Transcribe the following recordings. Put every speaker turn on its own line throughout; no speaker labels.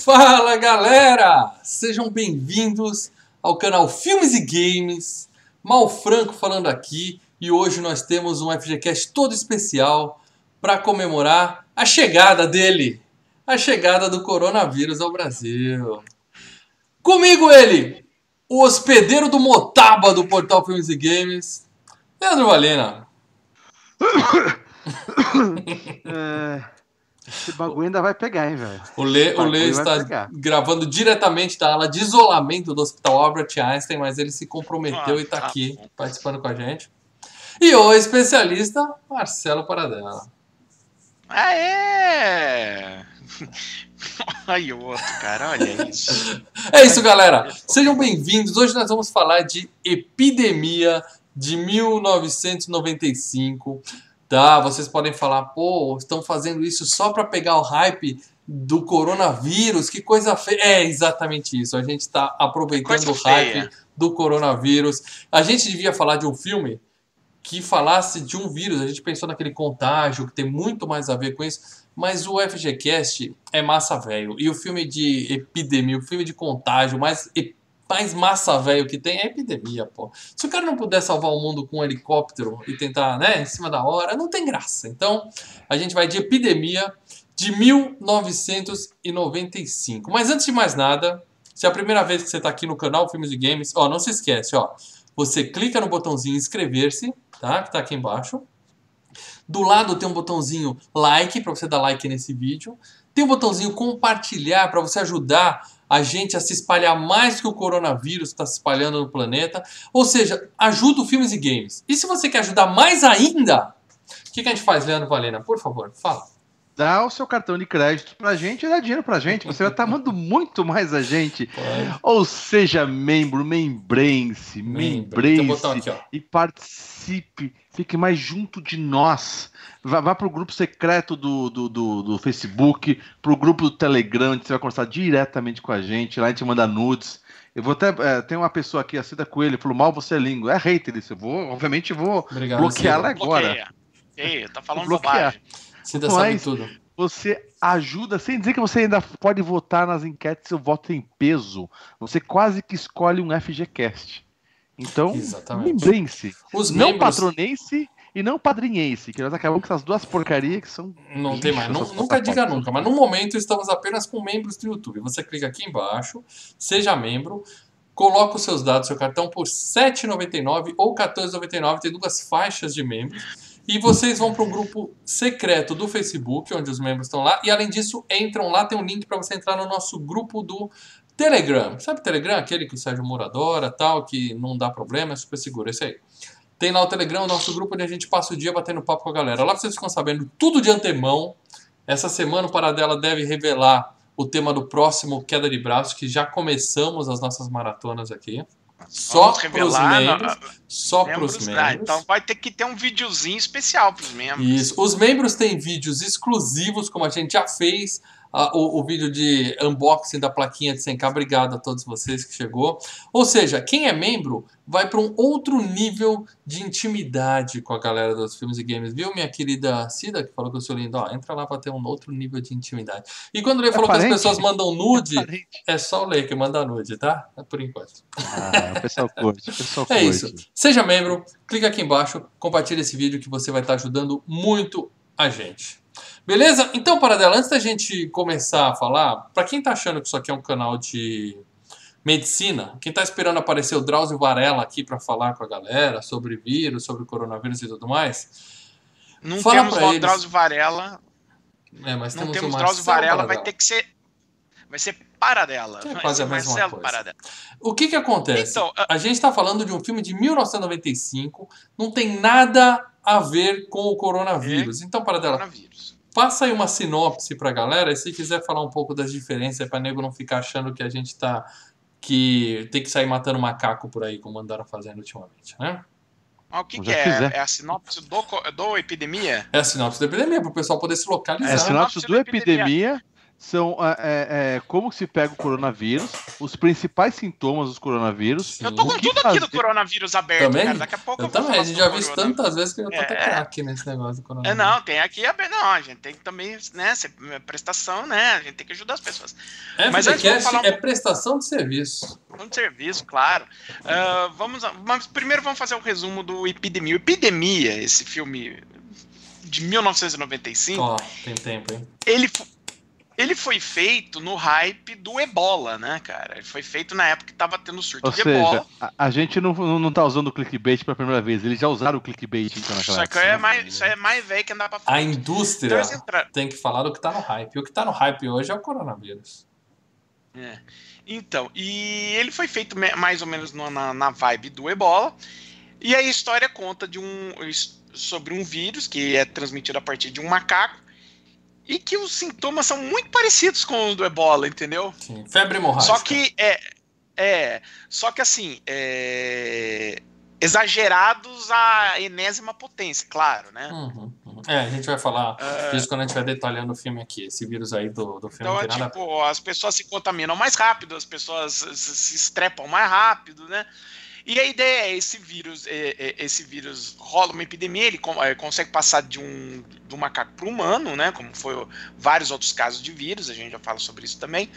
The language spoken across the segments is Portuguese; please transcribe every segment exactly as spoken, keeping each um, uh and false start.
Fala galera! Sejam bem-vindos ao canal Filmes e Games. Mal Franco falando aqui e hoje nós temos um F G Cast todo especial para comemorar a chegada dele, a chegada do coronavírus ao Brasil. Comigo ele, o hospedeiro do Motaba do portal Filmes e Games, Leandro Valena.
é... Esse bagulho ainda vai pegar, hein, velho?
O Lê, o Lê está gravando diretamente da ala de isolamento do Hospital Albert Einstein, mas ele se comprometeu ah, e está tá aqui bom. participando com a gente. E o especialista, Marcelo Paradela.
Aê! Aí o outro, cara, olha isso.
É isso, galera. Sejam bem-vindos. Hoje nós vamos falar de Epidemia de mil novecentos e noventa e cinco. Tá, vocês podem falar, pô, estão fazendo isso só para pegar o hype do coronavírus, que coisa feia. É exatamente isso, a gente está aproveitando o hype feia. do coronavírus. A gente devia falar de um filme que falasse de um vírus, a gente pensou naquele Contágio, que tem muito mais a ver com isso, mas o F G Cast é massa velho. E o filme de Epidemia, o filme de Contágio, mais epidemia, mais massa velho que tem é epidemia, pô. Se o cara não puder salvar o mundo com um helicóptero e tentar, né, em cima da hora, não tem graça. Então, a gente vai de Epidemia de mil novecentos e noventa e cinco. Mas antes de mais nada, se é a primeira vez que você está aqui no canal Filmes e Games, ó, não se esquece, ó, você clica no botãozinho inscrever-se, tá, que tá aqui embaixo. Do lado tem um botãozinho like, para você dar like nesse vídeo. Tem um botãozinho compartilhar, para você ajudar a gente a se espalhar mais que o coronavírus está se espalhando no planeta. Ou seja, ajuda o Filmes e Games. E se você quer ajudar mais ainda, o que, que a gente faz, Leandro Valena? Por favor, fala.
Dá o seu cartão de crédito pra gente e dá dinheiro pra gente. Você vai estar amando muito mais a gente. Pode. Ou seja, membro, membrense, membrense. E participe. Fique mais junto de nós. Vá, vá pro grupo secreto do, do, do, do Facebook, pro grupo do Telegram, onde você vai conversar diretamente com a gente. Lá a gente manda nudes. Eu vou até. É, tem uma pessoa aqui, a Cida Coelho, falou: mal você é língua. É hater isso. Eu vou, obviamente, vou bloquear ela agora.
Bloqueia. Ei, tá falando bobagem.
Cida sabe tudo.
Você ajuda, sem dizer que você ainda pode votar nas enquetes, seu voto tem peso. Você quase que escolhe um F G Cast. Então, lembrem-se. Não membros... patronense e não padrinhense, que nós acabamos com essas duas porcarias que são...
Não tem mais, não, nunca diga nunca, mas no momento estamos apenas com membros do YouTube. Você clica aqui embaixo, seja membro, coloca os seus dados, seu cartão por sete reais e noventa e nove centavos ou quatorze reais e noventa e nove centavos, tem duas faixas de membros. E vocês vão para um grupo secreto do Facebook, onde os membros estão lá. E além disso, entram lá, tem um link para você entrar no nosso grupo do Telegram. Sabe o Telegram? Aquele que o Sérgio Moro adora, tal, que não dá problema, é super seguro, esse aí. Tem lá o Telegram, o nosso grupo, onde a gente passa o dia batendo papo com a galera. Lá vocês ficam sabendo tudo de antemão. Essa semana o Paradela deve revelar o tema do próximo Queda de Braços, que já começamos as nossas maratonas aqui. Só para os membros. Só para os membros. Ah,
então vai ter que ter um videozinho especial para os membros.
Isso. Os membros têm vídeos exclusivos, como a gente já fez. Uh, o, o vídeo de unboxing da plaquinha de cem K. Obrigado a todos vocês que chegou. Ou seja, quem é membro vai para um outro nível de intimidade com a galera dos Filmes e Games. Viu, minha querida Cida, que falou que eu sou lindo? Ó, entra lá para ter um outro nível de intimidade. E quando ele é falou parente? que as pessoas mandam nude, é, é só o Lê que manda nude, tá? É por enquanto.
Ah, o pessoal curte, o pessoal
É
curte.
isso. Seja membro, clica aqui embaixo, compartilha esse vídeo que você vai estar ajudando muito a gente. Beleza? Então, Paradela, antes da gente começar a falar, para quem tá achando que isso aqui é um canal de medicina, quem tá esperando aparecer o Drauzio Varela aqui para falar com a galera sobre vírus, sobre coronavírus e tudo mais,
não fala temos o Drauzio Varela.
É, mas
não
temos,
temos
o
Drauzio Varela, vai ter que ser vai ser Paradela.
É quase a mesma
Marcelo
coisa.
Paradela.
O que que acontece? Então, a... a gente tá falando de um filme de mil novecentos e noventa e cinco, não tem nada a ver com o coronavírus. É, então, Paradela, coronavírus. Passa aí uma sinopse pra galera, e se quiser falar um pouco das diferenças, pra nego não ficar achando que a gente tá... que tem que sair matando macaco por aí, como andaram fazendo ultimamente, né?
Mas o que, que é? É a sinopse do, do Epidemia?
É a sinopse da Epidemia, pro pessoal poder se localizar.
É a sinopse do Epidemia, são é, é, como se pega o coronavírus, os principais sintomas do coronavírus.
Sim. Eu tô com tudo
fazer...
aqui do coronavírus aberto,
também?
cara. Daqui a pouco
eu,
eu vou
também. A gente já viu tantas vezes que eu tô
é,
até craque nesse negócio do coronavírus.
É, não, tem aqui a não, a gente tem que também, né, prestação, né? A gente tem que ajudar as pessoas.
Mas antes vamos falar um... é prestação de serviço.
De serviço, claro. Uh, vamos, mas primeiro vamos fazer um resumo do Epidemia. Epidemia, esse filme de mil novecentos e noventa e cinco.
Ó, oh, tem tempo, hein?
Ele Ele foi feito no hype do Ebola, né, cara? Ele foi feito na época que tava tendo surto
Ou
de
seja,
Ebola.
A, a gente não, não, não tá usando o clickbait pela primeira vez. Eles já usaram o clickbait então naquela
época. É mais, isso é mais velho que andar pra frente.
A indústria então, entra... tem que falar do que tá no hype. E o que tá no hype hoje é o coronavírus.
É. Então, e ele foi feito mais ou menos na, na vibe do Ebola. E a história conta de um, sobre um vírus que é transmitido a partir de um macaco. E que os sintomas são muito parecidos com os do Ebola, entendeu?
Sim, febre hemorrágica.
Só que é, é só que assim, é, exagerados à enésima potência, claro, né?
Uhum, uhum. É, a gente vai falar uh, disso quando a gente vai detalhando o filme aqui, esse vírus aí do, do filme.
Então,
nada...
tipo, as pessoas se contaminam mais rápido, as pessoas se estrepam mais rápido, né? E a ideia é esse vírus, é, é, esse vírus rola uma epidemia, ele com, é, consegue passar de um, de um macaco para o humano, né? Como foi vários outros casos de vírus, a gente já fala sobre isso também.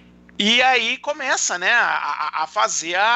E aí começa, né, a, a fazer a,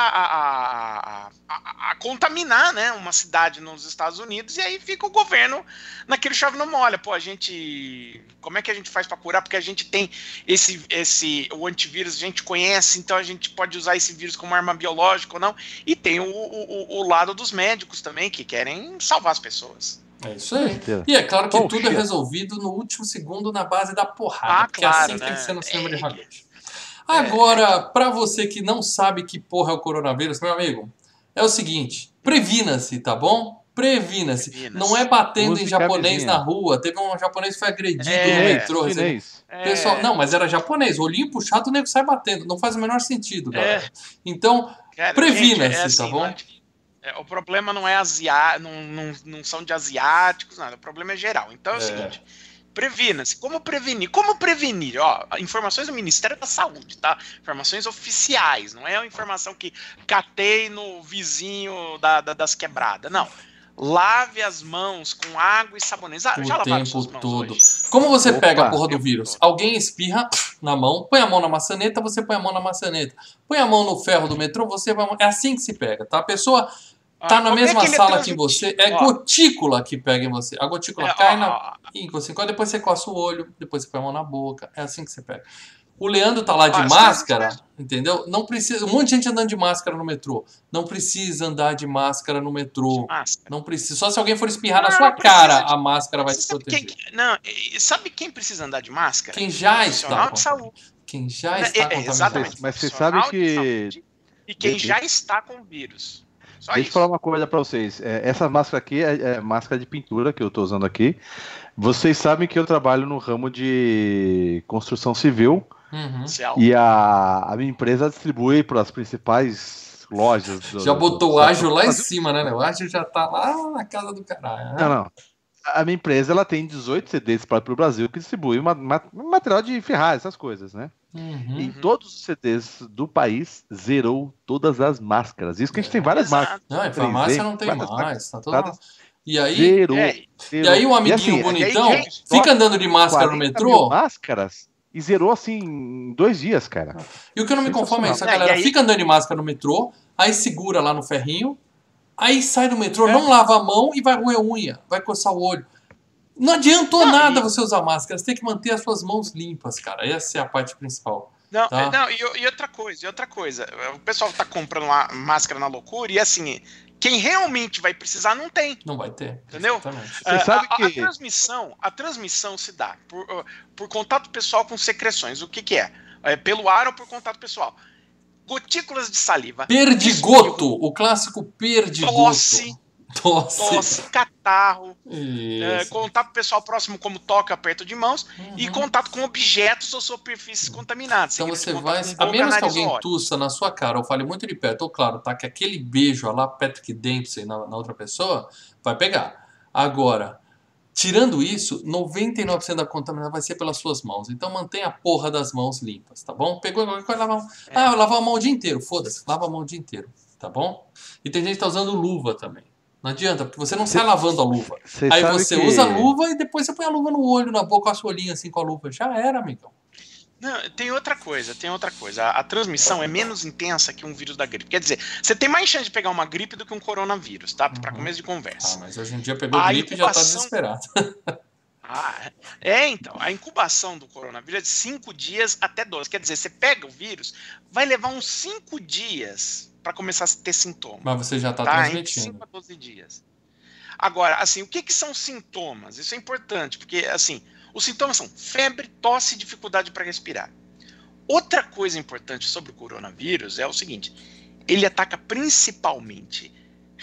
a, a, a contaminar, né, uma cidade nos Estados Unidos, e aí fica o governo naquele chove não molha. Pô, a gente, como é que a gente faz para curar? Porque a gente tem esse, esse, o antivírus, a gente conhece, então a gente pode usar esse vírus como arma biológica ou não. E tem o, o, o lado dos médicos também, que querem salvar as pessoas.
É isso aí. E é claro que oh, tudo shit. é resolvido no último segundo na base da porrada,
ah,
porque
claro,
assim
né?
tem que ser no cinema
é,
de Hollywood. Agora, para você que não sabe que porra é o coronavírus, meu amigo, é o seguinte, previna-se, tá bom? Previna-se. Previna não é batendo Use em japonês camisinha. na rua. Teve um japonês que foi agredido é, no metrô.
Chinês.
É. Pessoal, não, mas era japonês. Olhinho puxado, o nego sai batendo. Não faz o menor sentido, galera. É. Então, previna-se, é assim, tá bom?
É, o problema não é asiático, não, não, não são de asiáticos, nada. O problema é geral. Então é o é. seguinte... Previna-se. Como prevenir? Como prevenir? Ó, informações do Ministério da Saúde, tá? Informações oficiais, não é a informação que catei no vizinho da, da, das quebradas, não. Lave as mãos com água e sabonete. Ah,
o
já lavaram
tempo
suas mãos
todo.
hoje?
Como você
Opa,
pega a porra do vírus?
todo.
Alguém espirra na mão, põe a mão na maçaneta, você põe a mão na maçaneta. Põe a mão no ferro do metrô, você vai... É assim que se pega, tá? A pessoa... Tá ah, na mesma é que sala é que você, é ó, gotícula que pega em você. A gotícula é, cai ó, na, em você, depois você coça o olho, depois você põe a mão na boca. É assim que você pega. O Leandro tá lá de ó, máscara, entendeu? Não precisa. Um monte de gente andando de máscara no metrô. Não precisa andar de máscara no metrô. Não precisa. Só se alguém for espirrar não, na sua cara, de, a máscara vai te proteger.
Quem, não, sabe quem precisa andar de máscara?
Quem já está.
De saúde.
Quem já está
é, Exatamente.
Mas você sabe que.
E quem já está com o vírus. Só
Deixa eu falar uma coisa pra vocês. É, essa máscara aqui é, é máscara de pintura que eu tô usando aqui. Vocês sabem que eu trabalho no ramo de construção civil.
Uhum.
E a, a minha empresa distribui para as principais lojas. Do,
já botou o ágil lá em cima, né? O ágil já tá lá na casa do caralho. Né?
Não, não. A minha empresa ela tem dezoito C Ds para o Brasil que distribui uma, uma, material de ferrar, essas coisas, né?
Uhum.
Em todos os C Ds do país, zerou todas as máscaras. Isso que a gente tem várias máscaras.
Não, em farmácia não tem mais. Tá toda... E aí,
zerou,
é,
zerou.
E aí o amiguinho assim, bonitão aí, fica andando de máscara no metrô.
Máscaras e zerou assim em dois dias, cara.
E o que eu não me conformo é isso. A galera aí... fica andando de máscara no metrô, aí segura lá no ferrinho, aí sai do metrô, é. não lava a mão e vai roer unha, vai coçar o olho. Não adiantou não, nada e... você usar máscara, você tem que manter as suas mãos limpas, cara. Essa é a parte principal.
Não,
tá?
não e, e outra coisa, e outra coisa. O pessoal tá comprando uma máscara na loucura e assim, quem realmente vai precisar não tem.
Não vai ter.
Entendeu?
Você uh, sabe
a,
que...
a, transmissão, a transmissão se dá por, uh, por contato pessoal com secreções. O que que é? É pelo ar ou por contato pessoal? Gotículas de saliva.
Perdigoto, espirro, o clássico perdigoto.
Tosse.
Tosse.
Tosse, catarro, é, contato pessoal próximo como toque, aperto de mãos uhum. e contato com objetos ou superfícies contaminadas.
Então você vai, a menos que alguém tussa na sua cara ou fale muito de perto, ou claro, tá que aquele beijo lá Patrick Dempsey na, na outra pessoa, vai pegar. Agora, Tirando isso, noventa e nove por cento da contaminação vai ser pelas suas mãos. Então mantenha a porra das mãos limpas, tá bom? Pegou qualquer coisa, lava a mão. É. Ah, lavar a mão o dia inteiro. Foda-se, lava a mão o dia inteiro, tá bom? E tem gente que tá usando luva também. Não adianta, porque você não sai lavando a luva. Cê Aí você que... usa a luva e depois você põe a luva no olho, na boca, com a olhinha assim com a luva. Já era, amigão.
Não, tem outra coisa, tem outra coisa. A, a transmissão é menos intensa que um vírus da gripe. Quer dizer, você tem mais chance de pegar uma gripe do que um coronavírus, tá? Para uhum. começo de conversa.
Ah, mas hoje em dia pegou a gripe incubação... e já tá desesperado.
Ah, é, então. A incubação do coronavírus é de cinco dias até doze. Quer dizer, você pega o vírus, vai levar uns cinco dias para começar a ter sintomas.
Mas você já tá, tá transmitindo.
cinco a doze dias. Agora, assim, o que, que são sintomas? Isso é importante, porque, assim, os sintomas são febre, tosse e dificuldade para respirar. Outra coisa importante sobre o coronavírus é o seguinte: ele ataca principalmente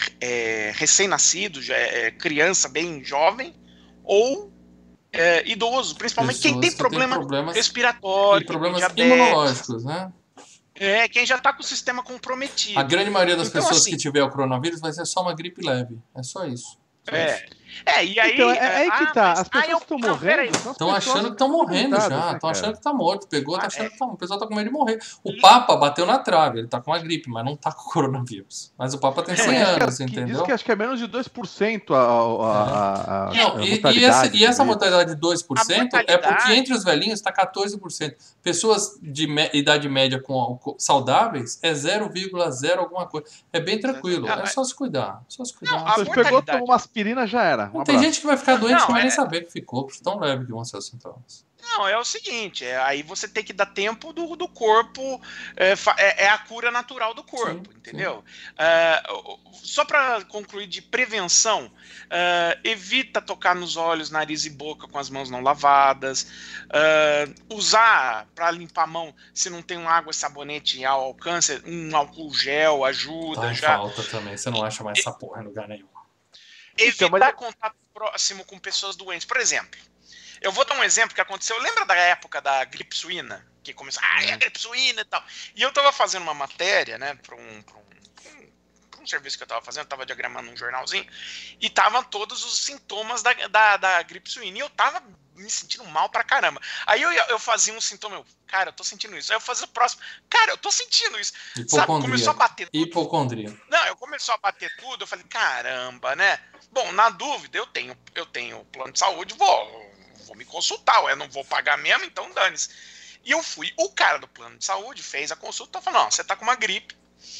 é, recém-nascido, é, criança bem jovem ou é, idoso, principalmente Pessoas quem tem problema
que tem
respiratório,
e problemas imunológicos, né?
É, quem já está com o sistema comprometido.
A grande maioria das
então,
pessoas
assim,
que tiver o coronavírus vai ser só uma gripe leve. É só isso.
É. É, e aí.
Então, é, é aí que
ah,
tá.
mas,
As pessoas
ah, eu,
estão
não,
morrendo.
Estão achando que estão morrendo já. Estão achando que tá morto. Pegou, tá
ah,
achando
é.
que tá morto. O pessoal tá com medo de morrer. O Papa bateu na trave. Ele tá com a gripe, mas não tá com o coronavírus. Mas o Papa tem cem
é,
anos,
que,
entendeu?
Diz que acho que é menos de dois por cento a, a, a, a,
não,
a
e, e, essa, e essa mortalidade de dois por cento é porque entre os velhinhos está quatorze por cento. Pessoas de me, idade média com, com saudáveis é zero vírgula zero alguma coisa. É bem tranquilo. É só se cuidar. Só se cuidar.
Não, se pegou, tomou uma aspirina, já era. Um
tem gente que vai ficar doente,
não,
não vai
é...
nem saber que ficou, porque tão leve que vão ser os sintomas.
Não, é o seguinte, é, aí você tem que dar tempo do, do corpo, é, é, é a cura natural do corpo, sim, entendeu? Sim. É, só para concluir de prevenção, é, evita tocar nos olhos, nariz e boca com as mãos não lavadas, é, usar para limpar a mão, se não tem um água e sabonete ao alcance, um álcool gel ajuda.
Tá em
já.
falta também, você não acha mais e, essa porra em lugar nenhum.
Evitar então, mas... contato próximo com pessoas doentes, por exemplo. Eu vou dar um exemplo que aconteceu. Lembra da época da gripe suína? Que começou, ah, é a gripe suína e tal. E eu tava fazendo uma matéria, né, para um, pra um, pra um serviço que eu tava fazendo, eu tava diagramando um jornalzinho, e tava todos os sintomas da, da, da gripe suína. E eu tava me sentindo mal pra caramba. Aí eu, eu fazia um sintoma, eu, cara, eu tô sentindo isso. Aí eu fazia o próximo, cara, eu tô sentindo isso. Sabe, começou a bater tudo.
Hipocondria.
Não, eu começou a bater tudo, eu falei, caramba, né? Bom, na dúvida, eu tenho, eu tenho plano de saúde, vou... vou me consultar, eu não vou pagar mesmo, então dane-se. E eu fui, o cara do plano de saúde fez a consulta, falou, não, você tá com uma gripe,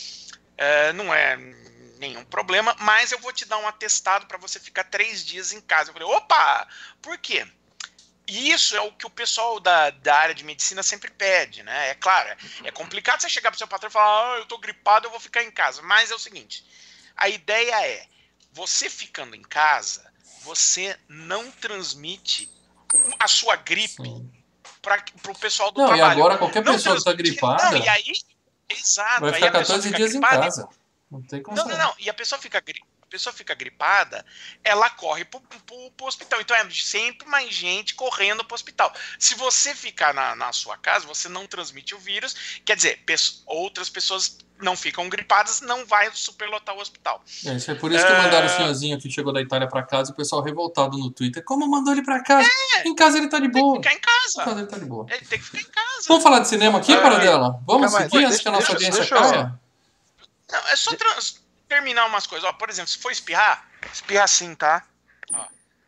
é, não é nenhum problema, mas eu vou te dar um atestado para você ficar três dias em casa. Eu falei, opa, por quê? E isso é o que o pessoal da, da área de medicina sempre pede, né? É claro, é complicado você chegar pro seu patrão e falar, ah, eu tô gripado, eu vou ficar em casa. Mas é o seguinte, a ideia é, você ficando em casa, você não transmite a sua gripe para o pessoal do
não,
trabalho.
E agora qualquer não, pessoa que está gripada
não, e aí, exato,
vai ficar
aí a
quatorze
fica
dias
gripada,
em casa. Não tem como
Não, não, não. E a pessoa fica gripada. A pessoa fica gripada, ela corre pro, pro, pro hospital. Então é sempre mais gente correndo pro hospital. Se você ficar na, na sua casa, você não transmite o vírus. Quer dizer, pe- outras pessoas não ficam gripadas, não vai superlotar o hospital.
É, isso é por isso que uh... mandaram o senhorzinho que chegou da Itália pra casa e o pessoal revoltado no Twitter. Como mandou ele pra casa? É, em casa ele tá de boa.
Tem que ficar em casa.
Em casa ele tá de boa.
Ele tem que ficar em casa.
Vamos falar de cinema aqui, é, Paradela? Vamos
calma,
seguir
deixa,
antes que a nossa
deixa,
audiência
deixa,
caia?
Não, é só trans... terminar umas coisas. Ó, por exemplo, se for espirrar, espirra assim, tá? Ó.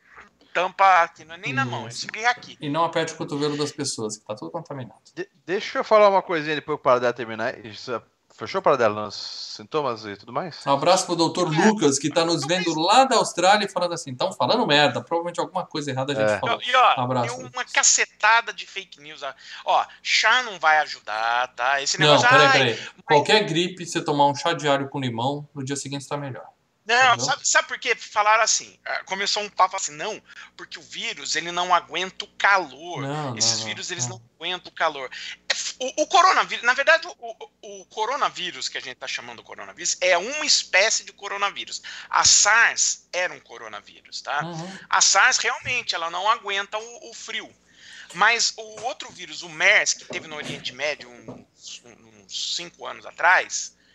Tampa aqui, não é nem Isso. na mão, é espirra aqui.
E não aperte o cotovelo das pessoas, que tá tudo contaminado.
De- deixa eu falar uma coisinha depois para dela terminar. Isso, fechou para dela nos sintomas e tudo mais?
Um abraço pro doutor é. Lucas, que tá nos vendo lá da Austrália e falando assim, estão falando merda, provavelmente alguma coisa errada a gente
É.
falou.
E ó,
Um abraço.
tem uma cacetada de fake news. Ó, chá não vai ajudar, tá? Esse
Não,
negócio.
peraí,
ai,
peraí.
mas-
Qualquer gripe, você tomar um chá diário com limão, no dia seguinte está melhor.
Não,
Entendeu?
sabe, sabe por quê? Falaram assim, ah, começou um papo assim, não, porque o vírus, ele não aguenta o calor.
Não,
Esses
não,
vírus,
não,
eles
não.
não aguentam o calor. É f- O, o coronavírus, na verdade, o, o- o coronavírus que a gente está chamando de coronavírus é uma espécie de coronavírus. A SARS era um coronavírus, tá?
Uhum.
A SARS, realmente, ela não aguenta o, o frio. Mas o outro vírus, o MERS, que teve no Oriente Médio uns, uns cinco anos atrás,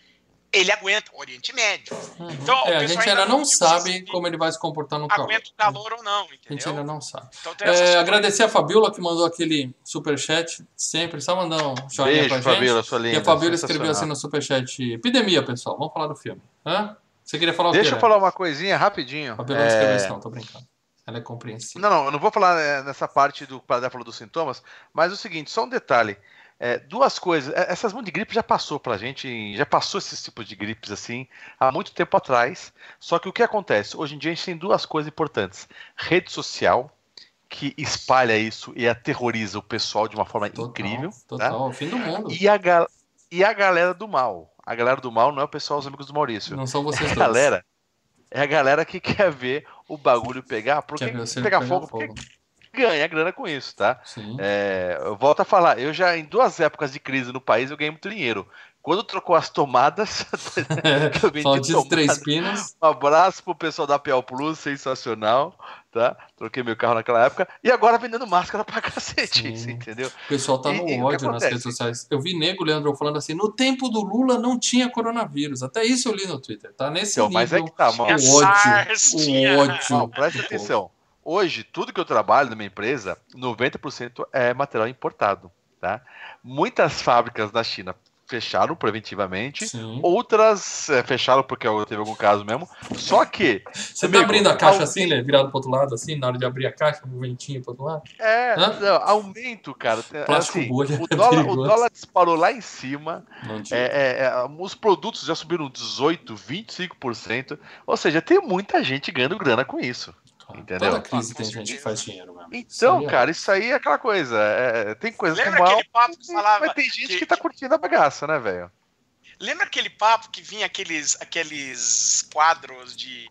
ele aguenta o Oriente Médio.
Uhum.
Então,
é, a gente ainda, ainda não sabe como ele vai se comportar no calor.
Aguenta o calor ou não, entendeu?
A gente ainda não sabe.
Então,
é, agradecer a Fabiola que mandou aquele superchat, sempre, só mandar um joinha
Beijo,
pra gente.
Fabiola, sua linda,
e a Fabiola escreveu assim no superchat, epidemia, pessoal, vamos falar do filme. Hã? Você queria falar o quê?
Deixa eu né? falar uma coisinha rapidinho.
A Fabiola é... não escreveu isso não, tô brincando. Ela é compreensível.
Não, não, eu não vou falar é, nessa parte do que o falou dos sintomas, mas o seguinte, só um detalhe. É, duas coisas, essas mãos de gripe já passou pra gente, já passou esses tipos de gripes assim há muito tempo atrás. Só que o que acontece? Hoje em dia a gente tem duas coisas importantes: rede social, que espalha isso e aterroriza o pessoal de uma forma total, incrível.
Total,
tá?
o fim do mundo.
E a, ga e a galera do mal. A galera do mal não é o pessoal, os amigos do Maurício.
Não são vocês
é a
dois.
galera, é a galera que quer ver o bagulho pegar, porque
quer ver
pegar,
pegar
fogo,
fogo.
Porque ganha grana com isso, tá?
Sim.
É, eu volto a falar, eu já em duas épocas de crise no país eu ganhei muito dinheiro. Quando trocou as tomadas,
que eu vendi tomada, três pinos.
Um abraço pro pessoal da P L Plus, sensacional, tá? Troquei meu carro naquela época e agora vendendo máscara pra cacete, assim, entendeu?
O pessoal tá no
e,
ódio
e
nas redes sociais. Eu vi nego, Leandro, falando assim, no tempo do Lula não tinha coronavírus. Até isso eu li no Twitter, tá? Nesse então, nível,
mas é que tá, mano.
O ódio, o ódio.
Não, presta atenção. Hoje, tudo que eu trabalho na minha empresa, noventa por cento é material importado, tá? Muitas fábricas na China fecharam preventivamente, Sim. outras é, fecharam porque teve algum caso mesmo, só que...
Você amigo, tá abrindo a caixa assim, né? Virado pro outro lado, assim, na hora de abrir a caixa, um ventinho pro outro lado?
É, não, aumento, cara.
Plástico
assim,
bolha,
o, dólar, o dólar disparou lá em cima,
é,
é, é, os produtos já subiram dezoito por cento, vinte e cinco por cento, ou seja, tem muita gente ganhando grana com isso. Entendeu?
Toda crise tem gente que faz dinheiro mesmo.
Então, isso cara, é... isso aí é aquela coisa. É, tem coisas
Lembra
como
aquele papo que falava.
Mas tem gente que,
que
tá curtindo a bagaça, né, velho?
Lembra aquele papo que vinha aqueles, aqueles quadros de.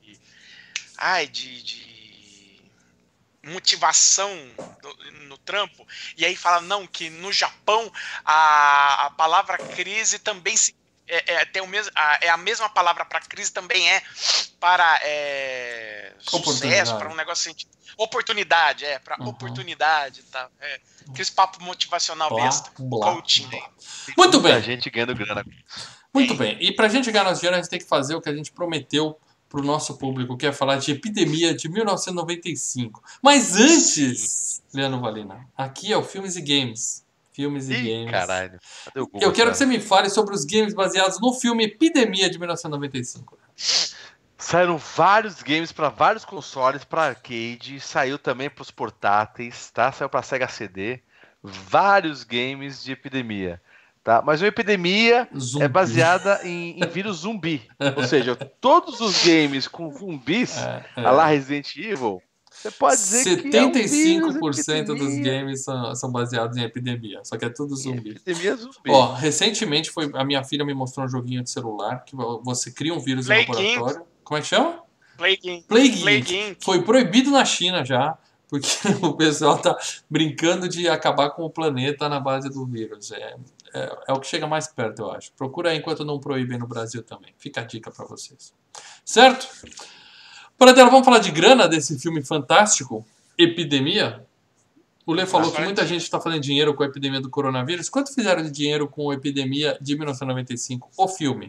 Ai, de. de motivação no, no trampo? E aí fala, não, que no Japão a, a palavra crise também se. É, é, tem o mesmo, a, é a mesma palavra para crise, também é para é, sucesso, para um negócio assim. Oportunidade, é, para uhum. oportunidade, tá? É, aquele papo motivacional
blá,
besta.
Blá,
coaching.
Blá. Muito bem.
A gente ganhando grana.
Muito é. bem. E pra gente ganhar nosso dinheiro, a gente tem que fazer o que a gente prometeu pro nosso público, que é falar de epidemia de mil novecentos e noventa e cinco. Mas antes, Sim. Leandro Valina, aqui é o Filmes e Games. Filmes e
Ih,
games.
Caralho.
Eu quero cara? que você me fale sobre os games baseados no filme Epidemia de mil novecentos e noventa e cinco.
Saíram vários games para vários consoles, para arcade, saiu também para os portáteis, tá? Saiu para Sega C D, vários games de epidemia, tá? Mas uma epidemia zumbi. é baseada em, em vírus zumbi, ou seja, todos os games com zumbis, é, é. a lá Resident Evil, você pode dizer
setenta e cinco por
que
cento
é um
dos games são, são baseados em epidemia, só que é tudo zumbi.
Epidemia zumbi.
Ó, recentemente foi, a minha filha me mostrou um joguinho de celular que você cria um vírus
Play
no laboratório.
Game.
Como é que chama?
Plague
Plague
Plague
Foi proibido na China já, porque o pessoal tá brincando de acabar com o planeta na base do vírus. É, é, é o que chega mais perto, eu acho. Procura aí enquanto não proíbem no Brasil também. Fica a dica para vocês. Certo? Paradela, vamos falar de grana desse filme fantástico, Epidemia? O Lê falou que muita gente está fazendo dinheiro com a epidemia do coronavírus. Quanto fizeram de dinheiro com a Epidemia de mil novecentos e noventa e cinco, o filme?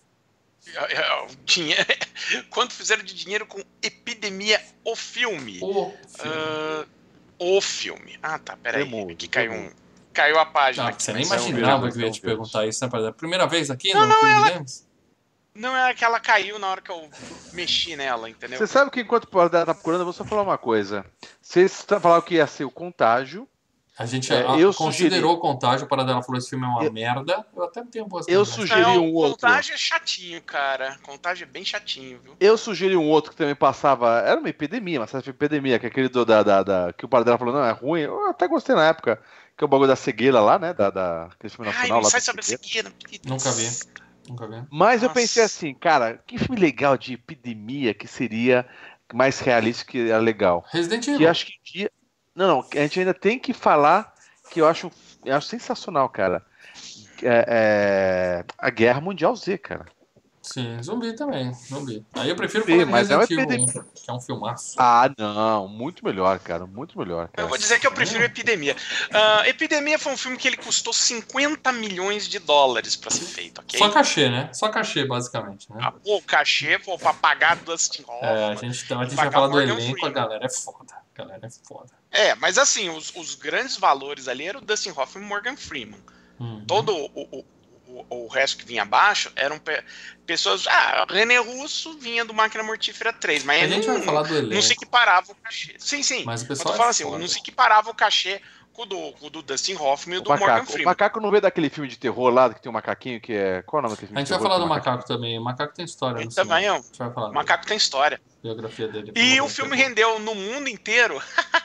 Tinha... Quanto fizeram de dinheiro com Epidemia, o filme?
O filme.
Uh, o filme. Ah, tá, peraí. Aqui caiu, um... caiu a página.
Ah,
aqui,
você nem imaginava que eu ia te perguntar isso, né? Primeira vez aqui
não,
no
não,
Filme
ela...
Games?
Não, é que ela caiu na hora que eu mexi nela, entendeu?
Você sabe que enquanto o Paradela tá procurando, eu vou só falar uma coisa. Vocês falaram que ia ser o Contágio.
A gente
é,
a,
eu
considerou
sugeri...
o Contágio, o Paradela falou que esse filme é uma
eu...
merda. Eu até tenho boas
Eu
coisas.
sugeri
não,
um outro.
Contágio é chatinho, cara. Contágio é bem chatinho, viu?
Eu sugeri um outro que também passava... Era uma epidemia, uma certa epidemia, que é aquele do, da, da, da... que o Paradela falou, não, é ruim. Eu até gostei na época, que é o bagulho da cegueira lá, né? Da, da... Aquele filme nacional.
Ai, não
lá
sai sobre a cegueira.
Nunca vi. Nunca vi.
Mas
Nossa.
eu pensei assim, cara, que filme legal de epidemia que seria mais realista, que era legal.
Resident Evil.
Que acho que dia... Não, não, a gente ainda tem que falar que eu acho, eu acho sensacional, cara. É, é... A Guerra Mundial Z, cara.
Sim, zumbi também, zumbi. Aí eu prefiro
Sim,
falar de
mas é uma
Resident Evil
epidemia.
um, que é um filmaço.
Ah, não. Muito melhor, cara. Muito melhor, cara.
Eu vou dizer que eu prefiro Epidemia. Uh, Epidemia foi um filme que ele custou cinquenta milhões de dólares pra ser feito, ok?
Só cachê, né? Só cachê, basicamente, né?
Ah, pô, o cachê, pô, pra pagar do Dustin Hoffman.
É, a gente, a gente vai
pagar
falar do
Morgan
elenco, a
Freeman.
galera é foda. A galera é foda.
É, mas assim, os, os grandes valores ali eram o Dustin Hoffman e Morgan Freeman.
Uhum.
Todo o, o, o, o resto que vinha abaixo eram pe pessoas. Ah, René Russo vinha do Máquina Mortífera três, mas
A gente
não,
vai falar do elenco.
não se equiparava o cachê. Sim, sim.
Mas o
Eu
pessoal
tô
é
falando assim,
foda.
não se equiparava o cachê com o do, com o do Dustin Hoffman e o
O
do Morgan
macaco, o
Freeman.
macaco não veio daquele filme de terror lá, que tem um macaquinho que é... Qual é o nome daquele filme
A gente
de
vai
terror?
falar do
que tem um
macaco também. O macaco tem história
Ele
no
também
cinema.
é um-
A gente vai falar
O macaco tem história.
da biografia dele.
E
Vamos
o
ver
filme
se é bom.
rendeu no mundo inteiro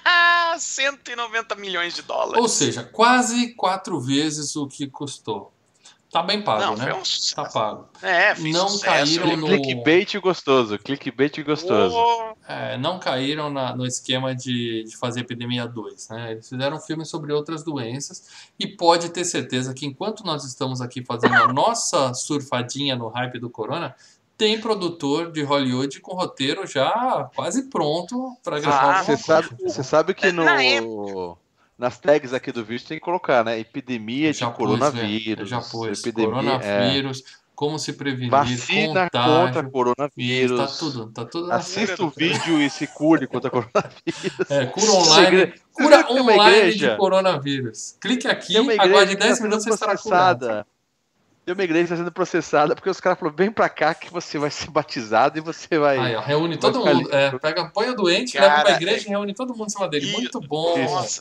cento e noventa milhões de dólares.
Ou seja, quase quatro vezes o que custou. Tá bem pago,
Não,
né?
foi um sucesso.
Tá pago.
É, fez
Não
sucesso.
caíram
Ele-
no-
Clickbait gostoso, clickbait gostoso.
Pô,
É, não caíram na- no esquema de, de fazer Epidemia dois, né? Eles fizeram um filme sobre outras doenças e pode ter certeza que enquanto nós estamos aqui fazendo a nossa surfadinha no hype do corona, tem produtor de Hollywood com roteiro já quase pronto para gravar
Ah,
alguma
Você sabe,
coisa.
você sabe que no,
Na época-
nas tags aqui do vídeo tem que colocar, né? Epidemia de
Já pus,
coronavírus.
velho. Eu já pus.
Epidemia,
Coronavírus, como se prevenir,
é, vacina
contágio.
contra
Isso,
coronavírus.
tá tudo, tá tudo na
Assista o vídeo e se cure contra coronavírus.
É, cura
Uma
online,
igre-
cura
Tem uma
online
igreja.
de coronavírus. Clique aqui,
Tem uma igreja
aguarde
que tá
dez
sendo
minutos e você estará curado.
processada. Tem uma igreja que está sendo processada porque os caras falaram: vem pra cá que você vai ser batizado e você vai.
Aí, ó, reúne
vai
todo
ficar
mundo.
livre.
É, pega, põe o doente,
Cara,
leva pra igreja e reúne todo mundo em cima dele.
E-
Muito bom.
Nossa.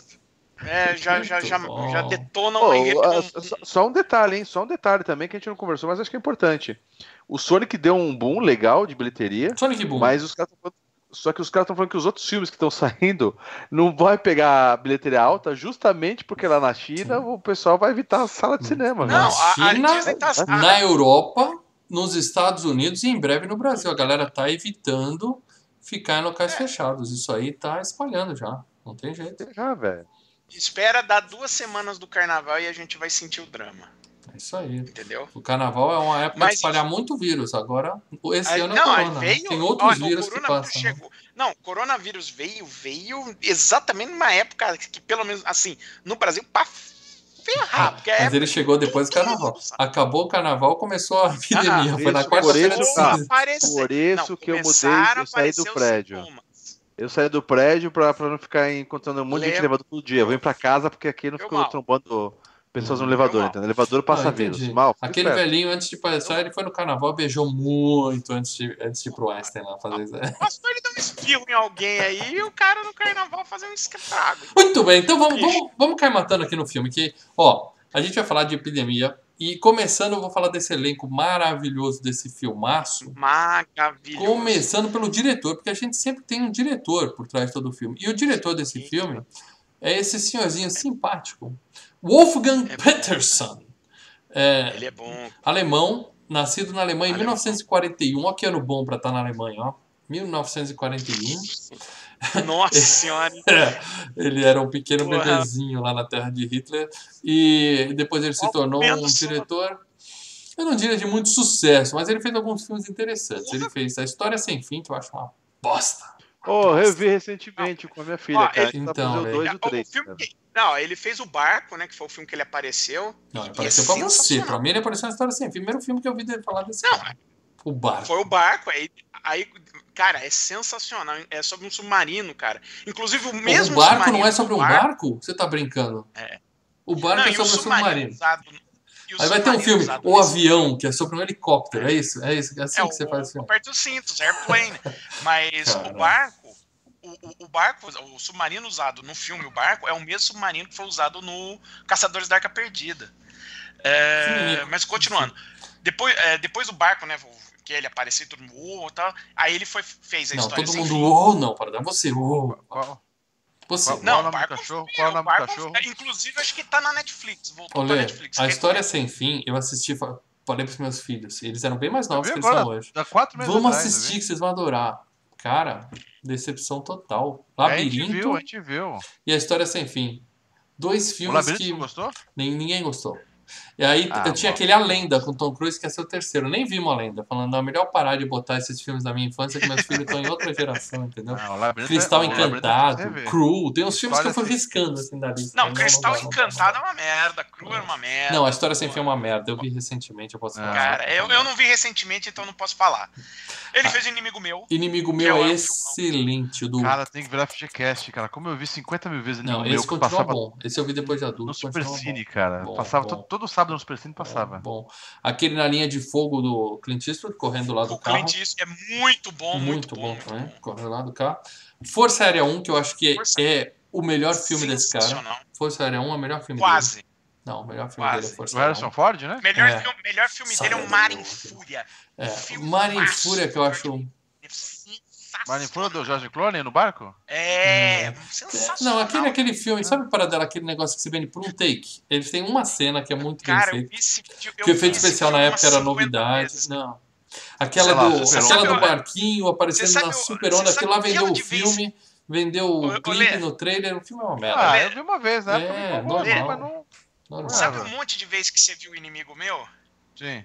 É, já, já, já,
Muito bom.
já detona
Pô,
uma igreja.
a- só- só um detalhe, hein? Só um detalhe também que a gente não conversou, mas acho que é importante. O Sonic deu um boom legal de bilheteria,
Sonic Boom.
mas os caras tão falando- só que os caras estão falando que os outros filmes que estão saindo não vai pegar bilheteria alta, justamente porque lá na China o pessoal vai evitar a sala de cinema.
Não,
velho.
Não, a, a
China,
Disney tá.
Na Europa, nos Estados Unidos e em breve no Brasil. A galera tá evitando ficar em locais
É.
fechados. Isso aí tá espalhando já. Não tem jeito.
Ah, velho.
Espera dar duas semanas do carnaval e a gente vai sentir o drama.
É isso aí.
Entendeu?
O carnaval é uma época
Mas
de espalhar muito vírus. Agora, esse
Aí-
ano é
não, aí
corona.
veio.
Tem outros
ó, o
vírus que
coronavírus
passam. né?
chegou. Não, o coronavírus veio, veio exatamente numa época que, pelo menos, assim, no Brasil, pra ferrar. Porque é
Mas
época
ele chegou depois do
todo
carnaval.
mundo sabe.
Acabou o carnaval, começou a epidemia.
por
Foi na
isso-
quarta-feira
por
de
isso-
cinza.
aparecer.
Por isso
Não,
que eu mudei,
começaram a
eu saí do
aparecer os
prédio.
sintomas.
Eu saí do prédio pra, pra não ficar encontrando um monte de gente
Lembra-
elevador todo dia. Eu vim pra casa porque aqui não
Deu
ficou
mal.
trombando pessoas no
Hum,
elevador,
deu mal.
entendeu? O elevador passa
Ah,
vírus.
entendi.
Mal. fica
Aquele
esperto.
velhinho, antes de passar, ele foi no carnaval, beijou muito antes de, antes de ir pro Einstein lá fazer isso.
Pastor, ele deu um espirro em alguém aí e o cara no carnaval fazer um estrago.
Muito bem, então vamos, vamos, vamos cair matando aqui no filme. Que, ó, a gente vai falar de epidemia. E começando, eu vou falar desse elenco maravilhoso desse filmaço.
Maravilhoso.
Começando pelo diretor, porque a gente sempre tem um diretor por trás de todo o filme. E o diretor desse
Sim.
filme é esse senhorzinho simpático, Wolfgang
É bom.
Peterson. É,
Ele é bom.
alemão, nascido na Alemanha em
Alemão.
mil novecentos e quarenta e um. Olha que ano bom pra estar na Alemanha, ó. mil novecentos e quarenta e um.
Nossa senhora.
É, ele era um pequeno
Porra.
bebezinho lá na terra de Hitler. E depois ele se
Ó,
tornou um
pensa.
diretor, eu não diria de muito sucesso, mas ele fez alguns filmes interessantes. Ele fez A História Sem Fim, que eu acho uma bosta.
Oh, eu vi recentemente com a minha filha,
Ó,
cara.
ele-
Ele tá
Então,
fazendo o
velho.
dois e
O
o três.
filme
cara.
que- Não, ele fez o Barco, né? Que foi o filme que ele apareceu.
Não,
e
ele
é
apareceu pra você.
sensacional.
Pra mim, ele apareceu na História Sem Fim. Primeiro filme que eu vi dele falar desse
Não,
cara. O Barco.
Foi o Barco. Aí, aí, cara, é sensacional. É sobre um submarino, cara. Inclusive o mesmo
o barco
submarino
não é sobre
do
um barco? Você tá brincando?
É.
O barco
Não,
é
e o
sobre um submarino.
usado- e o
Aí vai ter um
submarino
filme,
usado
O
nesse-
Avião, que é sobre um helicóptero. É isso? É isso? É assim
É,
que você
o,
faz o filme.
aperta os cintos, airplane. Mas
Caramba.
o barco, o, o- o barco, o submarino usado no filme O Barco é o mesmo submarino que foi usado no Caçadores da Arca Perdida. É,
Sim.
mas continuando. Depois, é, depois do barco, né? Que ele apareceu, todo mundo uou, e tal. Aí ele foi, fez a
Não,
história
todo
sem
mundo,
fim.
oh, não, para dar você, oh,
Qual,
você.
Qual-
Não,
o
o
nome do
barco,
cachorro?
é,
Qual é o
o
nome do
barco,
cachorro?
inclusive, acho que tá na Netflix. Voltou pra
Olê,
Netflix.
A
que-
História Sem Fim, eu assisti, fa- falei pros meus filhos, eles eram bem mais novos
vi
que eles
agora,
são hoje.
Dá quatro meses
Vamos
atrás, eu
assistir
vi.
que vocês vão adorar. Cara, decepção total.
É, a gente
Labirinto
viu, a gente viu.
e A História Sem Fim. Dois
O
filmes
Labirinto
que
não gostou?
nem- ninguém gostou. E aí
Ah,
eu tinha
bom.
aquele A Lenda com Tom Cruise, que é seu terceiro. Eu nem vimos A Lenda, falando, não, é melhor parar de botar esses filmes da minha infância que meus filhos estão em outra geração, entendeu?
Ah, o Labirinto
Cristal
é- o Labirinto
Encantado,
é de você ver.
Cru, tem uns filmes que eu fui
História sem-
riscando assim da lista.
Não,
Não,
Cristal
não dá, não dá, não dá.
Encantado é uma merda, Cru é uma merda.
Não, a História Sem
pô.
Fim é uma merda. Eu vi recentemente, eu posso falar.
Cara, eu, eu não vi recentemente, então não posso falar. Ele
Ah.
fez Inimigo Meu.
Inimigo
Que
Meu
é
é
um
excelente. O do...
Cara, tem que virar F G Cast, cara. Como eu vi cinquenta mil vezes
Não,
no meu
esse
que
continua
passava
bom. Esse eu vi depois de adulto.
no Super
continua
Cine,
bom.
cara.
Bom,
passava
bom.
Todo, todo sábado no Super Cine passava.
Bom, aquele na linha de fogo do Clint Eastwood, correndo lá do
O
carro.
Clint Eastwood é muito bom, muito,
Muito
bom.
bom
muito
também,
bom.
correndo lá do carro. Força Aérea um, que eu acho que
Força-
é o melhor filme desse cara.
Sensacional.
Força Aérea um é o melhor filme
Quase.
dele. Não, o melhor filme
Quase.
dele é Força
O
Aérea
Harrison
um.
Ford, né?
Melhor,
É.
filme, melhor filme dele é o
Saia
Mar
do
em
Novo.
Fúria.
É,
Filmaço.
Mar em Fúria, que eu acho...
Sensacional.
Marineford Fúria do George Clooney no barco?
É,
É.
sensacional.
Não, aquele, aquele filme, sabe para dela aquele negócio que se vende por um take? Ele tem uma cena que é muito
Cara,
bem
eu
feita.
vi esse vídeo. eu
Que o
vi
efeito
esse
especial na
filme
época era
umas cinquenta
novidade.
vezes.
Não. Aquela
Sei lá,
do,
Super
aquela
Onda.
do barquinho aparecendo
Você
na
sabe-
super
você
onda.
sabe
Aquilo lá
que
vendeu
eu
o
de vez-
filme, vendeu o
Ô, ô,
clipe
Lê.
no trailer. O filme é uma merda.
Ah,
Lê.
eu vi uma vez, né?
É,
É,
normal.
mas não.
Normal.
Sabe
Ah,
um monte de vezes que você viu o Inimigo Meu?
Sim.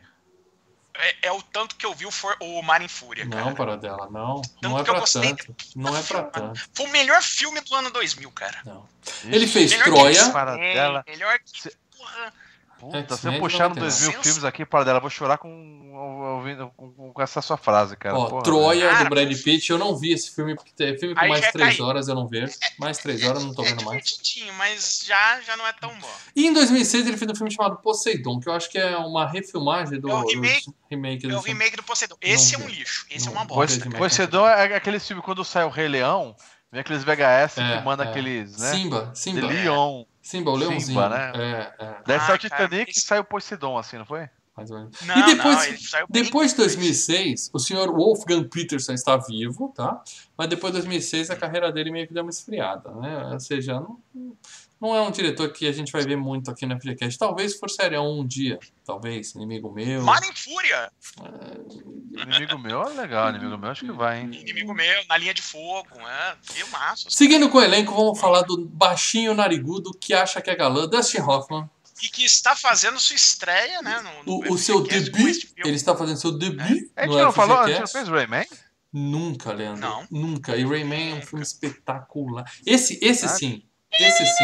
É, é o tanto que eu vi o, For- o Mar em Fúria, cara.
Não, para dela, não. Não
Tanto
é
que eu
pra
gostei
tanto. Não é pra
filme.
tanto.
Foi o melhor filme do ano dois mil, cara.
Não. Ele
Ixi,
fez
Melhor
Troia.
que
Para
X-Men,
dela.
melhor que...
Cê-
Porra.
Puta, se
X-Men
eu
de
puxar no
noventa e
dois mil
nove.
filmes aqui, para dela, eu vou chorar com, ouvindo, com, com essa sua frase, cara.
Ó,
Porra,
Troia
Cara,
do Brad Pitt. Eu não vi esse filme, porque é filme com
Aí
mais
já
de três
caiu.
horas eu não vejo. Mais três horas eu não tô
É
vendo mais.
divertidinho, mas já, já não é tão bom.
E em dois mil e seis ele fez um filme chamado Poseidon, que eu acho que é uma refilmagem do,
É o remake-
do remake do
É o
filme.
remake do Poseidon. Esse
Não
é um
vi.
lixo. Esse
Não
é uma
vi.
bosta.
Pois-
Poseidon é aquele filme quando sai o Rei Leão, vem aqueles V H S
É,
que manda
é.
aqueles, né?
Simba,
De
Simba.
Leon.
Simba, o
Simba,
leãozinho.
né?
É, é.
Daí
Ah,
saiu o
cara,
Titanic
esse-
e saiu o Poseidon, assim, não foi?
Mais ou menos.
Não,
e depois,
não, ele saiu bem
depois de
depois.
dois mil e seis, o senhor Wolfgang Peterson está vivo, tá? Mas depois de dois mil e seis a carreira dele meio que deu uma esfriada, né? Ou seja, não, não é um diretor que a gente vai ver muito aqui no F G Cast. Talvez Força Aérea um um dia. Talvez, Inimigo Meu.
Mar em Fúria.
Inimigo meu é legal, inimigo meu acho que vai, hein?
Inimigo Meu, Na Linha de Fogo. É, filmaço.
Seguindo com o elenco, vamos falar do baixinho narigudo que acha que é galã, Dustin Hoffman.
E que está fazendo sua estreia, né? No, no
O, o seu
F G Cast com
debut,
este filme.
ele está fazendo seu debut
A gente
no
não falou, a gente não
F G Cast.
fez Rayman?
Nunca, Leandro.
Não.
Nunca. E Rayman é um
Nunca.
filme espetacular. Esse, esse
Ah.
sim. Esse sim.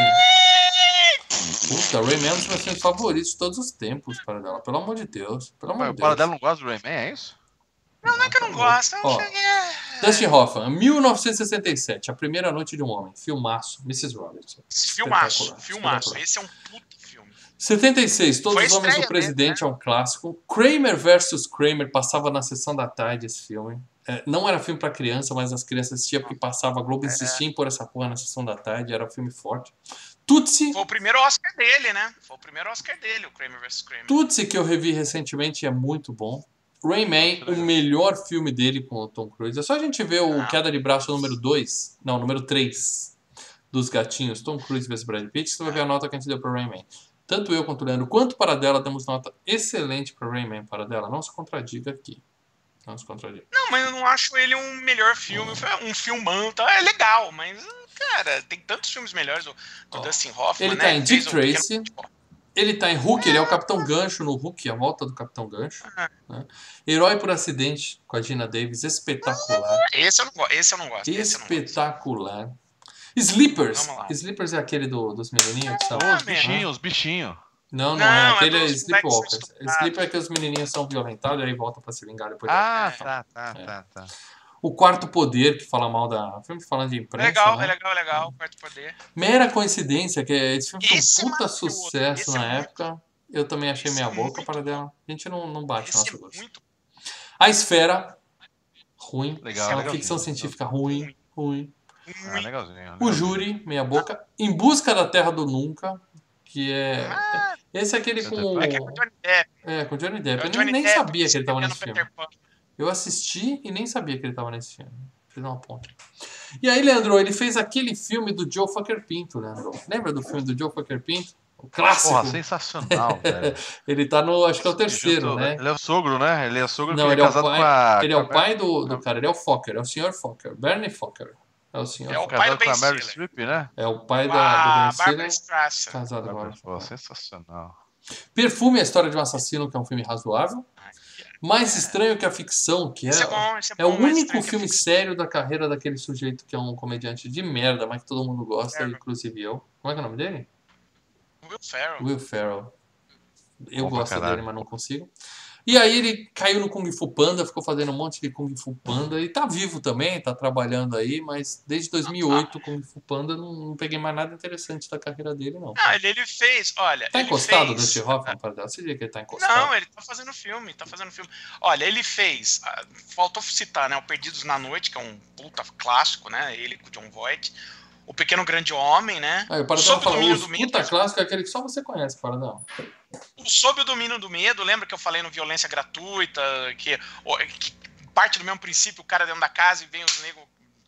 Puta, Rayman é um dos meus filmes favoritos de todos os tempos, para dela. Pelo amor de Deus. Pelo amor
Mas
de
o para
Deus.
dela não gosta do Rayman, é isso?
Não, não é que eu não gosto. Eu
Ó,
cheguei...
Dustin Hoffman, mil novecentos e sessenta e sete, A Primeira Noite de um Homem. Filmaço. missus Robertson.
Filmaço,
Espetacular,
filmaço.
espetacular.
Esse é um puto filme.
setenta e seis, Todos
Foi
os Homens
estreia
do Presidente
dele,
é um clássico. Kramer versus. Kramer passava na sessão da tarde esse filme. É, não era filme pra criança, mas as crianças assistiam porque passava. A Globo
É.
insistia em pôr essa porra na sessão da tarde. Era um filme forte. Tootsie.
Foi o primeiro Oscar dele, né? Foi o primeiro Oscar dele, o Kramer versus. Kramer.
Tootsie, que eu revi recentemente, é muito bom. Rayman, o melhor filme dele com o Tom Cruise. É só a gente ver o
Ah.
Queda de Braço número dois. Não, número três. Dos gatinhos. Tom Cruise versus Brad Pitt. Você vai ver a nota que a gente deu pra Rayman. Tanto eu quanto o Leandro, quanto para dela, demos nota excelente pra Rayman. Para dela, não se contradiga aqui. Não se contradiga.
Não, mas eu não acho ele um melhor filme. Um filmão, tá? É legal, mas, cara, tem tantos filmes melhores do, do
Ó,
Dustin Hoffman,
ele
né?
tá em Dick
Fez um Pequeno
Tracy.
Futebol.
Ele tá em Hulk, ele é o Capitão Gancho no Hulk, a volta do Capitão Gancho.
Ah.
Né? Herói por Acidente com a Gina Davis, espetacular.
Esse eu não gosto. Esse eu não gosto. Esse eu não gosto.
Espetacular. Sleepers.
Vamos lá.
Sleepers é aquele do, dos menininhos que são...
Ah,
Os bichinhos, os bichinhos.
Não, não,
Não,
é.
é
Aquele é
dos
Sleepwalkers.
moleques estuprados.
Sleeper é que os menininhos são violentados e aí voltam pra se vingar depois.
Ah,
da...
tá, tá,
É.
tá, tá.
O Quarto Poder, que fala mal da... Filme falando de imprensa,
Legal,
né?
é legal, é legal. Quarto Poder.
Mera Coincidência, que é- esse filme foi
Esse é
um puta
maravilhoso.
sucesso
Esse é
na
muito-
época. Eu também achei
esse
meia
é
boca
muito
para dela. A gente não, não bate
Esse
nosso
é
gosto.
muito
A Esfera, ruim.
Legal,
é uma
legalzinho.
ficção científica ruim, ruim.
Ah,
ruim.
legalzinho.
O
legalzinho.
Júri, meia boca. Em Busca da Terra do Nunca, que é...
Ah,
Esse é aquele com o...
é que é com o Johnny Depp.
É, com o Johnny
É
Depp.
o
Eu nem,
Johnny
nem
Depp
sabia que ele tava
escrevendo
nesse filme.
Peter Pan.
Eu assisti e nem sabia que ele tava nesse filme. Fiz uma ponta. E aí, Leandro, ele fez aquele filme do Joe Fucker Pinto, Leandro. Lembra do filme do Joe Fucker Pinto? O clássico.
Porra, sensacional, velho.
Ele tá no, acho que é o terceiro,
Junto-
né?
Ele é o sogro, né? Ele é o sogro
Não,
que
ele
é
é o
casado
pai,
com a...
ele é o
com a-
pai do, do cara, ele é o Fokker, é o senhor Fokker, Bernie Fokker. É o senhor
É o
Fokker.
pai
Casado
do
com a
Ben
Meryl
Stiller.
Streep, né?
É o pai
Com
da,
a
do Ben
Barbara
Stiller,
Streisand.
casado agora.
Pô, sensacional.
Perfume, a história de um assassino, que é um filme razoável. Mais Estranho que a Ficção, que é, é, bom, é, é o único filme sério da carreira daquele sujeito que é um comediante de merda, mas que todo mundo gosta, Ferrell. Inclusive eu. Como é que é o nome dele?
Will Ferrell.
Will Ferrell. Eu Bom, gosto dele, mas não consigo. E aí ele caiu no Kung Fu Panda, ficou fazendo um monte de Kung Fu Panda e tá vivo também, tá trabalhando aí, mas desde dois mil e oito, Kung Fu Panda, não, não peguei mais nada interessante da carreira dele, não.
Ah, ele, ele fez, olha...
Tá
ele
encostado
fez...
Dustin Hoffman? Você diria que ele tá encostado?
Não, ele tá fazendo filme, tá fazendo filme. Olha, ele fez, faltou citar, né, o Perdidos na Noite, que é um puta clássico, né, ele com o John Voight. O Pequeno Grande Homem, né?
Ah, o Sob o Domínio do Medo. Puta clássico é aquele que só você conhece, Paradão.
O Sob o Domínio do Medo, lembra que eu falei no Violência Gratuita, que, que parte do mesmo princípio, o cara dentro da casa e vem os negros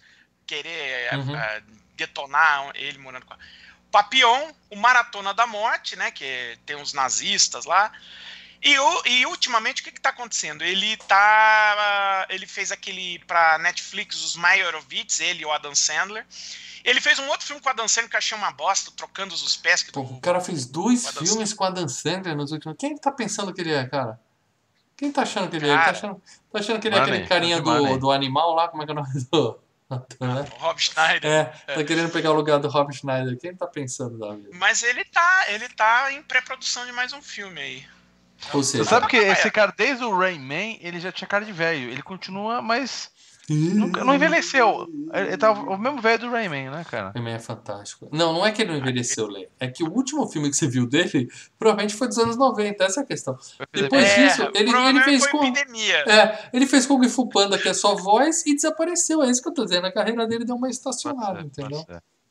querer uhum. a, a, detonar ele morando com a... Papillon, o Maratona da Morte, né? Que tem uns nazistas lá. E, e ultimamente o que está acontecendo? Ele tá. Ele fez aquele pra Netflix, os Meyerowitz, ele e o Adam Sandler. Ele fez um outro filme com o Adam Sandler que eu achei uma bosta, Trocando os Pés. Que
Pô, o cara fez dois com filmes com o Adam Sandler nos últimos. Quem tá pensando que ele é, cara? Quem tá achando que ele cara, é? Tá achando, tá achando que ele money, é aquele carinha do, do animal lá? Como é que é o nome do.
Ah, o Rob Schneider.
É, tá é. querendo pegar o lugar do Rob Schneider. Quem tá pensando, Davi?
Mas ele tá, ele tá em pré-produção de mais um filme aí.
Ou seja, você sabe que esse cara, desde o Rain Man, ele já tinha cara de velho. Ele continua, mas nunca, não envelheceu. Ele tá o mesmo velho do Rain Man, né, cara?
Rain Man é fantástico. Não, não é que ele não envelheceu, Lê. É que o último filme que você viu dele, provavelmente foi dos anos noventa. Essa é a questão. Depois é, disso, ele, ele fez com... É, ele fez Kung Fu Panda, que é só voz, e desapareceu. É isso que eu tô dizendo. A carreira dele deu uma estacionada, ser, entendeu?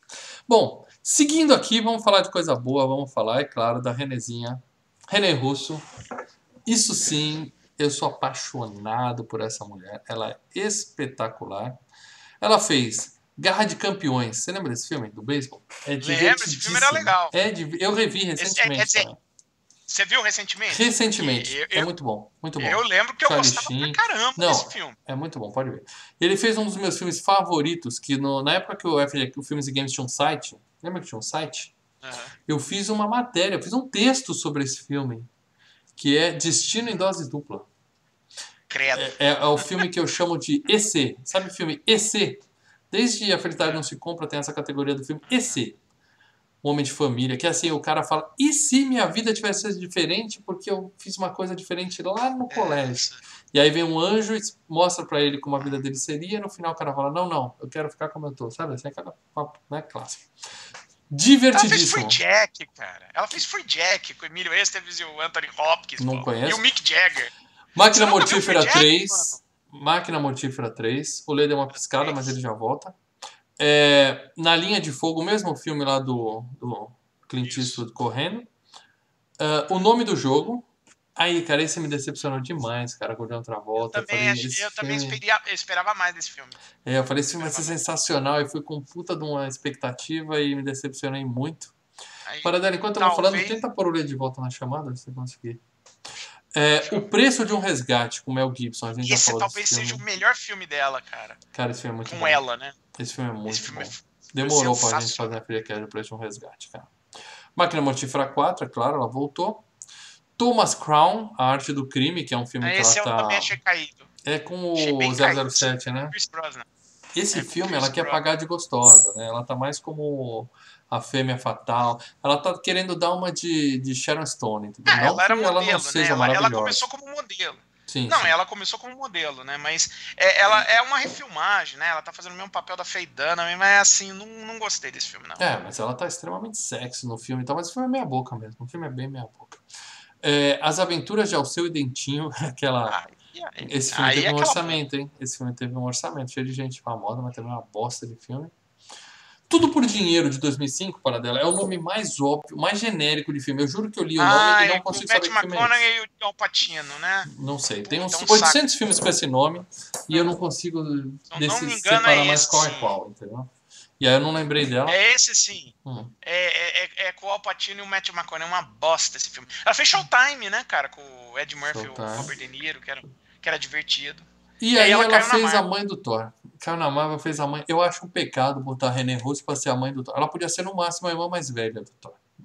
Bom, seguindo aqui, vamos falar de coisa boa. Vamos falar, é claro, da Renezinha. René Russo, isso sim, eu sou apaixonado por essa mulher, ela é espetacular. Ela fez Garra de Campeões, você lembra desse filme, do beisebol?
É Lembro, esse filme era legal.
É, eu revi recentemente.
Esse, é, dizer, você viu recentemente?
Recentemente, eu, é muito bom, muito bom.
Eu lembro que eu
Charlie
gostava
Sheen.
pra caramba
Não,
desse filme.
É muito bom, pode ver. Ele fez um dos meus filmes favoritos, que no, na época que o, que o Filmes e Games tinha um site, lembra que tinha um site? Uhum. Eu fiz uma matéria, eu fiz um texto sobre esse filme, que é Destino em Dose Dupla.
Credo.
É, é, é o filme que eu chamo de E C. Sabe o filme E C? Desde A Felicidade Não Se Compra tem essa categoria do filme E C. Homem de Família, que é assim, o cara fala, e se minha vida tivesse sido diferente porque eu fiz uma coisa diferente lá no colégio? É. E aí vem um anjo e mostra pra ele como a vida dele seria, e no final o cara fala, não, não, eu quero ficar como eu tô. Sabe? Assim, aquela papo, né, clássico. Divertidíssimo.
Ela fez Free Jack, cara. Ela fez Free Jack com o Emílio Esteves e o Anthony Hopkins.
Não
pô.
conheço.
E o Mick Jagger.
Máquina Mortífera três. Máquina Mortífera três. O Lê deu uma piscada, mas ele já volta. É, Na Linha de Fogo, o mesmo filme lá do, do Clint Eastwood correndo. Uh, o Nome do Jogo. Aí, cara, esse me decepcionou demais, cara, com o John Travolta.
Eu também,
eu falei,
achei, eu
filme...
também esperia, eu esperava mais desse filme.
É, eu falei, esse filme vai ser sensacional. E fui com puta de uma expectativa e me decepcionei muito. Paradela, enquanto eu vou falando, tenta pôr o Lê de volta na chamada, se você conseguir. É, O Preço de um Resgate, com Mel Gibson. A gente
esse
já falou
talvez seja o melhor filme dela, cara.
Cara, esse filme é muito
com
bom.
Com ela, né?
Esse filme é muito
esse filme
bom.
É
Demorou pra gente fazer a FreeCast O Preço de um Resgate, cara. Máquina Mortífera quatro, é claro, ela voltou. Thomas Crown, A Arte do Crime, que é um filme
esse
que ela
eu
tá...
também achei caído.
É com o zero zero sete, né?
Chris Brosnan.
Esse
é
filme, ela quer pagar de gostosa, né? Ela tá mais como a fêmea fatal. Ela tá querendo dar uma de, de Sharon Stone, entendeu?
Ah,
não
ela era
que
modelo,
ela não seja
né? Ela, ela
maravilhosa.
começou como modelo.
Sim,
não,
sim.
ela começou como modelo, né? Mas é, ela é uma refilmagem, né? Ela tá fazendo o mesmo papel da Faye Dunaway, mas assim, não, não gostei desse filme, não.
É, mas ela tá extremamente sexy no filme, então, mas o filme é meia boca mesmo. O filme é bem meia boca. É, As Aventuras de Alceu e Dentinho, aquela...
Aí, aí,
Esse filme
aí
teve
é
um
aquela...
orçamento, hein? Esse filme teve um orçamento, cheio de gente famosa, mas teve uma bosta de filme. Tudo por Dinheiro, de dois mil e cinco, Paradela, é o nome mais óbvio, mais genérico de filme. Eu juro que eu li o nome
ah,
e não consigo
saber
que filme é esse.
e o Al Pacino, né?
Não sei. Tem uns
Puta, um
oitocentos
saco.
filmes com esse nome e eu não consigo
Não,
desse,
não me engano,
separar
é
mais
esse,
qual é
sim.
qual, entendeu? E aí eu não lembrei dela.
É esse sim.
Hum.
É, é, é com o Al Pacino e o Matthew McConaughey. É uma bosta esse filme. Ela fez Showtime, né, cara? Com o Ed Murphy e o Robert De Niro, que era, que era divertido.
E, e aí, aí ela, ela fez a mãe do Thor. Caiu na Marvel, fez a mãe. Eu acho um pecado botar a René Russo pra ser a mãe do Thor. Ela podia ser no máximo a irmã mais velha do Thor.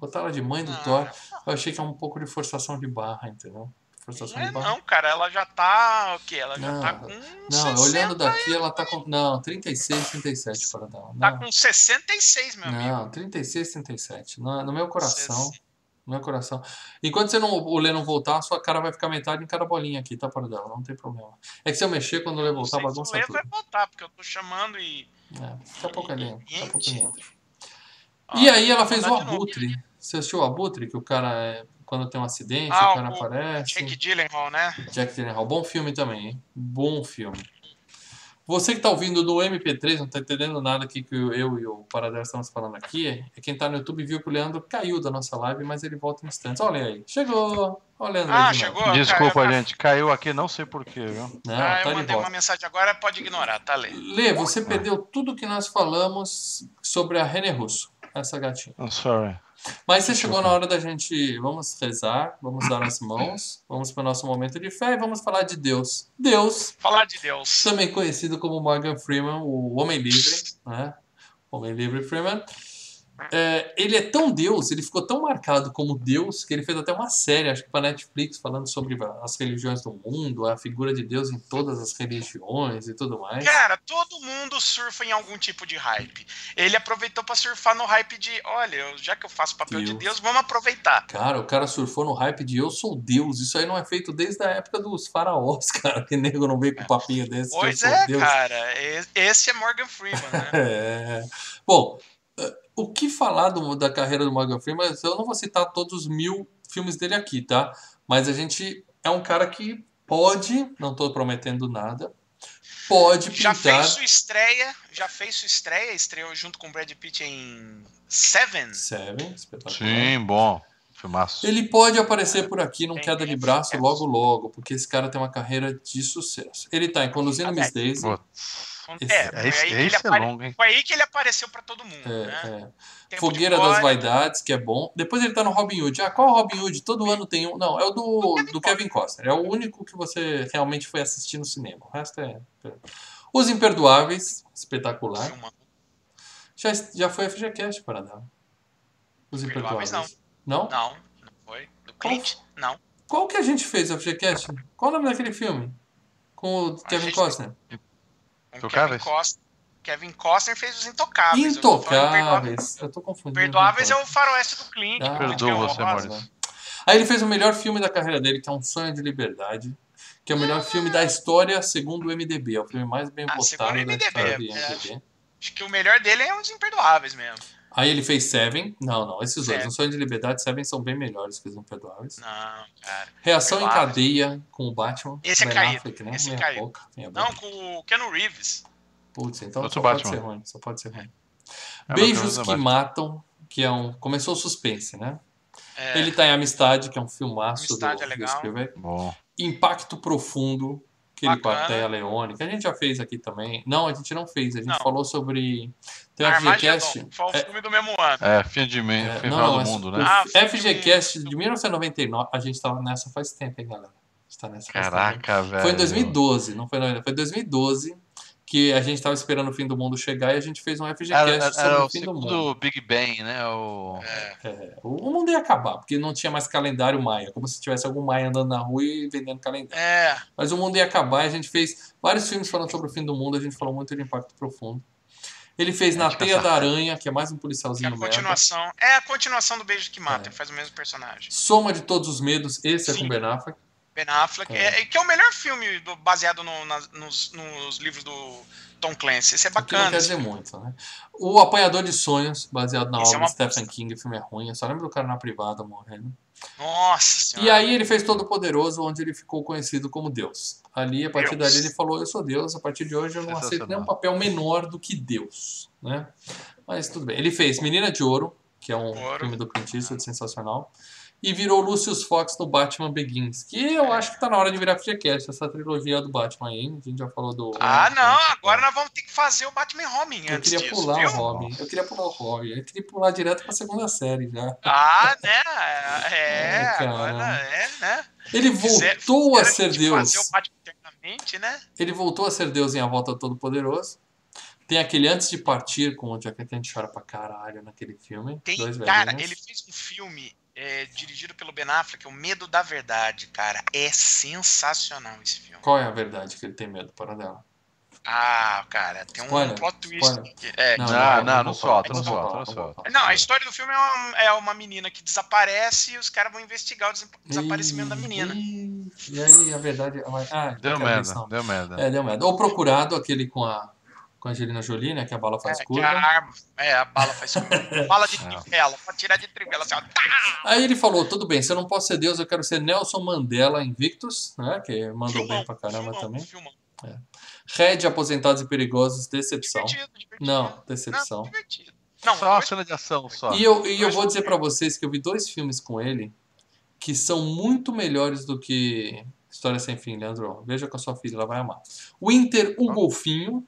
Botar ela de mãe do
Não,
Thor, eu achei que é um pouco de forçação de barra, entendeu? Forçação
não
de
é
barra.
não, cara. Ela já tá. O quê? Ela já
Não,
tá com.
não, olhando daqui
anos,
ela tá com. Não, trinta e seis, trinta e sete para dar.
Tá
Não,
com sessenta e seis, meu amigo.
não, trinta e seis, trinta e sete. No, no meu coração.
Cê-
No meu coração. Enquanto você não, o Lê não voltar, a sua cara vai ficar metade em cada bolinha aqui, tá, para dela? Não tem problema. É que se eu mexer, quando o Lê
Não
voltar,
sei se o
bagunça
Lê
tudo.
vai botar, porque eu tô chamando e.
É, daqui a pouco ele entra. Daqui a pouco ele entra.
Ó,
E aí ela
vou
fez
mandar
o
de novo.
Abutre. Você assistiu o Abutre? Que o cara, é, quando tem um acidente,
Ah,
o cara
o
aparece.
Jake Gyllenhaal, né?
Jack Gyllenhaal. Bom filme também, hein? Bom filme. Você que tá ouvindo do M P três, não tá entendendo nada aqui que eu e o Paradela estamos falando aqui. É quem tá no YouTube viu que o Leandro caiu da nossa live, mas ele volta em instantes. Olha aí. Chegou. Olha o Leandro
Ah,
aí de novo.
chegou?
Desculpa,
Cara,
gente. Caiu aqui, não sei porquê, viu?
Não,
Ah,
tá
eu
de
mandei uma
volta.
mensagem agora, pode ignorar, tá, Lê?
Lê, você perdeu tudo que nós falamos sobre a René Russo, essa gatinha.
I'm sorry.
Mas você chegou na hora da gente. Vamos rezar, vamos dar as mãos, vamos para o nosso momento de fé e vamos falar de Deus. Deus,
Falar de Deus.
também conhecido como Morgan Freeman, o Homem Livre, né? Homem Livre Freeman. É, ele é tão Deus, ele ficou tão marcado como Deus, que ele fez até uma série, acho que para Netflix, falando sobre as religiões do mundo, a figura de Deus em todas as religiões e tudo mais.
Cara, todo mundo surfa em algum tipo de hype. Ele aproveitou pra surfar no hype de, olha, eu- já que eu faço papel
Deus.
de Deus, vamos aproveitar.
Cara, o cara surfou no hype de eu sou Deus. Isso aí não é feito desde a época dos faraós, cara. Que nego não veio com papinho desse que eu
Pois
sou
é,
Deus.
cara. e- Esse é Morgan Freeman, né?
É. Bom, eh, o que falar do- da carreira do Morgan Freeman? Eu não vou citar todos os mil filmes dele aqui, tá? Mas a gente é um cara que pode, não tô prometendo nada, pode
Já
pintar.
fez sua estreia, já fez sua estreia, estreou junto com o Brad Pitt em Seven.
Seven, espetacular.
Sim, bom. Filmaço.
Ele pode aparecer por aqui num
Tem-
queda de
tem
braço
sucesso.
logo logo, porque esse cara tem uma carreira de sucesso. Ele tá em Conduzindo Miss Daisy.
Putz.
Esse-
É,
É,
foi
esse,
aí, que ele
esse é
apare-
longo, hein?
foi aí que ele apareceu pra todo mundo,
É,
né?
é.
Tempo
Fogueira
de
das
Glória.
Vaidades, que é bom. Depois ele tá no Robin Hood. Ah, qual Robin Hood? Todo ano tem um. Não, é o do, do Kevin Costner. É o único que você realmente foi assistir no cinema. O resto é. Os Imperdoáveis, espetacular.
Filma.
Já, já foi F G Cast para dar. Os
Imperdoáveis,
Imperdoáveis. Não?
Não, não foi. Do Clint? Não.
Qual que a gente fez, F G Cast? Qual o nome daquele filme? Com o Kevin
gente-
Costner?
Com
Intocáveis?
Kevin Costner, Kevin Costner fez os Intocáveis. Eu tô falando Imperdoáveis.
Intocáveis. Eu tô confundindo.
Perdoáveis é o faroeste do Clint.
Ah,
que o Clint
perdoa
ganhou
você,
o Oscar.
Maurício.
Aí ele fez o melhor filme da carreira dele, que é Um Sonho de Liberdade, que é o melhor filme da história segundo o M D B. É o filme mais bem
Ah,
votado
segundo o
da
M D B,
história do
é,
M D B.
Acho que o melhor dele é os Imperdoáveis mesmo.
Aí ele fez Seven. Não, não, esses dois.
Seven.
Um Sonho de Liberdade e Seven são bem melhores que os Imperdoáveis.
Não, cara.
Reação em
Imperdoáveis.
Cadeia com o Batman.
Esse é
Ben
caído,
Affleck, né?
esse é
Meia
caído.
boca, meia
Não,
boca.
com o Keanu Reeves.
Putz, então
Outro
só pode
Batman.
ser ruim. Só pode ser ruim.
É,
Beijos
mas
que
Batman.
Matam, que é um... Começou o suspense, né?
É,
Ele tá em Amistade, que é um filmaço
Amistade
do,
é
do
legal.
Spielberg.
Bom.
Impacto Profundo, aquele com a
Bacana.
Téa Leone, que a gente já fez aqui também. Não, a gente não fez, a gente
Não.
falou sobre... Tem um
Armagedon.
FGCast...
Foi o
É,
filme do mesmo ano.
É, fim de meio,
é,
final
não,
do
mas
mundo,
o
né?
Ah, filme
FGCast
do-
de mil novecentos e noventa e nove, a gente tava nessa faz tempo, hein, galera? A gente tá nessa faz tempo, hein?
Caraca, velho.
Foi em dois mil e doze, não foi noventa, foi em dois mil e doze que a gente tava esperando o fim do mundo chegar e a gente fez um
Era,
FGCast
era,
sobre
era
o
o
fim do mundo.
segundo Big Bang, né? O...
É, o o mundo ia acabar, porque não tinha mais calendário maia, como se tivesse algum maia andando na rua e vendendo calendário.
É,
Mas o mundo ia acabar e a gente fez vários filmes falando sobre o fim do mundo, a gente falou muito de Impacto Profundo. Ele fez Na
Acho que
Teia
essa-
da Aranha, que é mais um
que é
policialzinho
a
merda.
continuação. É a continuação do Beijo que Mata,
É.
ele faz o mesmo personagem.
Soma de Todos os Medos, esse é
Sim.
com Ben Affleck.
Ben Affleck,
É.
é. que é o melhor filme do- baseado no- nas- nos, nos livros do Tom Clancy. Esse é
O que não
bacana.
quer
esse
dizer
filme.
muito, né? O Apanhador de Sonhos, baseado na
Esse é
obra
uma
de Stephen
bosta.
King, o filme é ruim, eu só lembro do cara na privada morrendo.
Nossa senhora.
E aí ele fez Todo Poderoso, onde ele ficou conhecido como Deus. Ali, a partir
Deus.
dali, ele falou, eu sou Deus, a partir de hoje eu não aceito
Sensacional.
nenhum papel menor do que Deus, né? Mas tudo bem. Ele fez Menina de Ouro, que é um
Ouro.
filme do Clint Eastwood sensacional, e virou Lucius Fox no Batman Begins, que eu acho que tá na hora de virar FGCast, essa trilogia do Batman aí, a gente já falou do...
Ah, não, agora nós vamos ter que fazer o Batman Robin
Eu
antes
queria
disso,
pular
viu?
o Robin, eu queria pular o Robin, eu queria pular direto pra segunda série já.
Ah, né? É,
Ai, cara.
agora é, né?
Ele
Quiser-
voltou a
quiser
ser
gente
Deus.
Fazer o Batman eternamente, né?
Ele voltou a ser Deus em A Volta Todo-Poderoso. Tem aquele Antes de Partir com o Jack que a gente chora pra caralho naquele filme.
Tem,
Dois
cara,
velhinhos.
ele fez um filme é, dirigido pelo Ben Affleck, O Medo da Verdade, cara. É sensacional esse filme.
Qual é a verdade que ele tem medo, para dela?
Ah, cara, tem
Spoiler,
um plot twist.
spoiler.
Que, é,
Não,
que-
não,
não,
não,
não
solta,
vou
não
falar,
solta,
não
não
vou
solta.
falar.
não, a história do filme é uma, é uma menina que desaparece e os caras vão investigar o des- desaparecimento da menina.
Ih, E aí, a verdade... Ah,
Deu
não quero ver
merda,
isso, não.
deu merda.
É, deu merda. O Procurado, aquele com a, com a Angelina Jolie, né? Que a bala faz
É, que
curva.
a arma, é, a bala faz curva. Bala de trivela, pode tirar de trivela, assim, ó. Tá!
Aí ele falou, tudo bem, se eu não posso ser Deus, eu quero ser Nelson Mandela Invictus, né? Que mandou
Filmão,
bem pra caramba
filmão,
também.
filmão.
Red, Aposentados e Perigosos, decepção.
Divertido, divertido.
Não, decepção.
Não, divertido. Não,
Só uma
dois-
cena de ação, só.
E eu, e eu vou dizer pra vocês que eu vi dois filmes com ele que são muito melhores do que História Sem Fim, Leandro. Veja com a sua filha, ela vai amar. O Inter, o Golfinho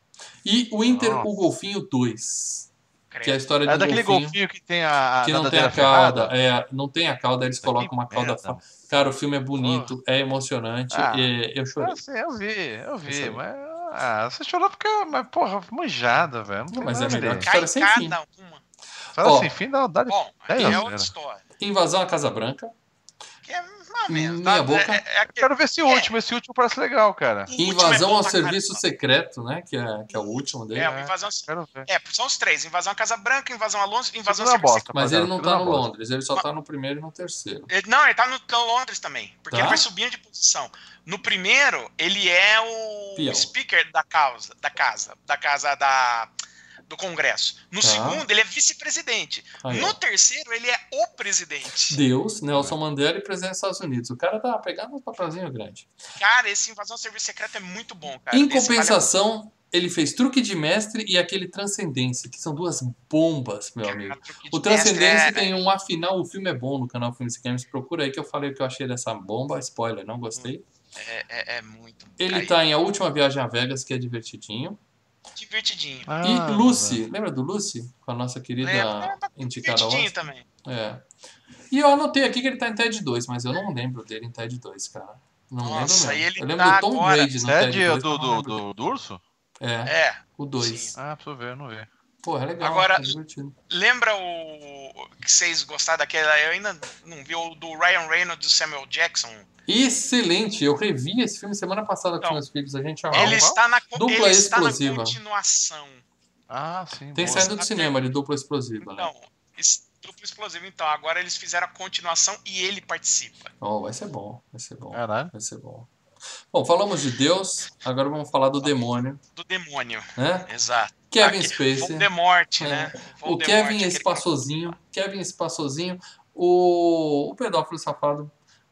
e o Inter,
Nossa.
o Golfinho dois. Que é a
credo.
história de
É
um
daquele
golfinho,
golfinho que tem a, a
que não tem a
nadadeira
cauda.
ferrada?
É, não tem a cauda, eles
Que
colocam uma cauda...
merda.
Fa... Cara, o filme é bonito, é emocionante,
Ah.
e eu chorei.
Ah, sim, eu vi, eu
Eu
vi,
chorei.
mas... Ah, você chorou porque... Mas, porra, manjada, velho. Não
Não,
tem
mas é
nada
melhor
ali.
que
Cai
História Sem Fim.
cada uma.
História
Ó,
sem fim dá, dá de
Bom,
dez
aí
a
é
zero.
outra história.
Invasão à Casa Branca.
Que é mais ou menos.
Minha
tá?
boca.
É, é aquele-
Quero ver esse último, esse último parece legal, cara.
o último é
Invasão
bom
ao
pra
Serviço
caramba.
Secreto, né? Que é, que é o último dele.
É, o invasão.
Quero ver.
É, são os três: invasão à Casa Branca, invasão a Londres, invasão
Segunda
ao Serviço
bosta,
Mas
rapaziada,
ele não
segunda
tá no
bosta.
Londres, ele só tá no primeiro e no terceiro.
Ele- não, ele tá no, no Londres também. Porque
Tá?
ele vai subindo de posição. No primeiro, ele é o
Peão.
speaker da causa, da casa, da casa da, do Congresso. No
Tá.
segundo, ele é vice-presidente.
Aí,
No
ó.
terceiro, ele é o presidente.
Deus, Nelson Mandela e presidente dos Estados Unidos. O cara tá pegando um papelzinho grande.
Cara, esse invasão ao Serviço Secreto é muito bom, cara.
Em
Esse vale a-
compensação, ele fez Truque de Mestre e aquele Transcendência, que são duas bombas, meu amigo.
Truque de
O
Mestre
Transcendência
é-
tem um afinal, o filme é bom no canal Filmes e Games. Procura aí que eu falei o que eu achei dessa bomba. Spoiler, não gostei.
É, é, é muito
Ele
aí,
tá em A Última Viagem a Vegas, que é divertidinho.
divertidinho.
Ah,
E Lucy, lembra do Lucy? Com a nossa querida
Lembra? É, tá
indicada
divertidinho
Oscar?
também.
É. E eu anotei aqui que ele tá em TED dois, mas eu não lembro dele em TED dois, cara. Não
Nossa,
lembro
e
mesmo.
ele
Eu lembro
tá
do Tom
agora-
Brady no
É
TED
de,
dois.
do,
mas não
do,
lembro
do, do urso?
dele. É,
É.
o dois.
Sim.
Ah, preciso ver, não vi.
Pô, é legal,
Agora-
é divertido.
Lembra o que vocês gostaram daquela? Eu ainda não vi o do Ryan Reynolds e do Samuel Jackson.
Excelente, eu revi esse filme semana passada com
Então,
meus filhos, a gente
Ah,
amava.
ele
qual?
está na,
Dupla
ele está na
explosiva.
continuação.
Ah, sim.
Tem
boa.
saído do cinema de Dupla Explosiva, né?
Então, esse duplo explosivo. Então, agora eles fizeram a continuação e ele participa.
Oh, vai ser bom, vai ser bom,
Caralho.
vai ser bom. Bom, falamos de Deus, agora vamos falar do demônio,
Do demônio.
né?
Exato.
Kevin
Aqui,
Spacey.
Voldemort,
É.
né?
O
Voldemort,
Kevin
aquele
Espaçozinho, Kevin Espaçozinho, o, o pedófilo safado,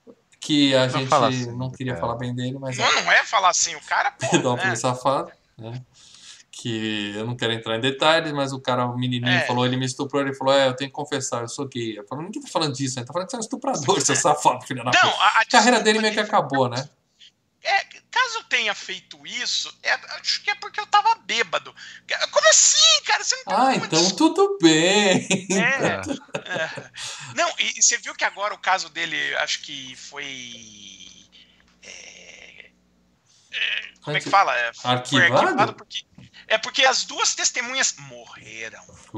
que a
Não
gente
fala assim,
não queria
cara.
falar bem dele, mas
Não, não é falar assim, o cara, pô,
pedófilo
né?
safado, né? Que eu não quero entrar em detalhes, mas o cara, o menininho,
É.
falou, ele me estuprou, ele falou, é, eu tenho que confessar, eu sou gay. Eu falei, ninguém tá falando disso, né? Tá falando que você é um estuprador, seu safado, filho da puta.
Não, a, a
A carreira
desculpa
dele meio que
de-
acabou, né?
É, caso eu tenha feito isso, é, acho que é porque eu tava bêbado. Como assim, cara? Você não tem
Ah,
uma
então tudo bem.
É, é. Não, e, e você viu que agora o caso dele, acho que foi. é, é, como é que fala? É, foi
Arquivado?
porque, é porque as duas testemunhas morreram.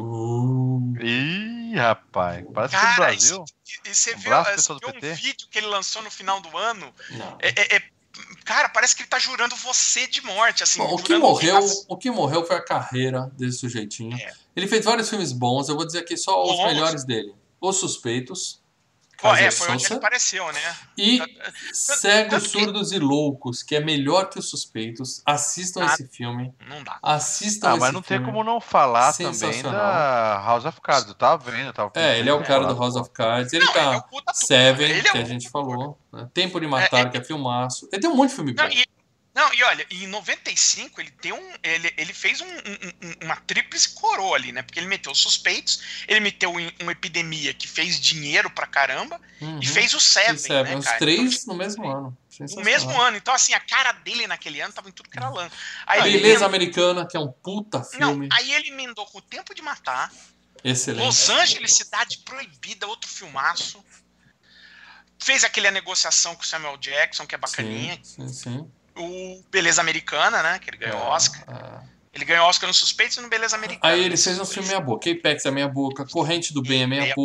Uh,
Ih, rapaz. Parece que no
Cara,
Brasil.
e, e você
Um
viu,
braço,
é, você
pessoal do
viu
P T?
um vídeo que ele lançou no final do ano?
não.
É, é- é- cara, parece que ele tá jurando você de morte, assim.
Bom, o que
jurando
morreu,
vingança.
o que morreu foi a carreira desse sujeitinho.
É.
Ele fez vários filmes bons, eu vou dizer aqui só os
Bons.
melhores dele. Os Suspeitos,
Pô, é,
Kaiser
foi onde
Soze,
ele apareceu, né?
e Cegos,
Tanto que-
Surdos e Loucos, que é melhor que Os Suspeitos. Assistam
Ah,
esse filme.
Não dá.
Assistam
Ah,
esse
mas não tem
filme.
como não falar também
Sensacional.
da House of Cards. Eu tava vendo, eu tava
É, ele é o cara do
falando,
House
pô.
of Cards. Ele
Não, ele é
tá
o puta tudo.
Seven,
Ele é
que a
o-
gente falou. Né? Tempo de Matar,
É,
que é filmaço. Ele tem um monte de filme bom.
Não, e, não, e olha, em noventa e cinco ele tem um. Ele, ele fez um, um- um- uma tríplice coroa ali, né? Porque ele meteu os Suspeitos, ele meteu um- uma epidemia que fez dinheiro pra caramba
Uhum.
e fez o
E
Seven,
Seven,
né,
os
cara?
três no mesmo ano.
Então, no
Sensacional.
mesmo ano. Então, assim, a cara dele naquele ano tava em tudo que era lã. Aí
A
ele
Beleza
emendou-
Americana, que é um puta
Não,
filme.
aí ele emendou com o Tempo de Matar,
Excelente.
Los Angeles, Cidade Proibida, outro filmaço. Fez aquele A Negociação com o Samuel Jackson, que é bacaninha.
Sim, sim, sim.
O Beleza Americana, né? Que ele ganhou
É,
Oscar.
é.
Ele ganhou Oscar no Suspeitos e no Beleza Americana.
Aí ele fez um filme meia boca. Apex é meia boca. Corrente do Bem é meia
Meia-
boca.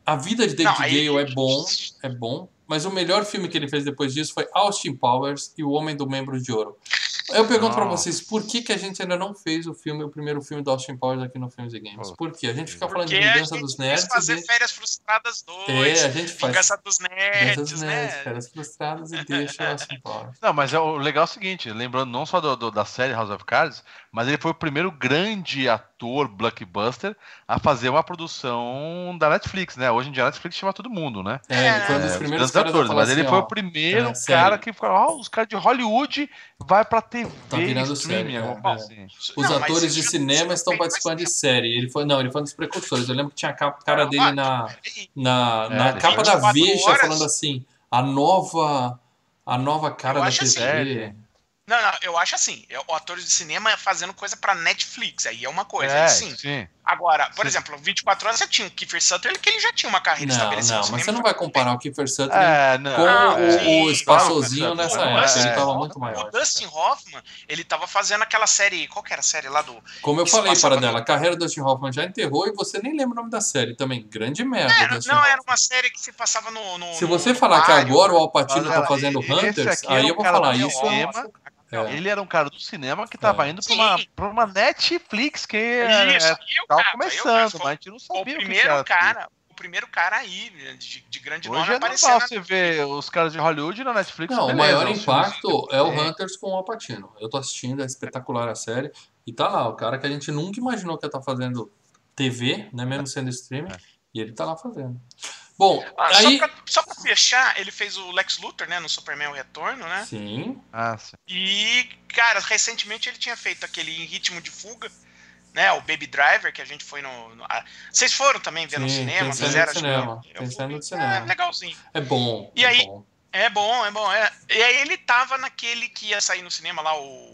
A Vida de David não, aí... Gale é bom, é bom, mas o melhor filme que ele fez depois disso foi Austin Powers e O Homem do Membro de Ouro. Eu pergunto pra vocês, por que, que a gente ainda não fez o filme, o primeiro filme do Austin Powers aqui no Filmes e Games? Por quê? A gente fica falando
Porque
de Vingança dos Nerds.
fazer
de...
Férias Frustradas dois,
é, a gente faz
Vingança dos Nerds,
dos
né?
Nerds, Férias Frustradas e deixa o Austin Powers.
Não, mas é, o legal é o seguinte, lembrando não só do, do, da série House of Cards, mas ele foi o primeiro grande ator blockbuster a fazer uma produção da Netflix, né? Hoje em dia a Netflix chama todo mundo, né?
É, ele foi um dos
é,
primeiros
caras atores, mas
assim,
ele
ó,
foi o primeiro
é,
cara que falou, ó, oh, os caras de Hollywood vai pra T V,
tá virando
streaming,
série,
é,
assim. Os não, atores de cinema estão participando de série. Ele foi, não, ele foi um dos precursores. Eu lembro que tinha a cara dele na, na, na é, capa da Veja falando assim, a nova, a nova cara da T V.
Assim, não, não, eu acho assim, o ator de cinema fazendo coisa pra Netflix, aí é uma coisa,
é,
aí sim.
sim.
Agora, por
sim.
exemplo, vinte e quatro horas você tinha o Kiefer Sutherland, que ele já tinha uma carreira
não,
estabelecida.
Não, mas você não vai comparar o Kiefer Sutherland
é, não,
com
não,
o,
é,
o Espaçozinho nessa
não,
época,
é,
ele tava
é,
muito maior.
O Dustin Hoffman, ele tava fazendo aquela série, qual que era a série lá do...
Como eu falei para dela, a carreira do Dustin Hoffman já enterrou e você nem lembra o nome da série também, grande merda.
É, não, não era uma série que se passava no... no
se você
no
falar
no
que agora o Al Pacino
Olha,
tá fazendo Hunters, aí eu vou falar isso.
Cinema, é. Ele era um cara do cinema que tava é. indo pra uma, pra uma Netflix que isso, é, eu, tava cara, começando, eu, mas a gente não sabia
o,
o que
primeiro
era.
cara, o primeiro cara aí, de, de grande
Hoje
nome,
é normal você ver os caras de Hollywood na Netflix.
Não,
beleza,
o maior impacto é o Hunters com o Al Pacino. Eu tô assistindo, é espetacular a série. E tá lá, o cara que a gente nunca imaginou que ia estar fazendo T V, né, mesmo sendo streaming, é. e ele tá lá fazendo. Bom,
ah,
aí...
só, pra, só pra fechar, ele fez o Lex Luthor, né, no Superman O Retorno, né?
Sim.
Ah, sim.
E, cara, recentemente ele tinha feito aquele Em Ritmo de Fuga, né, o Baby Driver, que a gente foi no... no a... Vocês foram também ver sim, no cinema? Fizeram,
cinema. Tem cena do cinema.
É legalzinho.
É bom.
E
é
aí,
bom.
É bom, é bom. É. E aí ele tava naquele que ia sair no cinema lá, o,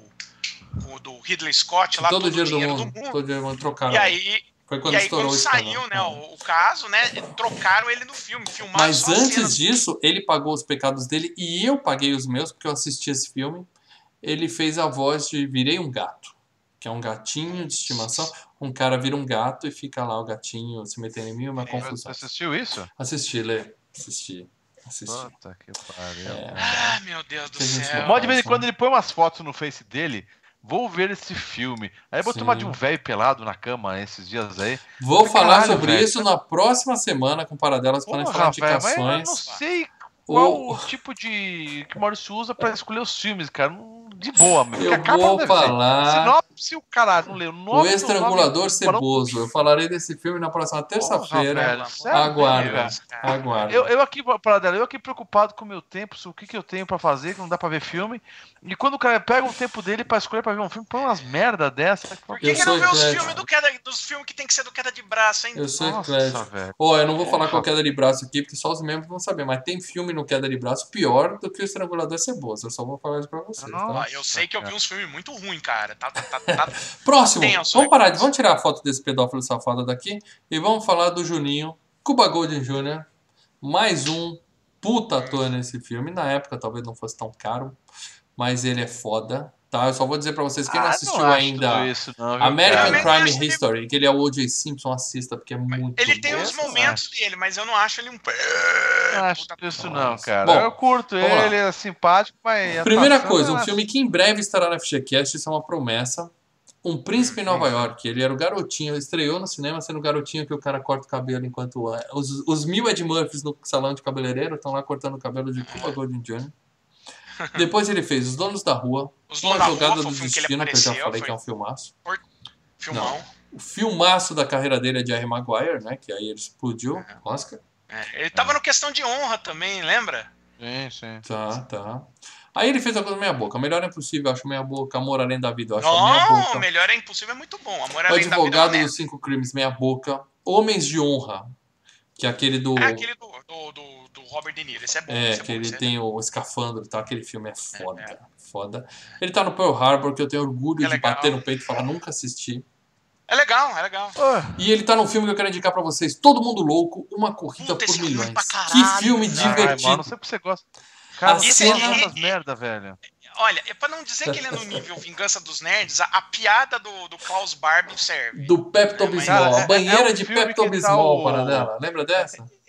o do Ridley Scott, lá,
todo, todo o dinheiro, dinheiro do, mundo, do mundo. Todo dinheiro do mundo trocaram.
E aí...
Foi quando
e aí,
estourou
quando saiu, né, o, o caso, né, trocaram ele no filme, filmaram.
Mas
só
antes
cenas...
disso, ele pagou os pecados dele e eu paguei os meus, porque eu assisti esse filme. Ele fez a voz de Virei um Gato, que é um gatinho de estimação. Um cara vira um gato e fica lá o gatinho se metendo em mim, uma é, confusão.
Você assistiu isso?
Assisti, Lê. Assisti. Assisti.
Puta que pariu.
É, ah, meu Deus do céu.
O modo de vez em quando ele põe umas fotos no Face dele. Vou ver esse filme. Aí botou uma de um velho pelado na cama esses dias aí.
Vou Porque, falar caralho, sobre véio, isso na próxima semana com Paradelas quando a gente falar de indicações.
Mas eu não sei qual o... o tipo de que o Maurício usa pra escolher os filmes, cara. De boa, meu.
Eu vou falar...
Sinopse, o caralho, não leu.
O Estrangulador Ceboso. Eu falarei desse filme na próxima terça-feira. Aguarda. Aguarda.
Eu, eu aqui, Paradela, eu aqui preocupado com o meu tempo, o que, que eu tenho pra fazer, que não dá pra ver filme. E quando o cara pega o tempo dele pra escolher pra ver um filme, põe umas merda dessa.
Por que, que não vê os filmes do queda, dos filmes que tem que ser do queda de braço, hein?
Eu sou eclético. Ó, oh, eu não vou falar com a queda de braço aqui, porque só os membros vão saber. Mas tem filme no queda de braço pior do que o Estrangulador Ceboso. Eu só vou falar isso pra vocês.
Não,
tá?
Eu sei que eu vi uns filmes muito ruins, cara. Tá, tá, tá, tá
Próximo. Tenso, vamos parar. Vamos tirar a foto desse pedófilo safado daqui e vamos falar do Juninho, Cuba Gooding Júnior Mais um puta ator nesse filme. Na época talvez não fosse tão caro, mas ele é foda. Tá, eu só vou dizer pra vocês, quem ah, não assistiu não ainda isso, não, American cara. Crime History, ele... que ele é o O J Simpson, assista, porque é muito
Ele tem
bom.
os momentos dele, mas eu não acho ele um...
Não acho isso não, cara. Bom, eu curto ele, é simpático, mas...
Primeira coisa, um filme que em breve estará na F G Cast, isso é uma promessa. Um Príncipe em Nova York, ele era o garotinho, estreou no cinema sendo o garotinho que o cara corta o cabelo enquanto... Os, os mil Ed Murphys no salão de cabeleireiro estão lá cortando o cabelo de Cuba Gooding Júnior Depois ele fez Os Donos da Rua,
Os
Uma
Donos
Jogada
da
do
Rua,
Destino, que, que eu já falei que é um filmaço.
Por... Filmão.
Não. O filmaço da carreira dele é de Jerry Maguire, né? Que aí ele explodiu, é. Oscar.
É. Ele tava é. no Questão de Honra também, lembra?
Sim, sim.
Tá, tá. Aí ele fez a coisa meia boca. Melhor é Impossível, eu acho meia boca. Amor Além da Vida, eu acho
não,
meia boca.
Não, Melhor é Impossível é muito bom. Amor
o
Além da Vida.
Advogado dos Cinco Crimes, meia boca. Homens de Honra, que é aquele do...
É aquele do, do, do, do Robert De Niro, esse é bom.
É,
esse é
que
bom,
ele
é
tem o escafandro e tal, aquele filme é foda, é, é. foda. Ele tá no Pearl Harbor, que eu tenho orgulho é de legal. bater no peito e falar, nunca assisti.
É legal, é legal.
E ele tá num filme que eu quero indicar pra vocês, Todo Mundo Louco, Uma Corrida Puta, por Milhões.
Caralho,
que filme
cara.
divertido.
Ai, mano, não sei porque você gosta. Cara,
esse
você
é,
essas merda, velho.
Olha, é pra não dizer que ele é no nível Vingança dos Nerds, a, a piada do, do Klaus Barbie serve.
Do Pepto-Bismol,
é,
a banheira
é um
de Pepto-Bismol,
tá o...
para dela. Lembra dessa?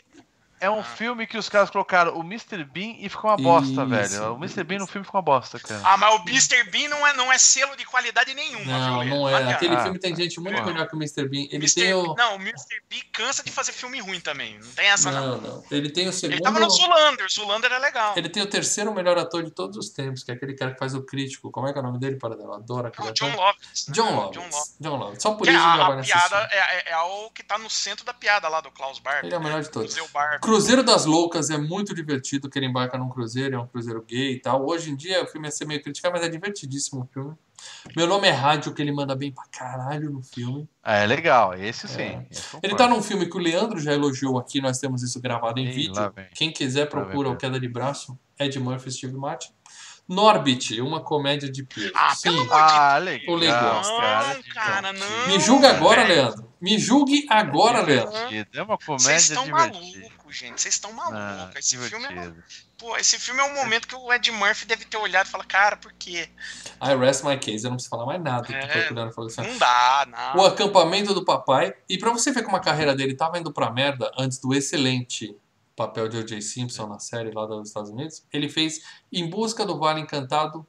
É um ah. filme que os caras colocaram o mister Bean e ficou uma bosta, isso, velho. O mister Bean no filme ficou uma bosta, cara.
Ah, mas o mister Bean não é, não é selo de qualidade nenhuma,
Não,
viu,
não é. Aliás. Aquele ah, filme tem gente muito melhor que o mister Bean. Ele
mister
tem o...
Não, o mister Bean cansa de fazer filme ruim também. Não tem essa, não.
Não, não. Ele tem o segundo...
Ele tava no Zoolander. O Zoolander é legal.
Ele tem o terceiro melhor ator de todos os tempos, que é aquele cara que faz o crítico. Como é que é o nome dele, para dela? Adoro aquele
não,
ator.
John Lovitz.
John Lovitz. John Lovitz. Só por
que
isso
a,
já vai
a
nessa
piada é, é, é o que tá no centro da piada lá do Klaus Barbie.
Ele é o melhor de todos.
Barbie.
Cruzeiro das Loucas é muito divertido, que ele embarca num cruzeiro, é um cruzeiro gay e tal. Hoje em dia o filme ia ser meio criticado, mas é divertidíssimo o filme. Meu Nome é Rádio, que ele manda bem pra caralho no filme.
É legal, esse sim.
É. Ele tá num filme que o Leandro já elogiou aqui, nós temos isso gravado em Ei, vídeo. Quem quiser procura o Queda de Braço, Ed Murphy e Steve Martin. Norbit, uma comédia de peso.
Ah,
sim.
pelo
ah, legal.
O legal.
Não, cara, não.
Me julgue agora, Leandro. Me julgue agora, Leandro.
É uma comédia
Vocês estão
divertida.
malucos, gente. Vocês estão malucos.
Ah,
esse
divertido.
filme é... Pô, esse filme é um momento que o Ed Murphy deve ter olhado e falar, cara, por quê?
I rest my case. Eu não preciso falar mais nada.
É,
Leandro falou assim.
Não dá, não.
O Acampamento do Papai. E pra você ver como a carreira dele tava indo pra merda antes do excelente papel de O J Simpson na série lá dos Estados Unidos, ele fez Em Busca do Vale Encantado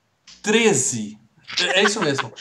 treze. É isso mesmo.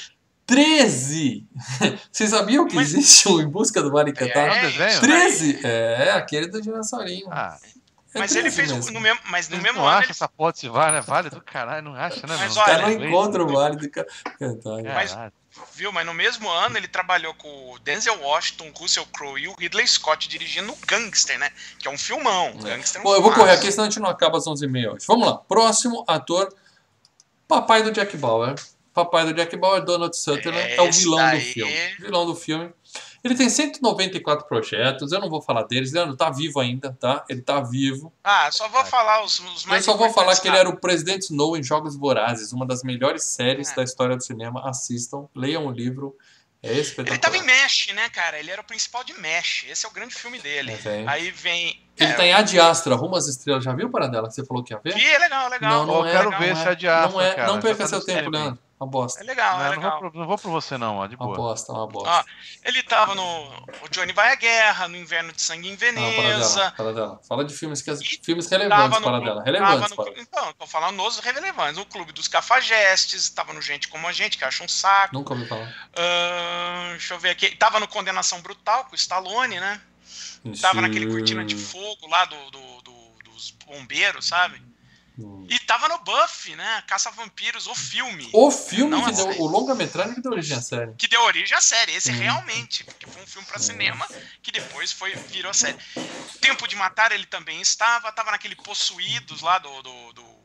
treze! Vocês sabiam que Mas... existe um Em Busca do Vale Encantado?
É,
treze! É, aquele do dinossaurinho.
Ah.
É
mas ele fez
mesmo.
no mesmo, mas no
Eles
mesmo
não
ano.
acha
ele...
essa porra de vale, vale do caralho, não acha, né?
Mas
o cara não encontra o Vale do Encantado.
Mas, viu, mas no mesmo ano ele trabalhou com o Denzel Washington, Russell Crowe e o Ridley Scott dirigindo Gangster, né? Que é um filmão.
É.
Gangster é um
Bom, eu vou correr aqui, senão a gente não acaba às onze e meia hoje. Vamos lá. Próximo ator, papai do Jack Bauer. Papai do Jack Bauer, Donald Sutherland, é o vilão
daí...
do filme. Vilão do filme. Ele tem cento e noventa e quatro projetos, eu não vou falar deles. Leandro, tá vivo ainda, tá? Ele tá vivo.
Ah, só vou falar os, os mais
Eu só vou falar que ele era o Presidente Snow em Jogos Vorazes, uma das melhores séries é. da história do cinema. Assistam, leiam o livro. É espetacular.
Ele tava em Mesh, né, cara? Ele era o principal de Mesh. Esse é o grande filme dele.
É,
Aí vem...
Ele
é,
tá em Ad Astra, Rumo às Estrelas. Já viu, Paradela, que você falou que ia ver?
E é legal, legal.
Não, não
eu
é,
quero
não
ver
é,
esse Ad Astra,
não é,
cara.
Não perca
tá
seu tempo, Leandro. Uma bosta.
É legal,
não,
é
não
legal.
Vou, não vou pra você não, ó, de boa.
Uma bosta, uma bosta.
Ó, ele tava no O Johnny Vai à Guerra, no Inverno de Sangue em Veneza.
Ah, para dela. Fala de filmes, que, filmes relevantes,
no,
para dela. Relevantes,
no,
para
Então, tô falando nos relevantes. O Clube dos Cafajestes, tava no Gente Como a Gente, que acha um saco.
Nunca ouvi falar.
Uh, deixa eu ver aqui. Tava no Condenação Brutal, com o Stallone, né? Ixi. Tava naquele Cortina de Fogo lá do, do, do, dos bombeiros, sabe? Hum. E tava no Buffy, né? Caça-Vampiros, o filme.
O filme, que deu, o longa-metragem que deu origem à série.
Que deu origem à série, esse hum. realmente, porque foi um filme pra hum. cinema que depois foi, virou série. Tempo de Matar ele também estava, tava naquele Possuídos lá do... do, do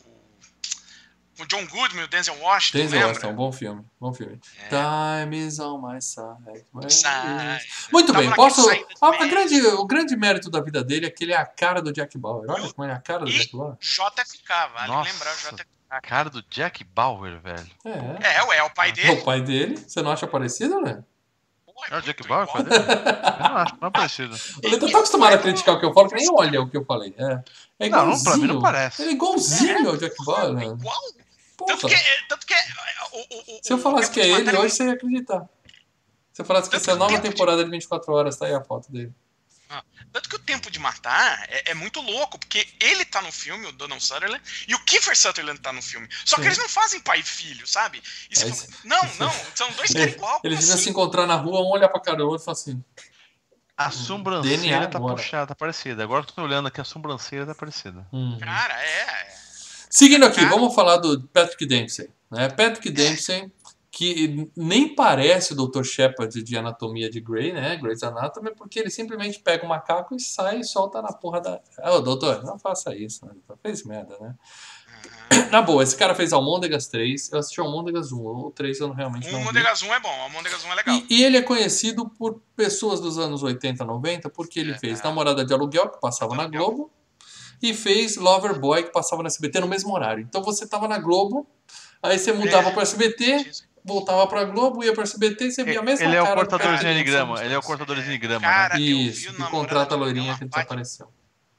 o John Goodman, o Denzel Washington,
Denzel
lembra?
Washington, bom filme, bom filme.
É.
Time is on my side.
Side.
Muito bem, posso... A, a grande, o grande mérito da vida dele é que ele é a cara do Jack Bauer. Olha como ele é a cara do
e
Jack Bauer.
J F K, vale
Nossa,
lembrar o J F K.
A cara do Jack Bauer, velho.
É,
é, ué, é o pai dele.
É o pai dele? Você não acha parecido, né?
É, é o Jack Bauer, pai dele? Eu não acho, não é parecido.
Ele tá tão acostumado a criticar o que eu falo que nem olha o que eu falei. É, é igualzinho.
Não, pra mim não parece.
Ele é igualzinho ao Jack Bauer, né?
Igual. Tanto que, tanto que o, o,
se eu falasse que é ele, hoje você ia acreditar. Se eu falasse que essa é a nova temporada de vinte e quatro horas, tá aí a foto dele.
Ah, tanto que o Tempo de Matar é, é muito louco, porque ele tá no filme, o Donald Sutherland, e o Kiefer Sutherland tá no filme. Só Sim. que eles não fazem pai e filho, sabe? E é fala, não, não, são dois caras igual.
Eles
assim?
deviam se encontrar na rua, um olhar pra cara do outro e falar assim...
A sobrancelha tá puxada, tá parecida. Agora que eu tô olhando aqui, a sobrancelha tá parecida.
Uhum.
Cara, é...
Seguindo aqui, cara... vamos falar do Patrick Dempsey. Né? Patrick Dempsey, que nem parece o doutor Shepard de Anatomia de Grey, né? Grey's Anatomy, porque ele simplesmente pega o macaco e sai e solta na porra da... Ô, oh, doutor, não faça isso, né? Fez merda, né? Uhum. Na boa, esse cara fez Almôndegas três, eu assisti Almôndegas um, ou três eu realmente não vi.
Almôndegas um é bom, Almôndegas um é legal.
E, e ele é conhecido por pessoas dos anos oitenta, noventa, porque ele é, fez é. Namorada de Aluguel, que passava na Globo, e fez Loverboy, que passava na S B T no mesmo horário. Então você tava na Globo, aí você mudava é. para S B T, voltava pra Globo, ia pra S B T e você via a mesma
ele
cara.
É o cortadorzinho de grama, ele é o cortadorzinho de grama,
cara,
né?
Isso, e contrata a loirinha que desapareceu.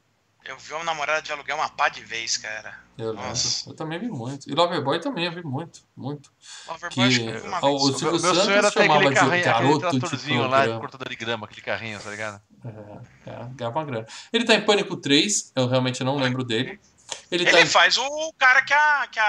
Eu vi uma namorada de aluguel uma pá de vez, cara.
Eu lembro. Eu também vi muito. E Loverboy também eu vi muito, muito.
Loverboy acho que eu vi uma
o,
vez.
o Silvio
meu
Santos
sonho era ter
chamava
aquele carrinho,
de garoto
aquele
de
tratorzinho lá de cortador de grama, aquele carrinho, tá ligado?
É, é, ganhava uma grana. Ele tá em Pânico três, eu realmente não lembro dele. Ele,
Ele
tá em...
faz o cara que a, que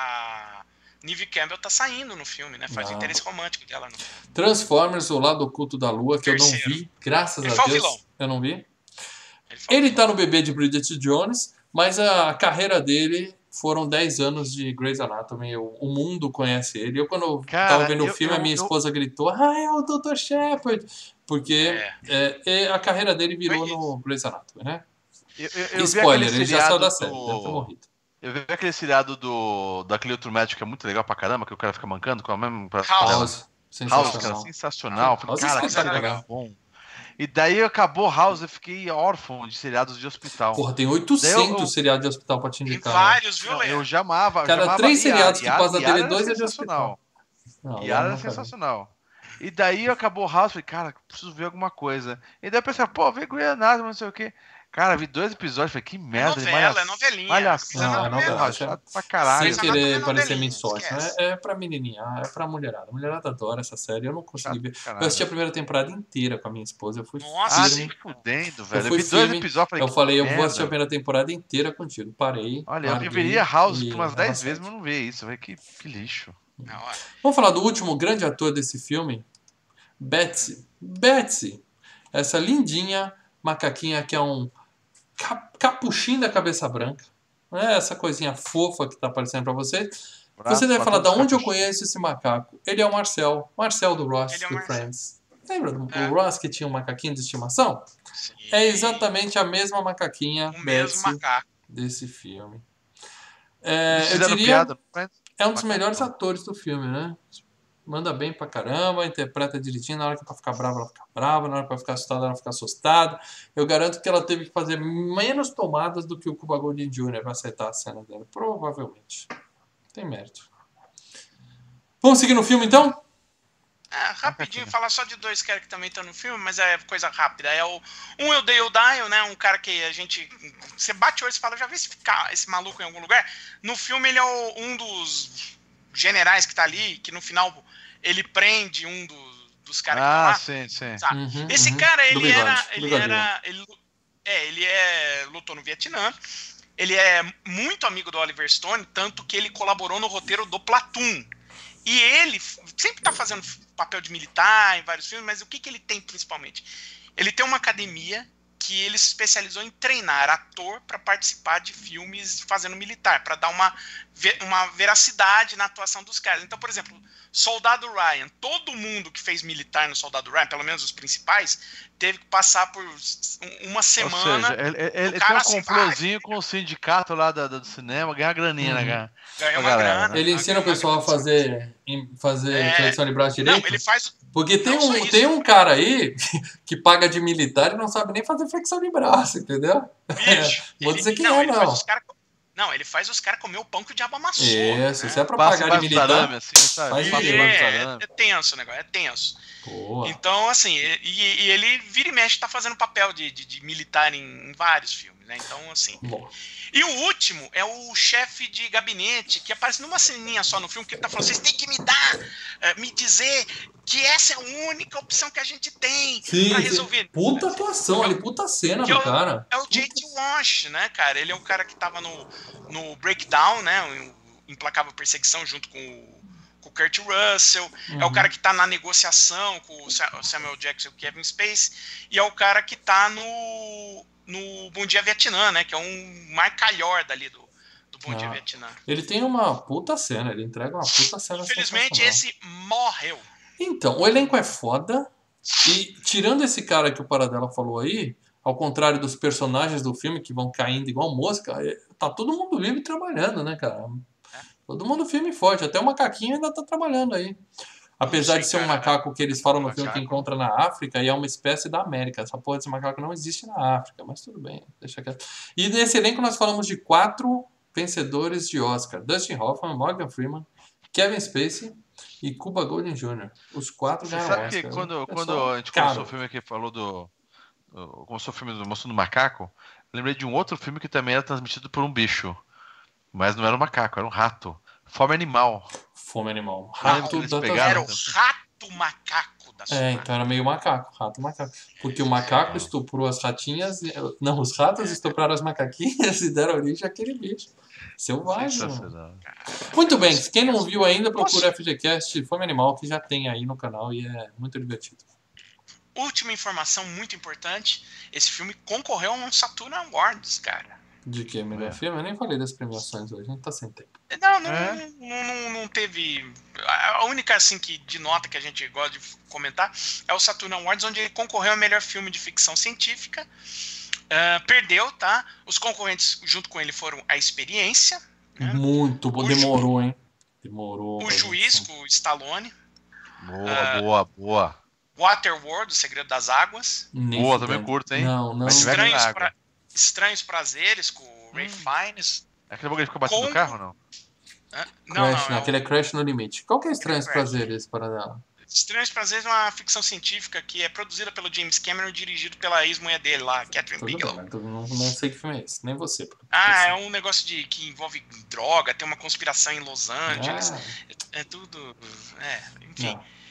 a Neve Campbell tá saindo no filme, né? Faz ah. o interesse romântico dela no filme.
Transformers, O Lado Oculto da Lua, que Terceiro. eu não vi, graças
Ele
a
faz
Deus.
O vilão.
Eu não vi. Ele, Ele tá no Bebê de Bridget Jones, mas a carreira dele foram dez anos de Grey's Anatomy. O, o mundo conhece ele. Eu, quando Cara, tava vendo eu, o filme, eu, a minha eu, esposa eu... gritou: ah, é o doutor Shepard! Porque é. É, a carreira dele virou no Grey's Anatomy, né?
Eu, eu, eu
Spoiler, ele já saiu da série, do... deve ter morrido.
Eu vi aquele seriado do, daquele outro médico que é muito legal pra caramba, que o cara fica mancando com a mesma...
House.
House, cara, sensacional. House, cara, que cara legal. Bom. E daí acabou House, eu fiquei órfão de seriados de hospital.
Porra, tem oitocentos eu, eu... seriados de hospital pra te indicar.
Tem vários, viu,
Eu já amava.
Cada
amava,
três seriados que passa dele,
dois
é de hospital.
E era sensacional. E daí acabou House, falei, cara, preciso ver alguma coisa. E daí eu pensei, pô, vê Grey's Anatomy, não sei o quê. Cara, vi dois episódios, falei, que merda.
É novela, malha... é novelinha.
Malhação,
não, é novela.
Chato pra caralho.
Sem querer parecer misógino. É, é pra menininha, é pra mulherada. A mulherada adora essa série, eu não consegui ver. Caralho. Eu assisti a primeira temporada inteira com a minha esposa. Eu fui
Nossa,
firme.
Ah, fudendo, velho.
Eu, fui
eu vi dois
firme,
episódios, falei,
eu falei, eu
merda.
vou assistir a primeira temporada inteira contigo. Parei.
Olha, eu viveria House por umas dez vezes, mas não vi isso. Véio. Que, que lixo.
Não,
Vamos falar do último grande ator desse filme? Betsy. Betsy. Essa lindinha macaquinha que é um capuchinho da cabeça branca. É essa coisinha fofa que está aparecendo para vocês. Braço, você deve falar, de onde eu conheço esse macaco? Ele é o Marcel. Marcel do Ross, é do Friends. Lembra do é. Ross que tinha um macaquinho de estimação?
Sim.
É exatamente a mesma macaquinha
o mesmo macaco.
desse filme. É, eu diria, piada, é um dos melhores atores do filme, né? Manda bem pra caramba, interpreta direitinho. Na hora que é pra ficar brava, ela fica brava. Na hora que é pra ficar assustada, ela fica assustada. Eu garanto que ela teve que fazer menos tomadas do que o Cuba Gooding Júnior pra acertar a cena dela. Provavelmente. Tem mérito. Vamos seguir no filme, então?
É, rapidinho, falar só de dois caras que também estão no filme, mas é coisa rápida. É o, um é o Dale Dial, né? Um cara que a gente... Você bate o olho e fala, já vi esse, esse maluco em algum lugar? No filme ele é o, um dos generais que tá ali, que no final... Ele prende um do, dos caras
ah,
que
estão lá. Sim, sim.
Uhum, Esse uhum. cara, ele era. Ele era. Ele, é, ele é, lutou no Vietnã. Ele é muito amigo do Oliver Stone, tanto que ele colaborou no roteiro do Platoon. E ele sempre tá fazendo papel de militar em vários filmes, mas o que, que ele tem principalmente? Ele tem uma academia que ele se especializou em treinar ator para participar de filmes fazendo militar, para dar uma, uma veracidade na atuação dos caras. Então, por exemplo, Soldado Ryan, todo mundo que fez militar no Soldado Ryan, pelo menos os principais, teve que passar por uma semana.
Ou seja, ele, ele, ele tem um complôzinho com o sindicato lá do, do cinema, ganhar graninha, uhum. né?
Ganha uma grana.
Né? Ele ensina o pessoal a fazer, fazer é... flexão de braço direito?
Não, ele faz...
Porque tem um, tem um cara aí que paga de militar e não sabe nem fazer flexão de braço, entendeu?
Bicho,
Vou
ele,
dizer que
não,
é, não.
Cara, não, ele faz os caras comer o pão que o diabo amassou.
Isso,
né?
isso é pra pagar de militar.
Arame, assim, sabe?
É, é, é tenso o negócio, é tenso.
Boa.
Então, assim, e, e ele vira e mexe, tá fazendo papel de, de, de militar em, em vários filmes, né? Então, assim...
Bom.
E o último é o chefe de gabinete, que aparece numa ceninha só no filme, que ele tá falando, vocês têm que me dar, uh, me dizer que essa é a única opção que a gente tem
sim,
pra resolver.
Sim. Puta atuação, ali, puta cena do cara.
É o J T Walsh, né, cara? Ele é um cara que tava no, no Breakdown, né? O Implacável Perseguição, junto com o, com o Kurt Russell. Uhum. É o cara que tá na negociação com o Samuel Jackson e o Kevin Spacey. E é o cara que tá no... no Bom Dia Vietnã, né? Que é um marcalhor dali do, do Bom ah, Dia Vietnã.
Ele tem uma puta cena, ele entrega uma puta cena.
Infelizmente, esse morreu.
Então, o elenco é foda. E tirando esse cara que o Paradela falou aí, ao contrário dos personagens do filme que vão caindo igual mosca, tá todo mundo vivo e trabalhando, né, cara? É. Todo mundo firme e forte. Até o macaquinho ainda tá trabalhando aí. Apesar sei, de ser um cara, macaco que eles falam no filme que encontra na África e é uma espécie da América. Essa porra desse macaco não existe na África, mas tudo bem, deixa quieto. E nesse elenco nós falamos de quatro vencedores de Oscar. Dustin Hoffman, Morgan Freeman, Kevin Spacey e Cuba Gooding Júnior Os quatro ganharam Oscar.
Você sabe que quando, quando a gente começou o filme aqui falou do, começou o filme do Monstro do Macaco, lembrei de um outro filme que também era transmitido por um bicho. Mas não era um macaco, era um rato. Fome Animal.
Fome Animal. Rato
da pegaram, Era o rato macaco da sua.
É, então era meio macaco, rato macaco. Porque o macaco é. estuprou as ratinhas, não, os ratos estupraram as macaquinhas e deram origem àquele bicho. Selvagem. Muito bem, quem não viu ainda, procura F G Cast Fome Animal, que já tem aí no canal e é muito divertido.
Última informação muito importante, esse filme concorreu a um Saturn Awards, cara.
De que? Melhor é. filme? Eu nem falei das premiações hoje, a gente tá sem tempo.
Não, não, é. não, não, não teve... A única, assim, que, de nota que a gente gosta de comentar é o Saturn Awards, onde ele concorreu a melhor filme de ficção científica. Uh, perdeu, tá? Os concorrentes junto com ele foram A Experiência.
Né? Muito bom, demorou, hein? Demorou.
O Juiz, com o Stallone.
Boa, uh, boa, boa.
Waterworld, O Segredo das Águas.
Nem boa, também curto, hein?
Não, não.
Estranhos, pra... Estranhos Prazeres, com o Ray hum. Fiennes.
É aquele bagulho que ficou batendo no carro ou não?
Ah, não, Crash, não, não, aquele é Crash no Limite. Qual que é Estranhos é Prazeres para dela?
Estranhos Prazeres é uma ficção científica que é produzida pelo James Cameron e dirigido pela ex-mulher dele lá, Catherine Bigelow.
Bem, não, não sei que filme é esse, nem você.
Ah, é um negócio de, que envolve droga, tem uma conspiração em Los Angeles. Ah. É, é tudo... É, enfim.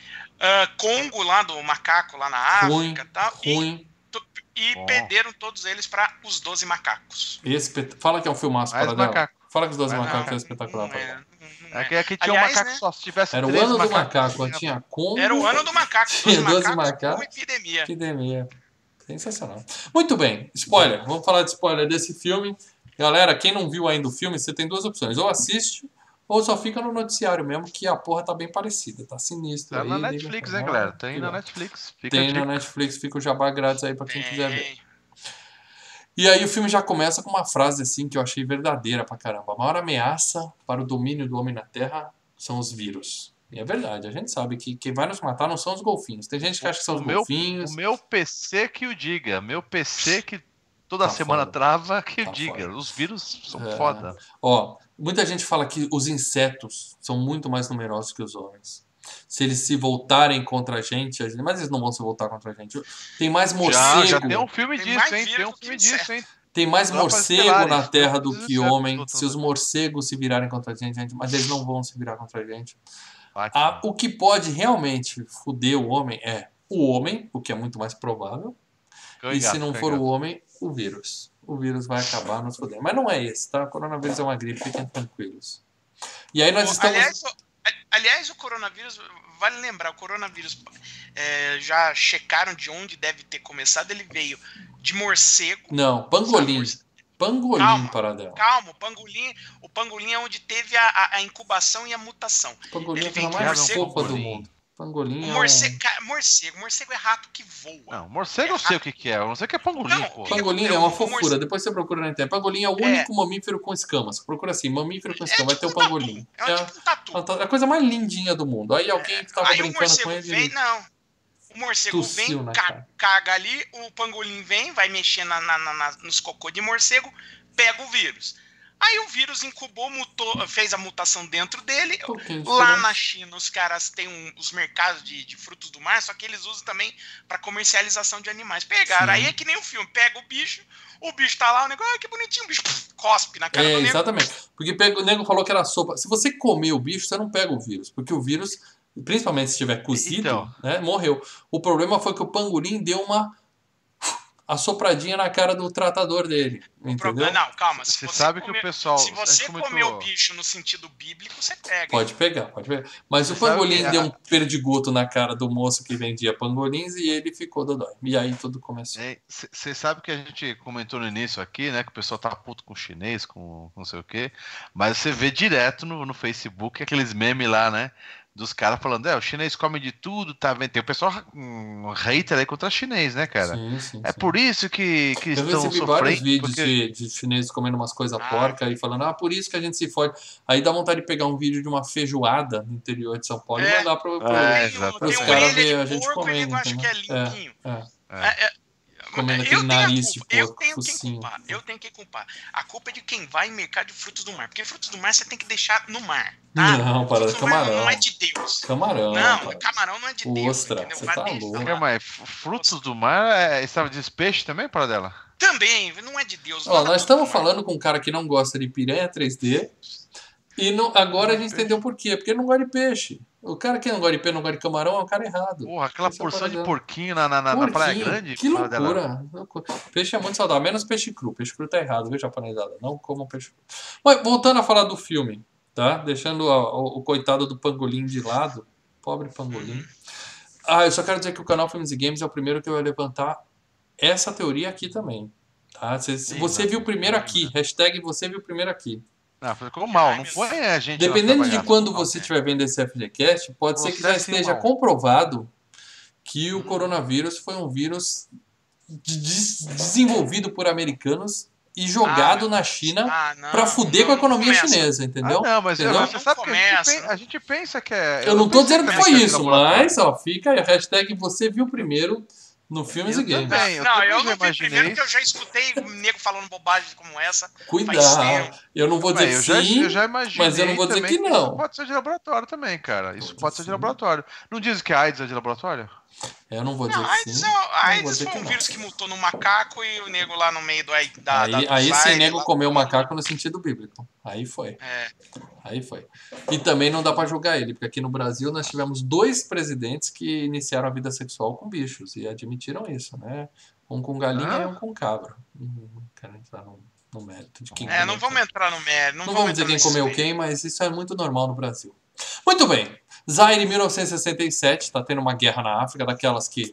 Uh, Congo lá, do macaco lá na África e tal.
Ruim.
E, e perderam todos eles para Os Doze Macacos.
Espet... Fala que é um filmaço para dela. Fala que Os Doze Macacos é espetacular para ela.
É que aqui tinha Aliás, um macaco né? só. Se tivesse
Era o ano do macaco. Tinha Congo.
Era o ano do macaco.
Tinha doze macacos.
Epidemia.
Epidemia. Sensacional. Muito bem. Spoiler. Vamos falar de spoiler desse filme. Galera, quem não viu ainda o filme, você tem duas opções. Ou assiste, ou só fica no noticiário mesmo, que a porra tá bem parecida. Tá sinistro.
Tá
aí,
na Netflix, né, galera? Tem na Netflix.
Fica tem na Netflix. Fica o jabá grátis aí pra quem tem. quiser ver. E aí o filme já começa com uma frase assim que eu achei verdadeira pra caramba. A maior ameaça para o domínio do homem na Terra são os vírus. E é verdade, a gente sabe que quem vai nos matar não são os golfinhos. Tem gente que acha que são o os
meu,
golfinhos.
O meu P C que o diga. Meu P C que toda tá semana foda. trava que tá o diga. Foda. Os vírus são é. foda.
Ó, muita gente fala que os insetos são muito mais numerosos que os homens. Se eles se voltarem contra a gente, a gente, mas eles não vão se voltar contra a gente. Tem mais morcego.
Já, já tem um filme tem disso, hein? Tem um filme disso, hein?
Tem mais Não morcego na Terra do que homem. Se os morcegos se virarem contra a gente, gente, mas eles não vão se virar contra a gente. Ah, o que pode realmente foder o homem é o homem, o que é muito mais provável. E se não for o homem, o vírus. O vírus vai acabar nos fodendo. Mas não é esse, tá? O coronavírus é uma gripe, fiquem tranquilos. E aí nós estamos...
Aliás, aliás o coronavírus... Vale lembrar, o coronavírus é, já checaram de onde deve ter começado. Ele veio de morcego.
Não, pangolim. Pangolim, calma, paradela.
Calma, o pangolim, o pangolim é onde teve a, a incubação e a mutação.
O pangolim ele é a mais fofa do mundo. Pangolim
o morcego, é um... morcego, morcego é rato que voa.
Não, morcego é eu sei o que, que é. Eu não sei o que é pangolim, não, pô.
Pangolim é uma fofura. Morcego... Depois você procura na internet. Pangolim é o único é. mamífero com escamas. Procura assim, mamífero com escamas, é vai tipo ter o pangolim.
É, é, tipo um tatu.
É a coisa mais lindinha do mundo. Aí alguém que tava
Aí
brincando com ele...
Vem, não. O morcego vem, ca caga ali, o pangolim vem, vai mexer na, na, na, nos cocô de morcego, pega o vírus. Aí o vírus incubou, mutou, fez a mutação dentro dele. Lá na China, os caras têm um, os mercados de, de frutos do mar, só que eles usam também para comercialização de animais. Pegaram, Sim. aí é que nem o filme, pega o bicho, o bicho tá lá, o negócio, ah, que bonitinho, o bicho pff, cospe na cara
é,
do nego.
Exatamente, porque pega, o nego falou que era sopa. Se você comer o bicho, você não pega o vírus, porque o vírus, principalmente se estiver cozido, então. né, morreu. O problema foi que o pangolim deu uma... assopradinha na cara do tratador dele, entendeu?
Problema, não, calma. Se
você,
você
sabe
comer,
que o pessoal...
Se você comer muito... o bicho no sentido bíblico, você pega.
Pode hein? pegar, pode pegar. Mas você o pangolim que... deu um perdigoto na cara do moço que vendia pangolins e ele ficou dodói. E aí tudo começou.
Você é, sabe que a gente comentou no início aqui, né? Que o pessoal tá puto com o chinês, com não sei o quê. Mas você vê direto no, no Facebook aqueles memes lá, né? Dos caras falando, é, o chinês come de tudo, tá vendo? Tem o pessoal um hater aí contra o chinês, né, cara?
Sim, sim,
é
sim.
por isso que, que
eu
estão
recebi
sofrendo.
vários vídeos
porque...
de, de chineses comendo umas coisas ah, porcas e falando, ah, por isso que a gente se fode. Aí dá vontade de pegar um vídeo de uma feijoada no interior de São Paulo é, e mandar para pro,
é,
pro, os caras ver a gente
porco,
comendo.
Eu acho que é limpinho.
É, é.
É, é,
comendo aquele nariz de porco,
eu tenho
focinho.
que culpar, eu tenho que culpar. A culpa é de quem vai em mercado de frutos do mar. Porque frutos do mar você tem que deixar no mar, tá?
Não, para, camarão.
Não é de Deus.
Camarão.
Não,
para.
camarão não é de Deus,
Ostra,
entendeu?
você
Vai
tá
deixar
louco.
lá.
É, mas frutos do mar, é, estava de peixe também, para dela?
Também, não é de Deus.
Ó,
manda
nós
tudo pro
estamos
mar.
falando com um cara que não gosta de piranha três D e não, agora a gente entendeu por quê. Porque ele não gosta de peixe. O cara que não gosta de peixe, não gosta de camarão, é um cara errado.
Porra, aquela
Esse é o
porção de
paradão.
porquinho na, na, na, na Praia
Porquinho,
Grande.
que
para dela.
loucura, loucura. Peixe é muito saudável, menos peixe cru. Peixe cru tá errado, viu, japonesada? Não comam peixe cru. Mas voltando a falar do filme, tá? Deixando a- o, o coitado do pangolim de lado. Pobre pangolim. Ah, eu só quero dizer que o canal Filmes e Games é o primeiro que vai levantar essa teoria aqui também. Tá? Se, se
Sim,
você
mas-
viu primeiro aqui, hashtag você viu primeiro aqui.
Não, ficou mal,
Ai,
não
meu
põe a gente na
Dependendo de
bagaça,
quando
ficou
você
mal.
estiver vendo esse F G Cast, pode ser que já
Processo
esteja
irmão.
comprovado que o coronavírus foi um vírus de- des- desenvolvido por americanos e jogado
Ah,
na China
Ah, não,
pra fuder
não,
com a
não
economia
começa.
chinesa, entendeu?
Ah, não, mas
Entendeu?
você sabe
Não
que a gente,
começa,
pen-
não.
a gente pensa que é.
Eu não tô
pensei
dizendo que
também
foi
é de
isso,
laboratório.
mas ó, fica aí a hashtag você viu primeiro no Filmes
Eu
e Games.
também. eu
não,
também
eu
já
não vi
imaginei
primeiro porque eu
isso.
já escutei nego falando bobagem como essa. Faz
Cuidado.
tempo.
Eu não vou dizer
Ué, eu,
que
já,
sim,
eu já imaginei
mas eu não vou dizer
também
que
Isso
não.
pode ser de laboratório também, cara. Isso
Pode
pode ser de
ser.
laboratório. Não diz que a AIDS é de laboratório?
Eu não vou dizer
Não,
que
AIDS,
sim.
é- a
não vou
AIDS
dizer
foi
que
um
não.
vírus que mutou no macaco e o nego lá no meio do, aí- da, da,
Aí,
do
aí sim,
Zaire,
nego
lá-
comeu o macaco no sentido bíblico. Aí foi.
É.
Aí foi. E também não dá pra julgar ele, porque aqui no Brasil nós tivemos dois presidentes que iniciaram a vida sexual com bichos e admitiram isso, né? Um com galinha
Hã?
e um com cabra. Não quero entrar no, no mérito de quem
É,
comeu
não vamos
quem.
entrar no mérito. Não,
Não vamos dizer
entrar
quem
nesse
comeu
meio.
quem, mas isso é muito normal no Brasil. Muito bem. Zaire, mil novecentos e sessenta e sete, tá tendo uma guerra na África, daquelas que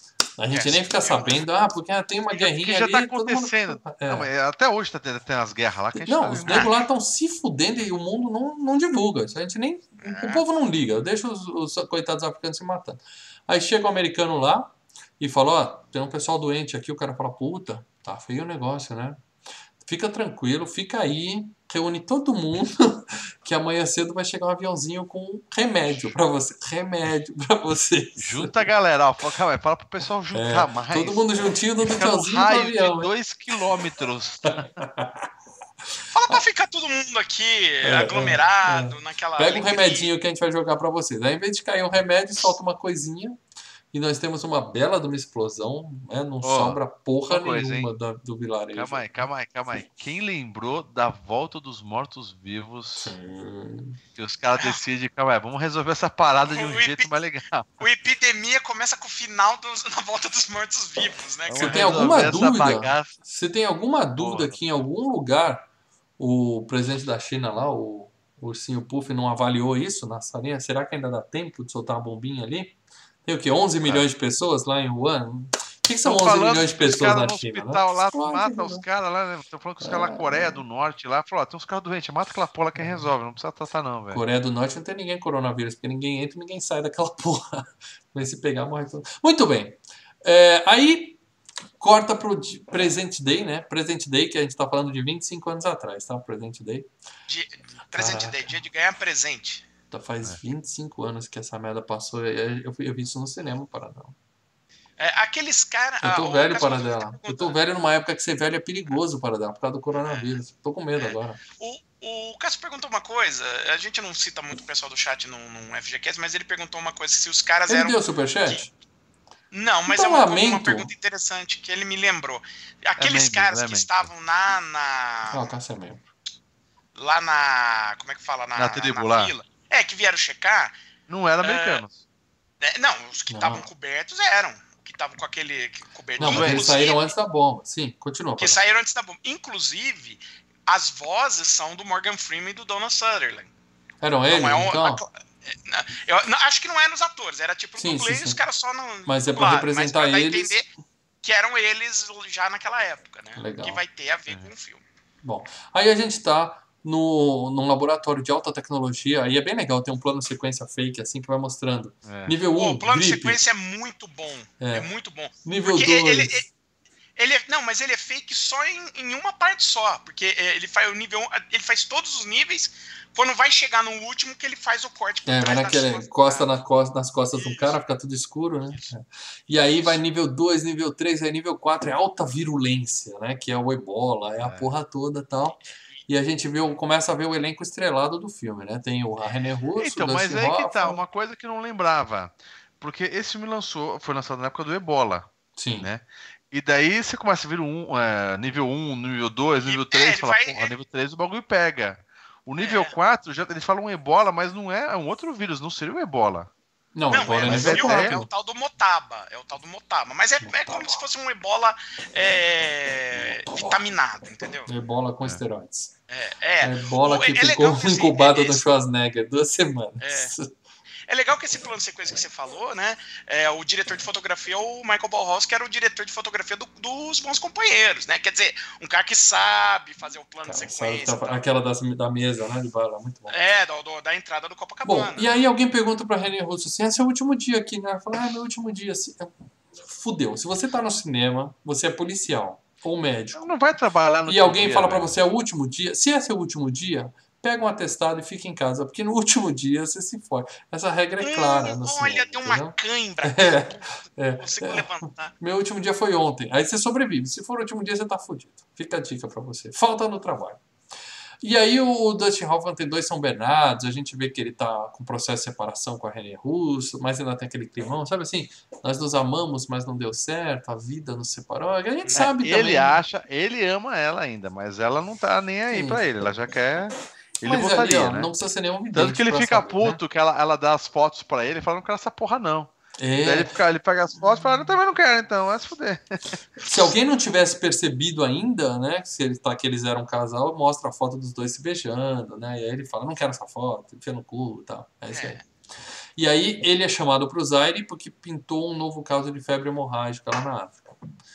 a gente
É,
nem fica sabendo. Ah, porque tem uma guerrinha
Que já
ali.
tá
todo mundo-
acontecendo.
É.
Não, mas até hoje tá tendo, tem as guerras lá que a gente
Não,
tá
os
vendo.
negros lá estão se fudendo e o mundo não, não divulga. Isso a gente nem. O povo não liga, deixa os, os coitados africanos se matando. Aí chega o americano lá e fala: Ó, tem um pessoal doente aqui. O cara fala: Puta, tá feio o negócio, né? Fica tranquilo, fica aí, reúne todo mundo, que amanhã cedo vai chegar um aviãozinho com remédio pra você. Remédio pra vocês.
Junta a galera, ó. Fala, calma aí, fala pro pessoal juntar
É,
mais.
todo mundo juntinho dando
Fica no
tchauzinho pro
raio
avião.
de dois quilômetros.
Fala pra ficar todo mundo aqui
É,
aglomerado,
é,
naquela.
Pega um
alegria.
remedinho que a gente vai jogar pra vocês. Aí, ao invés de cair um remédio, solta uma coisinha. E nós temos uma bela de uma explosão, né? Não sobra porra
uma coisa,
nenhuma da- do vilarejo.
Calma aí, calma aí, calma aí. Quem lembrou da volta dos mortos-vivos?
Hum.
Que os caras decidem, calma aí, vamos resolver essa parada de um
O
jeito
epi-
mais legal.
O epidemia começa com o final dos, na volta dos mortos-vivos, né?
Vamos
Você
cara?
tem alguma
resolver essa
dúvida?
bagaça.
Você tem alguma dúvida
Porra.
que em algum lugar o presidente da China lá, o Ursinho Puff, não avaliou isso na salinha? Será que ainda dá tempo de soltar uma bombinha ali? Tem o quê? onze milhões de pessoas lá em Wuhan? O que, que são
Tão
onze
falando
milhões de
que os
pessoas
caras
na
no
China?
hospital lá,
Explode,
mata
né?
os caras lá, né? Estão falando que os caras lá na Coreia do Norte lá, falou, ó, tem uns caras doentes, mata aquela porra que resolve, não precisa tratar não, velho.
Coreia do Norte não tem ninguém coronavírus, porque ninguém entra e ninguém sai daquela porra. Mas se pegar, morre todo. Muito bem. É, aí corta pro di- Present Day, né? Present Day, que a gente tá falando de vinte e cinco anos atrás, tá? Present Day.
Dia- presente
Caraca.
day, dia de ganhar presente.
Tá, faz vinte e cinco anos que essa merda passou. Eu, eu, eu vi isso no cinema, Paradela.
É, aqueles caras.
Eu tô
ah, o
velho,
Cássio
Paradela.
tá
Eu tô
perguntando.
velho numa época que ser velho é perigoso, Paradela, por causa do coronavírus. Tô com medo agora.
O, o Cássio perguntou uma coisa, a gente não cita muito o pessoal do chat no, no F G Cast, mas ele perguntou uma coisa, se os caras
Ele
eram...
deu superchat?
Não, mas
Então,
é uma,
lamento.
uma pergunta interessante que ele me lembrou. Aqueles
membro,
caras
é
que
membro.
estavam na... na
Ah, o Cássio é membro.
lá na... como é que fala? Na,
Na tribo lá.
vila. É, que vieram checar.
Não era americanos.
É, não, os que
Não.
estavam cobertos eram. Que estavam com aquele cobertor.
Não, mas eles
Inclusive,
saíram antes da bomba. Sim, continua.
Que
Paradela.
saíram antes da bomba. Inclusive, as vozes são do Morgan Freeman e do Donald Sutherland.
Eram eles,
Não é um,
então?
a- é, eu não- acho que não é nos atores, era tipo
Sim,
dublê
sim,
e os
sim.
caras só não.
Mas é pra
dublaram,
representar
mas pra dar a
eles.
entender que eram eles já naquela época, né?
Legal.
Que vai ter a ver
É.
com o filme.
Bom, aí a gente tá no, num laboratório de alta tecnologia, aí é bem legal, tem um plano sequência fake assim que vai mostrando.
É.
Nível
Pô,
um,
o plano de
gripe.
sequência é muito bom.
É.
É, muito bom.
Nível
Porque ele,
dois.
ele- ele é- não, mas ele é fake só em, em uma parte só. Porque é, ele faz o nível um, ele faz todos os níveis quando vai chegar no último que ele faz o corte por
É, vai
trás
naquele,
das
costa
costas.
na costa, nas costas do cara, fica tudo escuro, né? É. E aí vai nível dois, nível três, aí nível quatro é alta virulência, né? Que é o ebola, é a
É.
porra toda e tal. E a gente viu, começa a ver o elenco estrelado do filme, né? Tem o René Russo,
Então,
o
mas
Dustin
aí que tá,
Hoffman.
uma coisa que eu não lembrava. Porque esse filme lançou, foi lançado na época do Ebola,
Sim.
né? E daí você começa a vir um, é, nível um, nível dois, nível
É,
três,
ele
fala,
vai-
porra, nível três o bagulho pega. O nível
É.
quatro, já, eles falam ebola, mas não é, é um outro vírus, não seria o ebola.
Não, o
Não,
ebola
é,
é
mas
nível
seria o-
a
é
ideia-
o tal do Motaba. É o tal do Motaba. Mas é, é como se fosse um ebola é, vitaminado, entendeu?
Ebola com
É.
esteroides.
É, é.
A ebola
O-
que
é
ficou
legal que esse-
incubada
é-
no
esse-
Schwarzenegger duas semanas.
É legal que esse plano de sequência que você falou, né? É, o diretor de fotografia é o Michael Ballhaus, que era o diretor de fotografia do- dos Bons Companheiros, né? Quer dizer, um cara que sabe fazer o plano
Cara,
de
sabe,
sequência.
tá-
e tal.
aquela das, da mesa, né? De bala, muito bom.
É, do- do- da entrada do
Bom,
Copacabana.
e aí alguém pergunta pra René Russo assim, esse é o último dia aqui, né? Ela fala, ah, é meu último dia. Assim, fudeu. Se você tá no cinema, você é policial ou médico,
Não vai trabalhar no
e alguém
dia,
fala pra
velho.
você, é o último dia, se é seu último dia, pega um atestado e fica em casa, porque no último dia você se fode. Essa regra é clara no
Hum,
cinema,
olha, deu uma
entendeu?
cãibra.
É, é,
Não consigo
é.
levantar.
Meu último dia foi ontem. Aí você sobrevive. Se for o último dia, você tá fudido. Fica a dica pra você. Falta no trabalho. E aí o Dustin Hoffman tem dois São Bernardos, a gente vê que ele tá com processo de separação com a René Russo, mas ainda tem aquele climão, sabe assim? Nós nos amamos, mas não deu certo, a vida nos separou. A gente sabe
É, ele
também.
acha, ele ama ela ainda, mas ela não tá nem aí
Sim.
pra ele, ela já quer. Ele
Mas
votaria,
ali, ó,
né?
não precisa ser nenhum vidente
Tanto que ele
pra
fica
saber,
puto que ela, ela dá as fotos pra ele e fala, não quero essa porra, não.
né?
Daí
É,
ele, fica, ele pega as fotos e fala, não, também não quero, então, vai se fuder.
se alguém não tivesse percebido ainda, né, se ele tá, que eles eram um casal, mostra a foto dos dois se beijando, né? E aí ele fala, não quero essa foto, enfia no cu e tal. É isso aí.
É.
E aí ele é chamado pro Zaire porque pintou um novo caso de febre hemorrágica lá na África.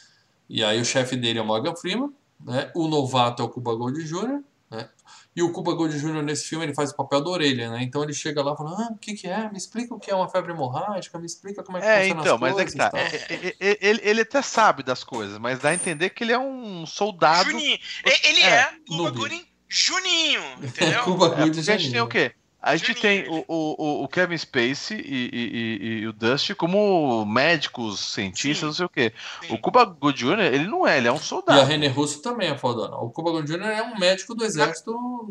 E aí o chefe dele é o Morgan Freeman, né? O novato é o Cuba Gooding Júnior, né? E o Cuba Gooding Júnior nesse filme ele faz o papel da orelha, né? Então ele chega lá e fala, ah, o que que é? Me explica o que é uma febre hemorrágica, me explica como é que
É,
funciona
então,
as
mas é
coisas
que tá.
e tal.
É, é, é, ele, ele até sabe das coisas, mas dá a entender que ele é um soldado.
Juninho. E- Ele
É,
é, Cuba
noob.
Gooding Juninho, entendeu?
Cuba
É,
Gooding
porque a gente tem o quê? A gente
Juninho.
tem o, o, o Kevin Spacey e, e, e, e o Dusty como médicos, cientistas,
Sim.
não sei o quê.
Sim.
O Cuba Gooding Júnior, ele não é, ele é um
E
soldado.
a René Russo também é fodona. O Cuba Gooding Júnior é um médico do exército.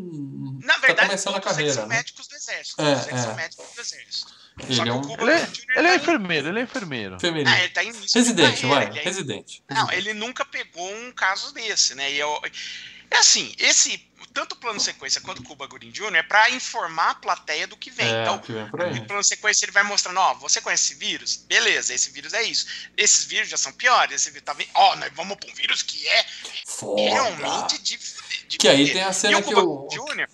Na
tá
verdade,
começando a
todos eles
carreira,
são
né?
médicos do exército.
É,
Todos eles
é.
são médicos do exército.
Ele
Só que
é um
o Cuba
Ele é,
Gooding Júnior
ele é
tá em-
enfermeiro, ele é enfermeiro.
feminino.
Ah, ele tá em início de
Residente,
carreira,
vai.
ele é-
Residente.
Não, ele nunca pegou um caso desse, né? E eu, é assim, esse tanto o plano sequência quanto o Cuba Gooding Júnior é para informar a plateia do que vem.
É,
Então,
que vem por aí.
o plano sequência ele vai mostrando, ó, você conhece esse vírus? Beleza, esse vírus é isso. Esses vírus já são piores, esse vírus tá bem, ó, nós vamos para um vírus que é
Foda.
realmente de, de
Que aí
fuder.
tem a
E
cena
o
que
Cuba
o...
Gooding Júnior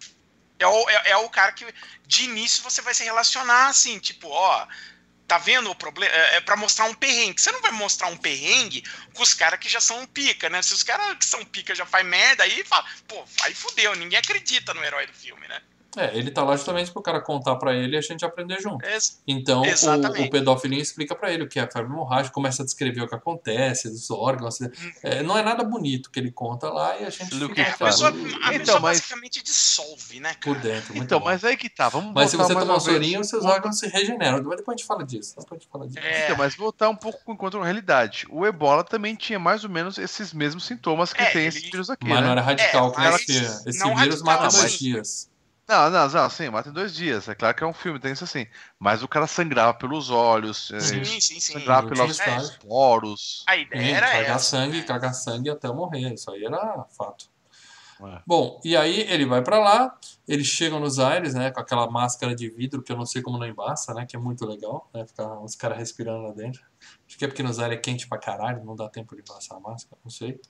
é o, é, é o cara que de início você vai se relacionar assim, tipo, ó, tá vendo o problema? É, é pra mostrar um perrengue. Você não vai mostrar um perrengue com os caras que já são pica, né? Se os caras que são pica já faz merda, aí fala, pô, aí fudeu, ninguém acredita no herói do filme, né?
É, ele tá lá justamente pro cara contar pra ele e a gente aprender junto.
Ex-
Então, o,
Exatamente.
o pedófilinho explica pra ele o que é a febre hemorrágica, começa a descrever o que acontece, os órgãos. É, não é nada bonito que ele conta lá e a gente
Luke
fica
É, a
Fala.
pessoa, a
Então,
pessoa
mas-
basicamente dissolve, né,
por
cara?
dentro. Muito
Então,
bom.
mas aí que tá, vamos
Mas se
voltar
você
mais
tomar um
uma vez.
sorinho, seus órgãos se regeneram. Mas depois a gente fala disso. Depois a gente fala disso.
É,
Então, mas voltar um pouco enquanto realidade. O Ebola também tinha mais ou menos esses mesmos sintomas que
É,
tem
ele-
esses vírus aqui,
Mas
né?
não era radical
É,
que
mas
esse, esse
não
vírus
radical,
mata em dois
mas-
dias.
Não, não, não, sim, mata em dois dias. É claro que é um filme, tem isso assim. Mas o cara sangrava pelos olhos, eh,
sim, sim, sim.
sangrava
Sim,
pelos
sim.
pelos poros.
A ideia
Sim,
era
cagar
essa.
sangue,
né?
cagar sangue até morrer. Isso aí era fato.
É.
Bom, e aí ele vai pra lá, eles chegam nos aires, né, com aquela máscara de vidro que eu não sei como não embaça, né, que é muito legal, né, ficar os caras respirando lá dentro. Acho que é porque nos aires é quente pra caralho, não dá tempo de embaçar a máscara, não sei.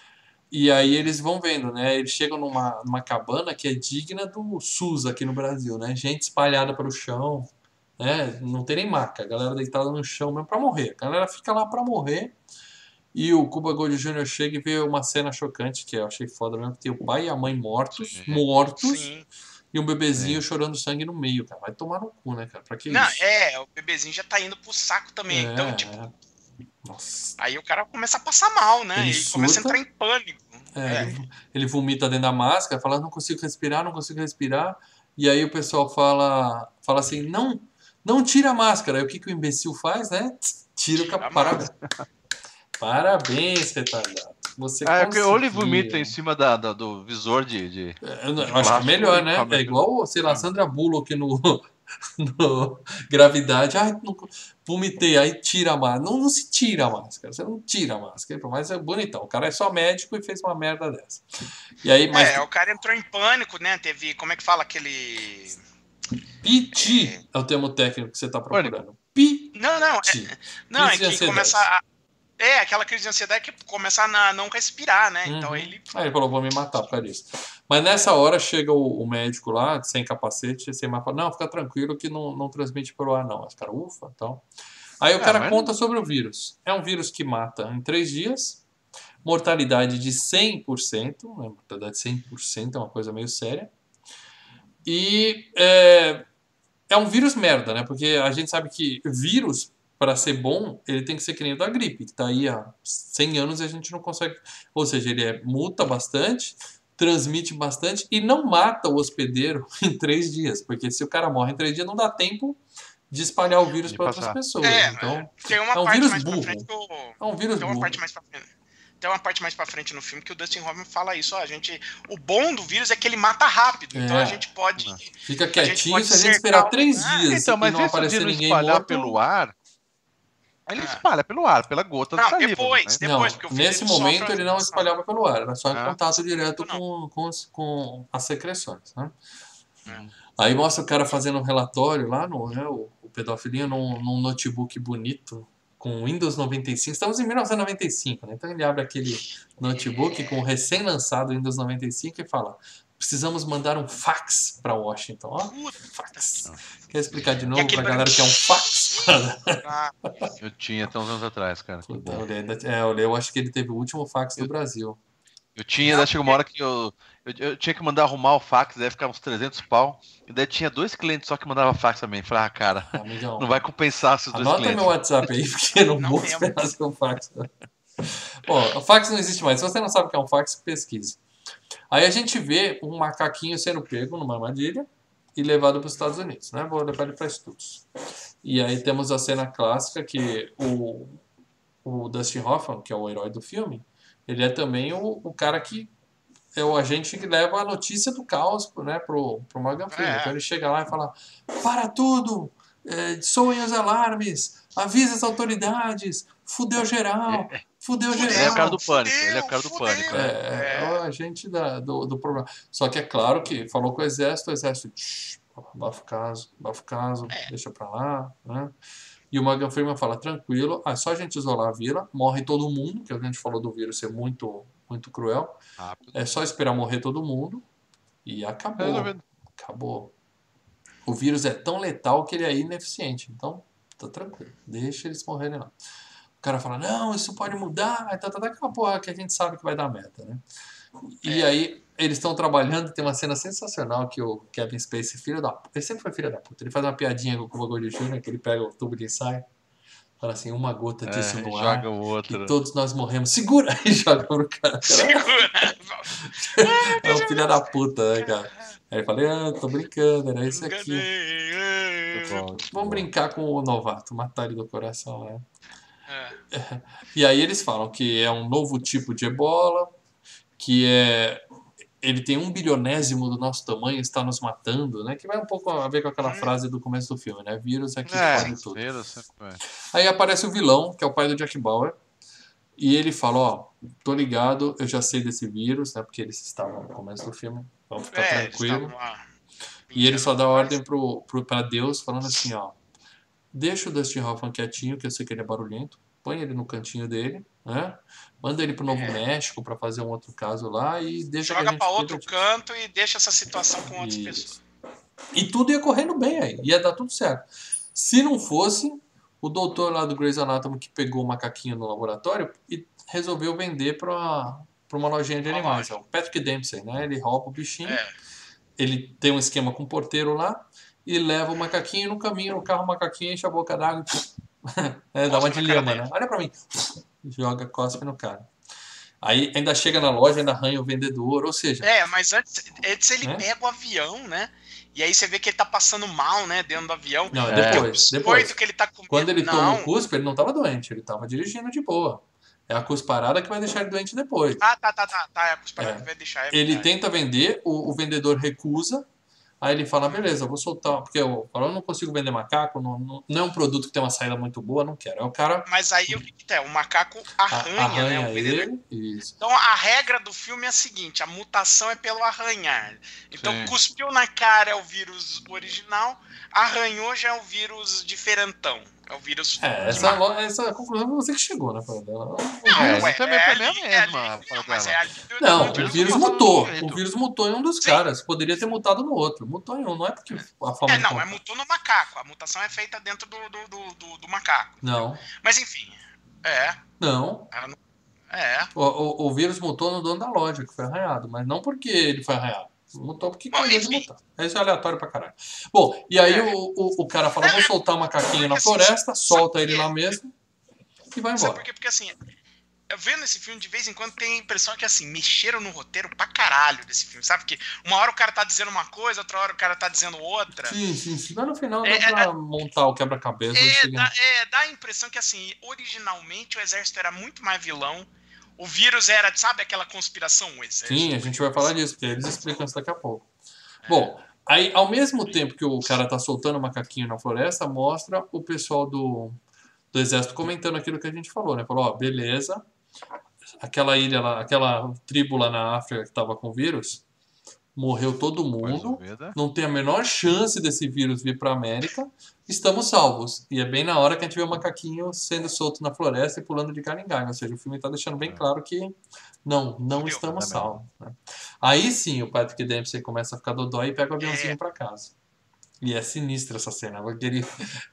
E aí eles vão vendo, né, eles chegam numa, numa cabana que é digna do SUS aqui no Brasil, né, gente espalhada pelo chão, né, não tem nem maca, a galera deitada no chão mesmo pra morrer, a galera fica lá pra morrer. E o Cuba Gooding Júnior chega e vê uma cena chocante, que eu achei foda mesmo, que tem o pai e a mãe mortos,
Sim.
mortos,
Sim.
e um bebezinho chorando sangue no meio, cara. Vai tomar no cu, né, cara? Pra que
Não,
isso?
é, o bebezinho já tá indo pro saco também.
É,
Então, tipo,
é. Nossa.
Aí o cara começa a passar mal, né?
Ele
Ele começa a
surta.
entrar em pânico.
É,
É.
Ele, ele vomita dentro da máscara, fala, não consigo respirar, não consigo respirar. E aí o pessoal fala, fala assim, não, não tira a máscara. Aí o que, que o imbecil faz, né? Tira o
Tira a
cap...
máscara.
Parabéns. Parabéns, retardado. Você
Ah, é porque ou ele
conseguiu.
vomita em cima da, da- do visor de, de,
Eu, não-
de
eu acho que é
plástico
melhor,
e
né?
come
É
aquilo.
igual, sei lá, Sandra Bullock no, no Gravidade. Ai, não, vomitei, aí tira a máscara. Não, não se tira a máscara, você não tira a máscara. Mas é bonitão. O cara é só médico e fez uma merda dessa. E aí, mas
É, o cara entrou em pânico, né? Teve, como é que fala aquele...
P T é o termo técnico que você está
Pânico.
procurando. P T.
Não, não, é, não, é
Crise de
que
ansiedade.
começa a... É, aquela crise de ansiedade que começa a não respirar, né? Então
Uhum.
ele...
Aí ele falou, vou me matar por causa disso. Mas nessa hora chega o, o médico lá, sem capacete, sem mapa. Não, fica tranquilo que não, não transmite pelo ar, não. Os caras, ufa, então. Aí o
Ah,
cara
mas
conta
não-
sobre o vírus. É um vírus que mata em três dias, mortalidade de cem por cento, né? Mortalidade de cem por cento é uma coisa meio séria. E é, é um vírus merda, né? Porque a gente sabe que vírus, para ser bom, ele tem que ser que nem o da gripe, que tá aí há cem anos e a gente não consegue. Ou seja, ele é, muta bastante, transmite bastante e não mata o hospedeiro em três dias. Porque se o cara morre em três dias, não dá tempo de espalhar o vírus
De
para outras
passar.
pessoas.
É,
Então,
tem uma
é um
parte
vírus
mais pra
burro.
frente que o...
É um vírus
Tem uma
burro.
parte mais pra frente. Tem uma parte mais pra frente no filme que o Dustin Hoffman fala isso, ó, a gente, o bom do vírus é que ele mata rápido, então
É.
a gente pode,
Fica
a gente
quietinho,
pode
se a gente
cercar
esperar
o
três
lugar.
dias
Então,
e
mas
não
isso de
aparecer
não
ninguém
espalhar
morto...
pelo ar, ele
Ah.
espalha pelo ar, pela gota do
Não,
saliva.
depois,
né?
Não,
depois, porque o filho
nesse
ele sofre
momento
a
ele não
infecção.
espalhava pelo ar, era só em
Ah.
contato direto
Não.
com, com, os- com as secreções, né?
É.
Aí mostra o cara fazendo um relatório lá, no, né, o, o pedofilinho num, num notebook bonito, com Windows noventa e cinco. Estamos em mil novecentos e noventa e cinco, né? Então ele abre aquele notebook com o recém-lançado Windows noventa e cinco e fala: precisamos mandar um fax para Washington. Ó,
Puta
fax.
que-
Quer explicar de
E
novo
aquele
pra galera o que é um fax?
Ah,
Eu tinha até uns anos atrás, cara. Que
Puta,
bom.
eu, lembro- é, eu lembro- eu acho que ele teve o último fax do
Eu-
Brasil.
Eu tinha,
Não,
daí chegou uma hora que eu, eu, eu tinha que mandar arrumar o fax, daí ficava uns trezentos pau. E daí tinha dois clientes só que mandava fax também. Falei, ah, cara,
Amigão,
não vai compensar esses dois
anota
clientes.
meu WhatsApp aí, porque eu não,
Não
vou
mesmo.
esperar seu fax. Bom, o fax não existe mais. Se você não sabe o que é um fax, pesquise. Aí a gente vê um macaquinho sendo pego numa armadilha e levado para os Estados Unidos, né? Vou levar ele para estudos. E aí temos a cena clássica que o, o Dustin Hoffman, que é o herói do filme, ele é também o, o cara que é o agente que leva a notícia do caos, né, pro, pro Morgan Freeman.
É.
Então ele chega lá e fala: para tudo, é, soem os alarmes, avisa as autoridades, fudeu geral, fudeu
Fudeu,
geral.
Ele é o cara do pânico,
fudeu,
ele é o cara do
fudeu.
pânico, né?
É, é o agente da, do, do problema. Só que é claro que falou com o exército, o exército, "Shh, abafa o caso, abafa o caso,
É.
deixa pra lá, né? E o Morgan Freeman fala, tranquilo, é só a gente isolar a vila, morre todo mundo, que a gente falou do vírus ser muito, muito cruel,
Rápido.
é só esperar morrer todo mundo e acabou,
Resolvido.
acabou. O vírus é tão letal que ele é ineficiente, então tá tranquilo, deixa eles morrerem lá. O cara fala, não, isso pode mudar, tá, tá, tá, aquela porra que a gente sabe que vai dar merda, né? E
É.
aí, eles estão trabalhando, tem uma cena sensacional que o Kevin Spacey, filho da puta, ele sempre foi filho da puta, ele faz uma piadinha com o Cuba Gooding Júnior, que ele pega o tubo de ensaio, fala assim, uma gota disso
É,
no
joga
ar,
o outro.
e todos nós morremos, segura! E joga no cara.
Segura.
É um filho da puta, né, cara? Aí eu falei, ah, tô brincando, era isso aqui.
Muito bom, muito
Vamos
bom.
brincar com o novato, matar ele do coração, né?
É.
E aí eles falam que é um novo tipo de ebola, que é ele tem um bilionésimo do nosso tamanho, está nos matando, né? Que vai um pouco a ver com aquela frase do começo do filme, né? Vírus é que
É,
fode tudo.
vírus, é.
Aí aparece o vilão, que é o pai do Jack Bauer, e ele fala, ó, tô ligado, eu já sei desse vírus, né? Porque eles estavam no começo do filme, vamos ficar
É,
tranquilo.
eles estavam lá
E ele só dá
vinte anos
ordem pro, pro, pra Deus, falando assim, ó, deixa o Dustin Hoffman quietinho, que eu sei que ele é barulhento, põe ele no cantinho dele, né? Manda ele pro Novo
É.
México para fazer um outro caso lá e deixa que a
Joga
gente
pra
cuida
outro
de-
canto e deixa essa situação com outras
Isso.
pessoas.
E tudo ia correndo bem aí, ia dar tudo certo. Se não fosse o doutor lá do Grey's Anatomy que pegou o macaquinho no laboratório e resolveu vender para uma lojinha de
Uma
animais.
loja.
É o Patrick Dempsey, né? Ele rouba o bichinho,
É.
ele tem um esquema com o porteiro lá e leva o macaquinho no caminho, no carro, o macaquinho enche a boca d'água e É, dá uma de lhama, né? Olha pra mim. Joga, cospe no cara. Aí ainda chega na loja, ainda arranha o vendedor, ou seja...
É, mas antes, antes ele né? pega o avião, né? E aí você vê que ele tá passando mal, né? Dentro do avião.
Não, depois.
É.
depois.
Que ele tá comendo,
Quando ele
não.
toma o cuspe, ele não tava doente. Ele tava dirigindo de boa. É a cusparada que vai deixar ele doente depois.
Ah, tá, tá, tá. tá é a cusparada
é.
que vai deixar. É
ele tenta vender, o, o vendedor recusa. Aí ele fala, beleza, eu vou soltar, porque eu, eu não consigo vender macaco, não, não, não é um produto que tem uma saída muito boa, não quero. Aí o cara...
Mas aí o que que tem? O macaco arranha,
arranha
né? O vendedor.
Ele, isso.
Então a regra do filme é a seguinte, a mutação é pelo arranhar. Então Sim. cuspiu na cara é o vírus original, arranhou já é o vírus diferentão. É o vírus...
É, essa, essa conclusão você que chegou, né? Não,
é, ué, também é, é, é a mesma.
Não, mas é ali,
não, o vírus, vírus mutou. O vírus mutou em um dos Sim. caras. Poderia ter mutado no outro. Mutou em um, não é porque a forma
É, não, mas mutou no macaco. A mutação é feita dentro do, do, do, do, do macaco.
Não.
Entendeu? Mas enfim, é.
Não.
É.
O, o, o vírus mutou no dono da loja, que foi arranhado. Mas não porque ele foi arranhado. Mutou porque
Bom,
coisa de mutar. Isso é aleatório pra caralho. Bom, e aí é. o, o, o cara fala, vou soltar o macaquinho na floresta, assim, solta ele lá mesmo e vai embora.
Sabe por quê? Porque assim, eu vendo esse filme, de vez em quando tem a impressão que assim, mexeram no roteiro pra caralho desse filme, sabe? Porque uma hora o cara tá dizendo uma coisa, outra hora o cara tá dizendo outra.
Sim, sim, sim. Mas no final dá
é,
pra
é,
montar o quebra-cabeça.
É, dá, é, dá a impressão que assim, originalmente o exército era muito mais vilão. O vírus era, sabe, aquela conspiração? O exército.
Sim, a gente vai falar disso, porque eles explicam isso daqui a pouco. É. Bom, aí ao mesmo tempo que o cara tá soltando o macaquinho na floresta, mostra o pessoal do, do exército comentando aquilo que a gente falou, né? Falou, ó, beleza, aquela ilha lá, aquela tribo lá na África que tava com vírus, morreu todo mundo, não tem a menor chance desse vírus vir pra América, estamos salvos. E é bem na hora que a gente vê o macaquinho sendo solto na floresta e pulando de galho em galho. Ou seja, o filme tá deixando bem claro que não, não estamos salvos. Né? Aí sim o Patrick Dempsey começa a ficar dodói e pega o aviãozinho é. pra casa. E é sinistra essa cena, porque ele...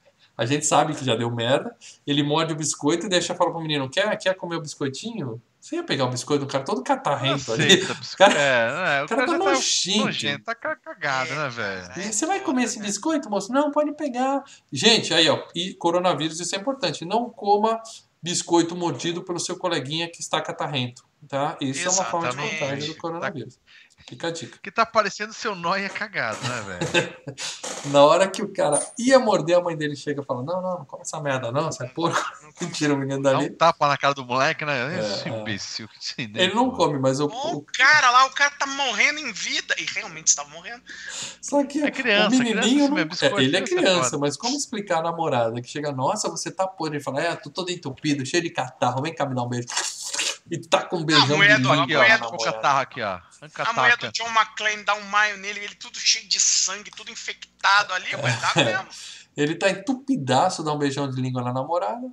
A gente sabe que já deu merda, ele morde o biscoito e deixa falar pro menino, quer, quer comer o biscoitinho? Você ia pegar o biscoito do cara todo catarrento ali. O cara, é, é, o cara, cara tá nojento.
Tá cagado, é, né, velho?
Você vai comer esse biscoito, moço? Não, pode pegar. Gente, aí, ó, e coronavírus, isso é importante. Não coma biscoito mordido pelo seu coleguinha que está catarrento, tá? Isso Exatamente. É uma forma de contágio do coronavírus. Fica a dica.
Que tá parecendo seu nóia cagado, né, velho?
Na hora que o cara ia morder, a mãe dele chega e fala, não, não, não come essa merda não, sai porco. E tira o menino dali.
Dá um tapa na cara do moleque, né? Esse é, imbecil. Que
ele não come, mas o,
o... o cara lá, o cara tá morrendo em vida. E realmente estava morrendo.
Só que
é criança,
o menininho...
Criança,
não... é, ele é criança, mas como explicar a namorada que chega, nossa, você tá podre. Ele fala, é, tô todo entupido, cheio de catarro, vem cá me dar um beijo. E tá com um beijão de língua.
Aqui, ó, com catarro aqui, ó.
A mulher do John McClane dá um maio nele, ele tudo cheio de sangue, tudo infectado ali, ué, dá mesmo.
Ele tá entupidaço, dá um beijão de língua na namorada.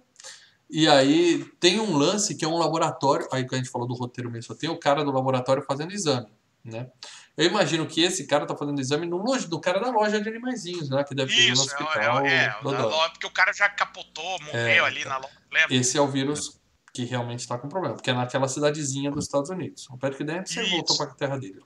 E aí tem um lance que é um laboratório, aí que a gente falou do roteiro mesmo, só tem o cara do laboratório fazendo exame, né? Eu imagino que esse cara tá fazendo exame no, no cara da loja de animaizinhos, né? Que deve ter no hospital.
É, é, é porque o cara já capotou, morreu é, ali na loja. Lembra?
Esse é o vírus que realmente está com problema, porque é naquela cidadezinha dos Estados Unidos. O Patrick Dempsey voltou para a terra dele.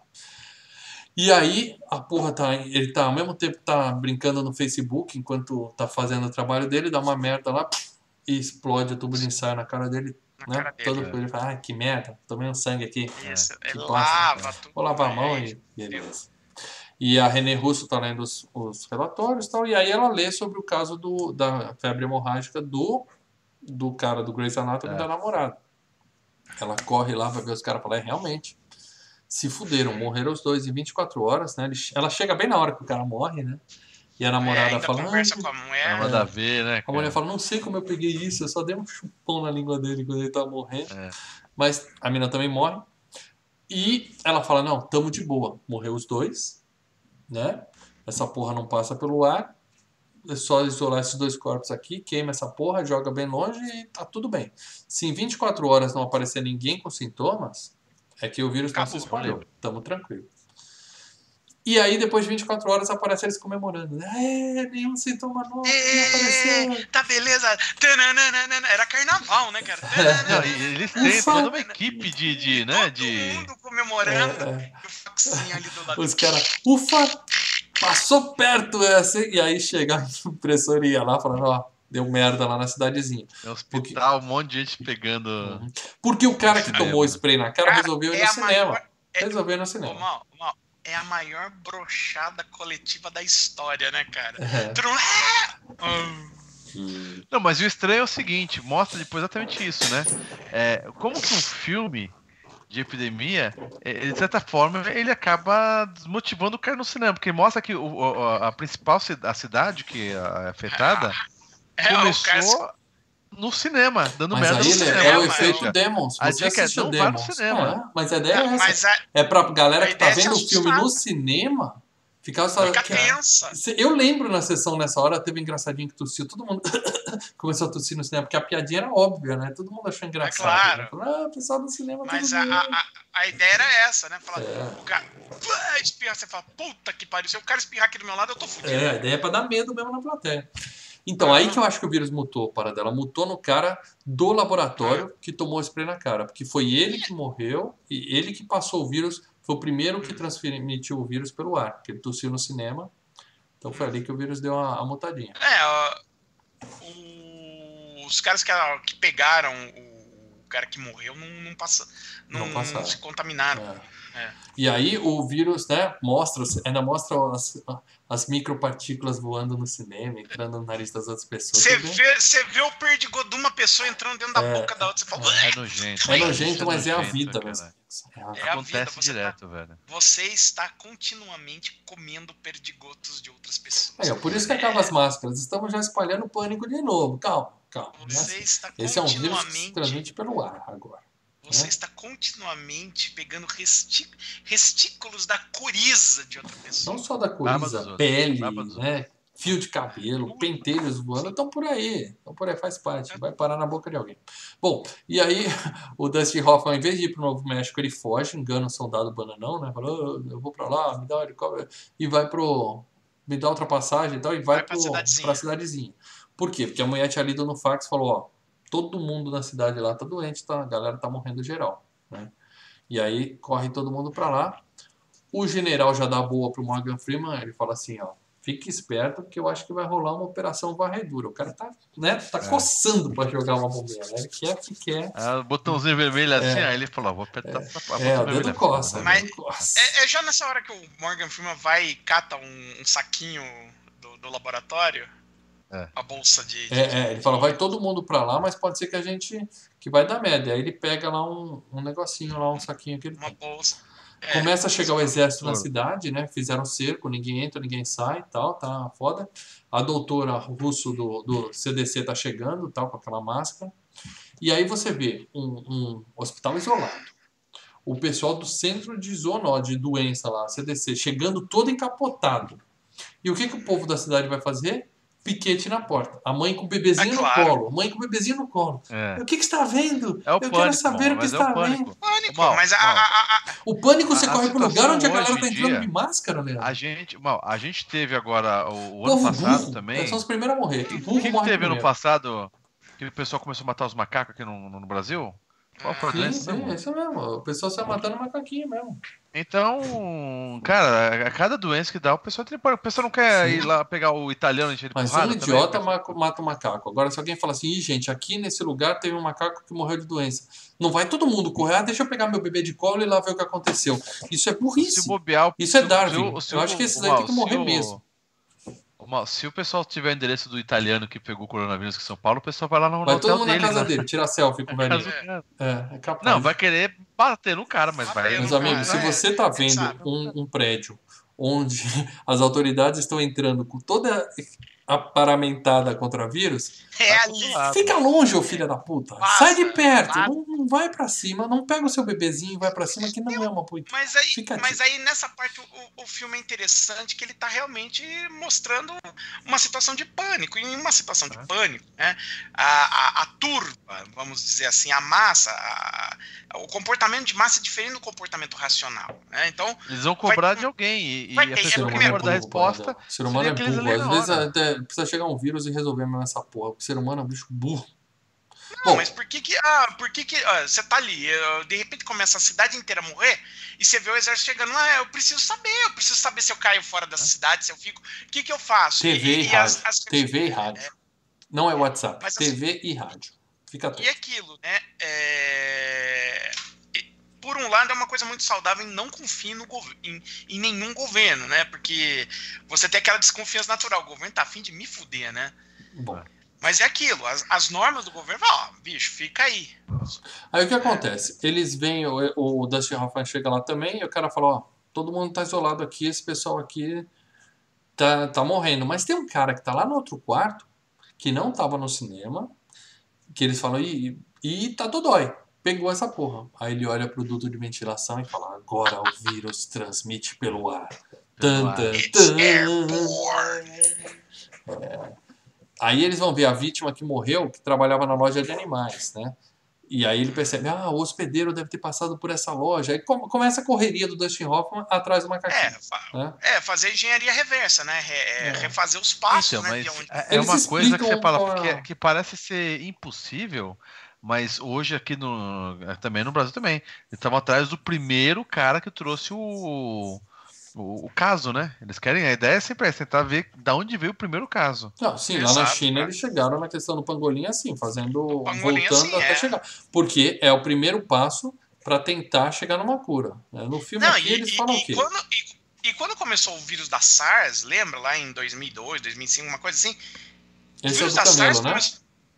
E aí, a porra tá, ele tá, ao mesmo tempo tá brincando no Facebook, enquanto tá fazendo o trabalho dele, dá uma merda lá, e explode o tubo de ensaio na cara dele, na né? Cara dele, Todo é. Ele fala, ah, que merda, tomei um sangue aqui.
Isso,
é,
ele lava tudo.
Vou lavar a mão e beleza. E a René Russo tá lendo os, os relatórios e tal, e aí ela lê sobre o caso do, da febre hemorrágica do do cara do Grey's Anatomy é. da namorada. Ela corre lá, vai ver os caras e fala, é, realmente, se fuderam, morreram os dois em vinte e quatro horas, né? Ela chega bem na hora que o cara morre, né? E a namorada é, fala...
conversa com a mulher.
Ela manda ver, né?
Cara? A mulher fala, não sei como eu peguei isso, eu só dei um chupão na língua dele quando ele tava morrendo. É. Mas a mina também morre. E ela fala, não, tamo de boa. Morreu os dois, né? Essa porra não passa pelo ar. É só isolar esses dois corpos aqui, queima essa porra, joga bem longe e tá tudo bem. Se em vinte e quatro horas não aparecer ninguém com sintomas, é que o vírus não se espalhou. Tamo tranquilo. E aí, depois de vinte e quatro horas, aparece eles comemorando. É, nenhum sintoma novo, não apareceu.
Tá beleza. Era carnaval, né, cara?
Não, eles têm toda uma equipe de... de né,
Todo
de...
mundo comemorando. É, é. E o faxinho ali do lado.
Os caras, ufa, passou perto essa. E aí chega a impressoria lá, falando, ó, deu merda lá na cidadezinha.
É hospital, porque... um monte de gente pegando...
Uhum. Porque o cara que tomou o spray na cara, cara resolveu ir
é
no cinema.
Maior... É...
Resolveu ir no cinema.
Ô, Mal, Mal, é a maior brochada coletiva da história, né, cara?
É.
Tu não...
Não, mas o estranho é o seguinte, mostra depois exatamente isso, né? É, como que um filme de epidemia, ele, de certa forma, ele acaba desmotivando o cara no cinema, porque mostra que o, a, a principal a cidade que é afetada
é,
começou
cara...
no cinema, dando
mas
merda
aí
no cinema.
É o efeito Demons.
A dica é não vá no cinema.
É, mas a ideia é essa.
A...
É pra galera que tá
é
vendo o filme no cinema... Ficar só...
Fica tensa.
Eu lembro na sessão nessa hora, teve um engraçadinho que tossiu, todo mundo começou a tossir no cinema, porque a piadinha era óbvia, né? Todo mundo achou engraçado.
É claro.
Né? Falou, ah, pessoal do cinema,
mas
tudo
a, a, a ideia era essa, né? Falar,
é.
o cara espirra, você fala, puta que pariu, se o cara espirrar aqui do meu lado, eu tô fudido.
É, a ideia é pra dar medo mesmo na plateia. Então, ah, aí que eu acho que o vírus mutou, para dela. Mutou no cara do laboratório ah. que tomou o spray na cara, porque foi ele que morreu e ele que passou o vírus. Foi o primeiro que transmitiu o vírus pelo ar, porque ele tossiu no cinema. Então foi ali que o vírus deu a, a mutadinha.
É, uh, os caras que, que pegaram o cara que morreu não, não, passa, não, não, não se contaminaram.
É. É. E aí o vírus, né, mostra, ainda mostra as, as micropartículas voando no cinema, entrando no nariz das outras pessoas.
Você vê, você vê o perdigoto de uma pessoa entrando dentro da
é,
boca da outra, você fala...
É nojento.
É nojento, mas
é,
é a
nojento,
vida,
cara.
mesmo.
É a vida.
Acontece
Você
direto,
tá,
velho.
Você está continuamente comendo perdigotos de outras pessoas.
É, por isso que acaba as máscaras. Estamos já espalhando pânico de novo. Calma, calma.
Você está
Esse é um vírus que se transmite pelo ar agora.
Você é? está continuamente pegando resti restículos da coriza de outra pessoa.
Não só da coriza, pele, né? Fio de cabelo, pentelhos voando, estão por aí. Estão por aí, faz parte. Vai parar na boca de alguém. Bom, e aí o Dustin Hoffman, em vez de ir para o Novo México, ele foge, engana o soldado bananão, né? Fala, oh, eu vou para lá, me dá um helicóptero. E vai pro... Me dá outra passagem e tal, e vai, vai para a cidadezinha. Por quê? Porque a mulher tinha lido no fax e falou, ó, todo mundo na cidade lá tá doente, tá? A galera tá morrendo geral, né? E aí corre todo mundo para lá. O general já dá boa pro Morgan Freeman, ele fala assim, ó, fique esperto porque eu acho que vai rolar uma operação varredura. O cara tá, né, tá é. coçando para jogar uma bombinha, né? Ele quer que quer.
Ah, botãozinho vermelho assim, é. aí ele falou, vou apertar
é.
essa
É, o dedo coça.
Mas é, é já nessa hora que o Morgan Freeman vai e cata um, um saquinho do, do laboratório. É. A bolsa de, de...
É, é, ele fala, vai todo mundo pra lá, mas pode ser que a gente... que vai dar merda. Aí ele pega lá um, um negocinho, lá um saquinho que ele
Uma
tem.
bolsa.
É, Começa a chegar o exército na cidade, né? Fizeram cerco, ninguém entra, ninguém sai e tal, tá foda. A doutora russo do, do C D C tá chegando, tal, com aquela máscara. E aí você vê um, um hospital isolado. O pessoal do centro de zoonó, de doença lá, C D C, chegando todo encapotado. E o que, que o povo da cidade vai fazer? Piquete na porta. A mãe com o bebezinho é claro. no colo. Mãe com o bebezinho no colo. É. O que, que está vendo?
É o
Eu
pânico,
quero saber
mano,
o que está
é o
vendo.
Pânico,
mal,
mas a,
mal.
A, a, a...
O pânico você
a,
corre
a
pro lugar onde a galera
tá
entrando
dia,
de máscara, Leandro.
A gente, mal, a gente teve agora, o, o
Povo
ano passado
burro.
também...
São os primeiros a morrer.
O que,
burro
que, que
morre
teve
primeiro.
ano passado que o pessoal começou a matar os macacos aqui no, no, no Brasil? Qual foi a doença?
Sim, sim, é isso mesmo. O pessoal sai matando macaquinho mesmo.
Então, cara, a cada doença que dá, o pessoal, tem, o pessoal não quer Sim. ir lá pegar o italiano e encher de
Mas
porrada
um idiota
também,
mata o macaco. Agora, se alguém fala assim, Ih, gente, aqui nesse lugar teve um macaco que morreu de doença. Não vai todo mundo correr, ah, deixa eu pegar meu bebê de colo e lá ver o que aconteceu. Isso é burrice.
Se bobear,
Isso é
se,
Darwin.
se, se,
eu acho que esses aí tem que morrer
o,
mesmo.
Se o pessoal tiver o endereço do italiano que pegou o coronavírus aqui em São Paulo, o pessoal vai lá no,
vai
no hotel
todo mundo
dele,
na casa
né?
dele, tirar selfie com o velhinho. É, é capaz.
Não, vai querer bater no cara, mas vai...
Meus amigos, se você tá vendo um, um prédio onde as autoridades estão entrando com toda a paramentada contra vírus,
é ali.
Fica longe, ô filho da puta. Passa, sai de perto. Não, não vai pra cima. Não pega o seu bebezinho e vai pra cima, que não é uma puta.
Mas aí, mas aí nessa parte o, o filme é interessante, que ele tá realmente mostrando uma situação de pânico. E em uma situação de pânico, né, a, a, a turba, vamos dizer assim, a massa, a, o comportamento de massa é diferente do comportamento racional. Né? Então,
eles vão cobrar
vai,
de alguém e,
vai
e a
ter,
pessoa
é
vai guardar a resposta.
O ser humano é burro. Às vezes até precisa chegar um vírus e resolver mesmo essa porra. O ser humano é um bicho burro.
Não, Bom, mas por que que, ah, por que que ah, você tá ali, de repente começa a cidade inteira a morrer e você vê o exército chegando, ah, eu preciso saber, eu preciso saber se eu caio fora da cidade, se eu fico, o que que eu faço?
T V e, e rádio. As, as... T V e rádio. Não é WhatsApp,
Mas,
T V assim, e rádio. Fica atento.
E aquilo, né? É... Por um lado, é uma coisa muito saudável em não confiar no gov... em, em nenhum governo, né? Porque você tem aquela desconfiança natural. O governo tá afim de me fuder, né?
Bom.
Mas é aquilo, as, as normas do governo, ó, bicho, fica aí.
Aí o que acontece? Eles vêm, o, o Dustin Hoffman chega lá também e o cara fala, ó, todo mundo tá isolado aqui, esse pessoal aqui tá, tá morrendo. Mas tem um cara que tá lá no outro quarto, que não tava no cinema, que eles falam, e, e tá dodói. Pegou essa porra. Aí ele olha pro duto de ventilação e fala, agora o vírus transmite pelo ar. Tan, tan, tan. É. Aí eles vão ver a vítima que morreu, que trabalhava na loja de animais, né? E aí ele percebe, ah, o hospedeiro deve ter passado por essa loja. Aí começa a correria do Dustin Hoffman atrás do macaquinho.
É, fa
né?
é fazer engenharia reversa, né? Re é. Refazer os passos,
então,
né?
Mas
onde...
é uma coisa que você fala, que, que parece ser impossível, mas hoje aqui no... também no Brasil também. Eles estavam atrás do primeiro cara que trouxe o... O, o caso, né? Eles querem, a ideia é sempre essa, tentar ver de onde veio o primeiro caso.
Não, sim,
Exato,
lá na China
cara.
eles chegaram na questão do pangolim assim, fazendo,
pangolim,
voltando
assim,
até
é.
chegar. Porque é o primeiro passo para tentar chegar numa cura. Né? No filme
Não,
aqui
e,
eles
e,
falam
e
o quê?
Quando, e, e quando começou o vírus da SARS, lembra? Lá em dois mil e dois, dois mil e cinco, uma coisa assim?
Esse
o vírus
é o do
da
camelo,
SARS
né?
começou...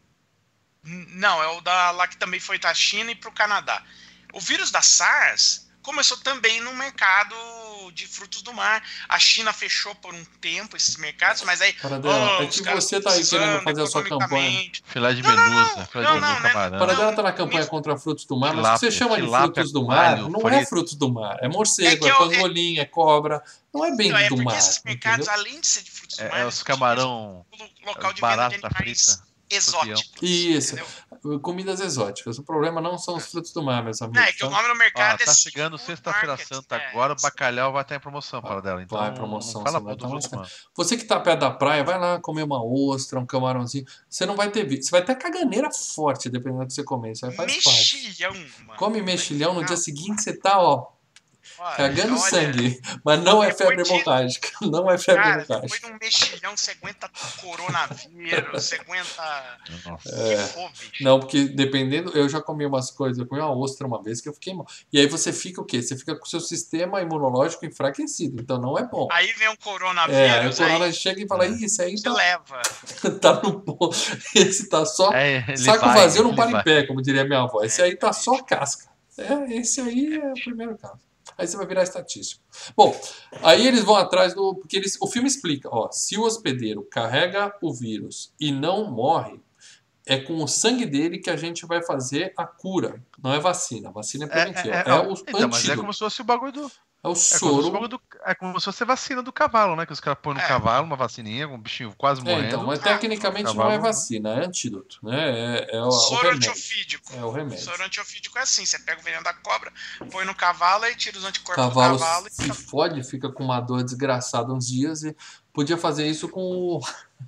Não, é o da lá que também foi da China e pro Canadá. O vírus da SARS começou também no mercado de frutos do mar. A China fechou por um tempo esses mercados, mas aí...
Paradela,
oh,
é que você tá aí querendo fazer a sua campanha.
Filé de
Não, não,
medusa,
não,
filé
não,
de
não,
medusa,
né?
camarão.
Paradela
Não,
tá na campanha
me-
contra frutos do mar, mas o que
Tilápia,
você chama de
tilápia
frutos do
com
mar
alho
não é
frito.
frutos do mar. É morcego,
É
é,
que eu-
pangolim, é cobra. Não é bem
Então, é
do
porque
mar.
esses mercados,
Entendeu?
além de ser de frutos do
É,
mar,
é
eles
os
tinham
camarão,
o local de venda de
barata
animais
frita.
exóticos.
Isso.
Entendeu?
Comidas exóticas. O problema não são os frutos do mar, meus
Não,
amigos.
é que o
tá?
nome no mercado
Ó,
é
tá
seafood
chegando sexta-feira
market,
santa
é.
agora, o bacalhau vai estar em promoção para dela. Então
Vai, promoção,
não fala
você vai
mal do
estar mais
fruto,
caro.
mano.
Você que tá perto da praia, vai lá comer uma ostra, um camarãozinho. Você não vai ter vídeo. Você vai ter caganeira forte, dependendo do que você comer. Isso aí faz parte.
Mexilhão, mano.
Come mexilhão, no
Não,
dia seguinte você tá, ó,
olha,
cagando
olha,
sangue. Mas não é
depois
febre
de-
hemorrágica. Não é febre
Cara, depois
hemorrágica.
de um mexilhão, você aguenta coronavírus, você aguenta...
Nossa.
É.
Que for, bicho.
Não, porque dependendo, eu já comi umas coisas, eu comi uma ostra uma vez que eu fiquei mal. E aí você fica o quê? Você fica com o seu sistema imunológico enfraquecido, então não é bom.
Aí vem um
É, aí o
coronavírus,
corona
aí
chega e fala, ih, esse aí
te
tá,
leva.
tá no ponto. Esse tá só.
É, ele
Saco
vai,
vazio não
ele
para em
vai.
pé, como diria minha avó. Esse
É,
aí tá só casca. É, esse aí é o primeiro caso. Aí você vai virar estatístico. Bom, aí eles vão atrás do. Porque eles, o filme explica: ó, se o hospedeiro carrega o vírus e não morre, é com o sangue dele que a gente vai fazer a cura. Não é vacina. A vacina é
É,
preventiva.
é,
É,
é,
o
então, mas é
antídoto.
como se fosse o bagulho do.
É o
É como, se fosse o
soro.
bagulho do, é como se fosse a vacina do cavalo, né? Que os caras põem no
É.
cavalo uma vacininha, com um bichinho quase
É,
morrendo.
então, mas
Ah,
tecnicamente não
cavalo,
é
né?
vacina, é antídoto. Né? É, é o, o
Soro
remédio.
antiofídico.
É o remédio.
Soro antiofídico é assim, você pega o veneno da cobra, põe no cavalo e tira os
O
anticorpos
cavalo
do cavalo e
se fode, fica com uma dor desgraçada uns dias e podia fazer isso com o,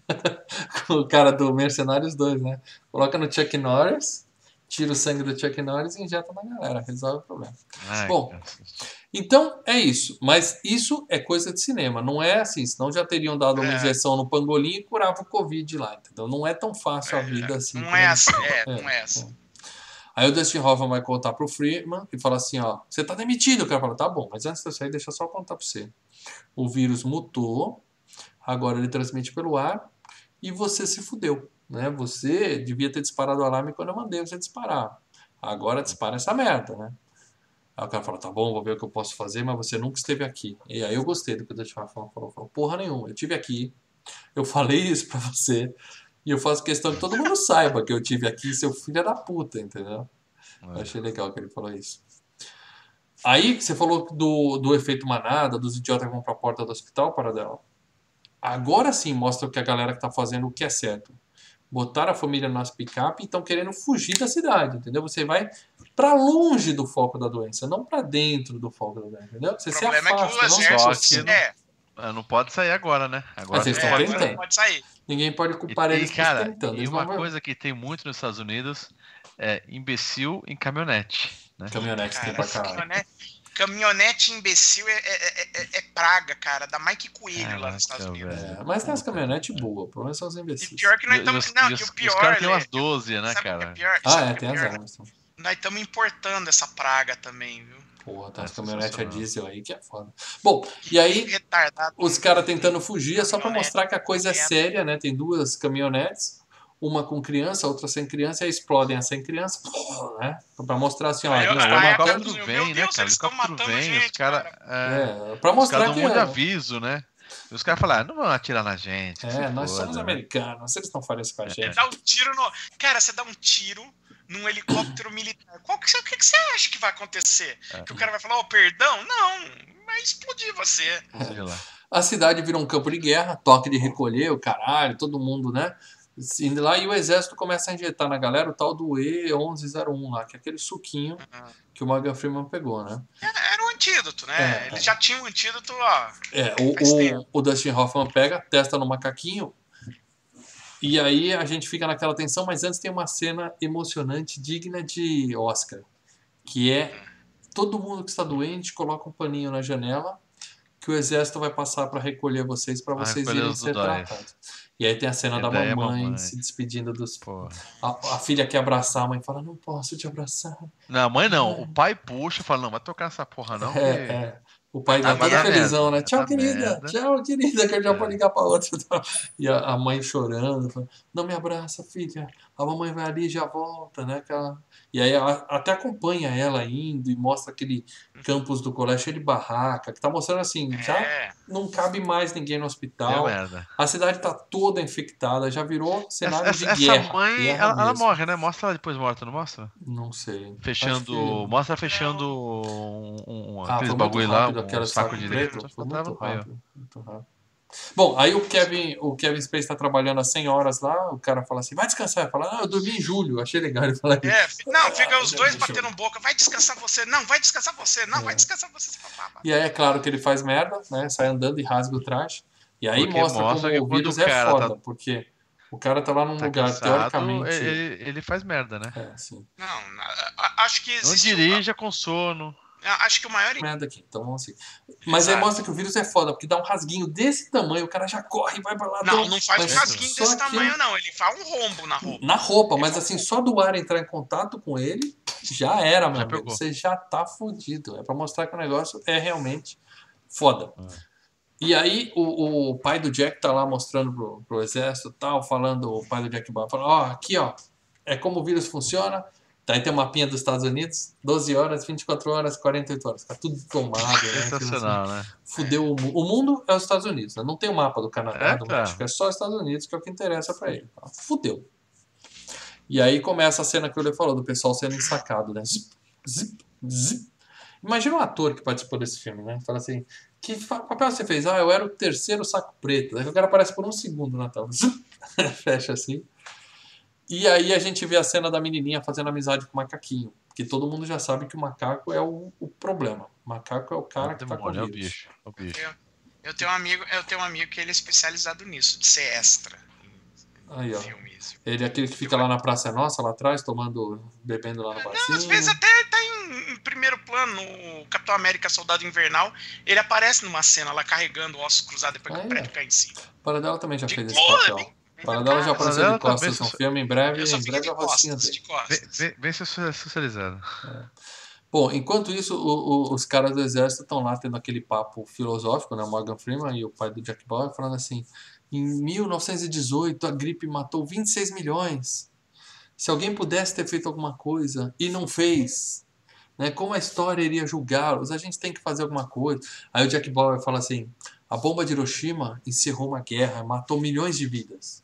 com o cara do Mercenários dois, né? Coloca no Chuck Norris, tira o sangue do Chuck Norris e injeta na galera, resolve o problema.
Ai,
Bom,
cara.
então é isso, mas isso é coisa de cinema, não é assim, senão já teriam dado uma
É.
injeção no pangolim e curava o Covid lá, entendeu? Não é tão fácil a vida assim.
Não
como
é
eles
assim,
falam.
é,
É,
não é assim.
Aí o Dustin Hoffman vai contar pro Freeman e fala assim, ó, você tá demitido. O cara fala, tá bom, mas antes de eu sair, deixa eu só contar pra você. O vírus mutou, agora ele transmite pelo ar e você se fudeu, né? Você devia ter disparado o alarme quando eu mandei você disparar. Agora dispara essa merda, né? Aí o cara fala, tá bom, vou ver o que eu posso fazer, mas você nunca esteve aqui. E aí eu gostei do que o Dustin Hoffman falou. Falou, porra nenhuma, eu estive aqui, eu falei isso pra você e eu faço questão que todo mundo saiba que eu estive aqui, seu filho da puta, entendeu? Eu achei legal que ele falou isso. Aí, você falou do, do efeito manada, dos idiotas que vão pra porta do hospital, Paradela. Agora sim mostra que a galera que tá fazendo o que é certo. Botaram a família nas picape e estão querendo fugir da cidade, entendeu? Você vai pra longe do foco da doença, não pra dentro do foco da doença, entendeu? Você
O
se
problema é que
afasta,
o
não
exército...
Só
associa.
que
É,
Ah, não pode sair agora, né? Agora
Ah, vocês
é,
estão
agora
tentando.
não pode sair.
Ninguém pode
E,
culpar
e,
eles por
cara,
tentando.
e
Eles
uma
vão...
coisa que tem muito nos Estados Unidos é imbecil em caminhonete, né?
Caminhonete tem
Cara,
pra caralho.
caminhonete, caminhonete imbecil é, é, é, é praga, cara. Dá mais que coelho ah, lá nos Estados Unidos.
É, mas tem as caminhonetes boas, o problema são os imbecis.
E pior que nós estamos. Não,
e
o pior.
Os caras têm umas doze, né, cara?
É pior?
Ah, é, tem as armas.
Nós estamos importando essa praga também, viu?
Porra, tem as caminhonetes a diesel aí que é foda. Bom, e aí os caras tentando fugir é só pra mostrar que a coisa é séria, né? Tem duas caminhonetes, uma com criança, outra sem criança, e aí explodem a sem criança, né? Pra mostrar assim, ó.
Aí,
não,
o helicóptero
vem,
vem, né, cara? O helicóptero vem, gente, os caras.
É, pra mostrar
os
que.
Um monte de aviso, né? E os caras falaram, não vão atirar na gente.
É, nós foda, somos né? americanos, vocês não fariam isso com a gente.
Dá um tiro no. Cara, você dá um tiro num helicóptero militar. Qual que, o que, que você acha que vai acontecer? É. Que o cara vai falar, oh, perdão? Não, vai explodir você.
É. A cidade virou um campo de guerra, toque de recolher, o caralho, todo mundo, né? Indo lá, e o exército começa a injetar na galera o tal do E onze zero um lá, que é aquele suquinho uhum. que o Morgan Freeman pegou, né?
Era um antídoto, né? É, Eles é. já tinham um antídoto, ó.
É, o, o, o Dustin Hoffman pega, testa no macaquinho. E aí a gente fica naquela tensão, mas antes tem uma cena emocionante, digna de Oscar, que é todo mundo que está doente coloca um paninho na janela que o exército vai passar para recolher vocês, para vocês irem ser tratados. E aí tem a cena e da mamãe, mamãe se despedindo dos... A, a filha quer abraçar, a mãe fala, não posso te abraçar.
Não, a mãe não, é. o pai puxa, fala, não, vai tocar essa porra não.
É,
que...
é. O pai tá todo felizão, né? Tchau, querida. Merda. Tchau, querida, que eu já é. vou ligar pra outra. E a, a mãe chorando. Fala, não me abraça, filha. A mamãe vai ali e já volta, né? Aquela... E aí a, até acompanha ela indo e mostra aquele campus do colégio cheio de barraca, que tá mostrando assim, é. já não cabe mais ninguém no hospital.
É
a cidade tá toda infectada, já virou cenário
essa,
de
essa
guerra.
Essa mãe,
guerra
ela, ela morre, né? Mostra ela depois morta, não mostra?
Não sei.
Fechando, que... mostra fechando um, um,
ah,
aqueles bagulho lá,
um
saco de
preto. Foi muito rápido, muito rápido. Bom, aí o Kevin, o Kevin Spacey está trabalhando há cem horas lá, o cara fala assim, vai descansar. Fala, ah, eu dormi em julho, achei legal ele falar
é, isso. Não, fica ah, os dois batendo boca, vai descansar você, não, vai descansar você, não, é. vai descansar você.
E aí é claro que ele faz merda, né, sai andando e rasga o traje, e aí porque mostra, mostra como o vírus o é foda, tá... porque o cara tá lá num tá lugar, cansado, teoricamente...
Ele, ele faz merda, né?
É, sim.
Não, acho que existe...
Não dirija uma... com sono...
Acho que o maior...
Merda aqui, então vamos assim. Mas Exato. Aí mostra que o vírus é foda, porque dá um rasguinho desse tamanho, o cara já corre e vai pra lá.
Não, não faz um rasguinho desse que... tamanho, não. Ele faz um rombo na roupa.
Na roupa, mas assim, só do ar entrar em contato com ele, já era, meu já amigo. Você já tá fudido. É pra mostrar que o negócio é realmente foda. Ah. E aí o, o pai do Jack tá lá mostrando pro, pro exército e tal, falando, o pai do Jack Bauer, falando, ó, aqui ó, é como o vírus funciona. Aí tem um mapinha dos Estados Unidos, doze horas, vinte e quatro horas, quarenta e oito horas. Tá tudo tomado. Né?
Sensacional, assim,
né? Fudeu o mundo. O mundo é os Estados Unidos, né? Não tem o um mapa do Canadá, é, do México. É só os Estados Unidos que é o que interessa pra ele. Fudeu. E aí começa a cena que o Lê falou, do pessoal sendo ensacado, né? Zip, zip, zip. Imagina um ator que participou desse filme, né? Fala assim, que papel você fez? Ah, eu era o terceiro saco preto. Aí o cara aparece por um segundo na tela. Fecha assim. E aí a gente vê a cena da menininha fazendo amizade com o macaquinho. Porque todo mundo já sabe que o macaco é o, o problema. O macaco é o cara que tá com o vírus.
É o bicho. É o bicho.
Eu, eu, tenho um amigo, eu tenho um amigo que ele é especializado nisso, de ser extra. Em,
aí, ó.
Filmes.
Ele é aquele que fica lá na Praça Nossa, lá atrás, tomando, bebendo lá no barzinho.
Não, às vezes até ele tá em, em primeiro plano, no Capitão América Soldado Invernal. Ele aparece numa cena lá carregando ossos cruzados depois que o prédio cai em cima.
O Paradela também já
de
fez
boa,
esse papel. O Paradela já apareceu de costas no filme, em breve,
em
breve a rocinha dele.
Vem, vem ser socializado.
É. Bom, enquanto isso, o, o, os caras do exército estão lá tendo aquele papo filosófico, né? O Morgan Freeman e o pai do Jack Bauer falando assim, em mil novecentos e dezoito a gripe matou vinte e seis milhões. Se alguém pudesse ter feito alguma coisa e não fez, né? Como a história iria julgá-los? A gente tem que fazer alguma coisa. Aí o Jack Bauer fala assim, a bomba de Hiroshima encerrou uma guerra, matou milhões de vidas.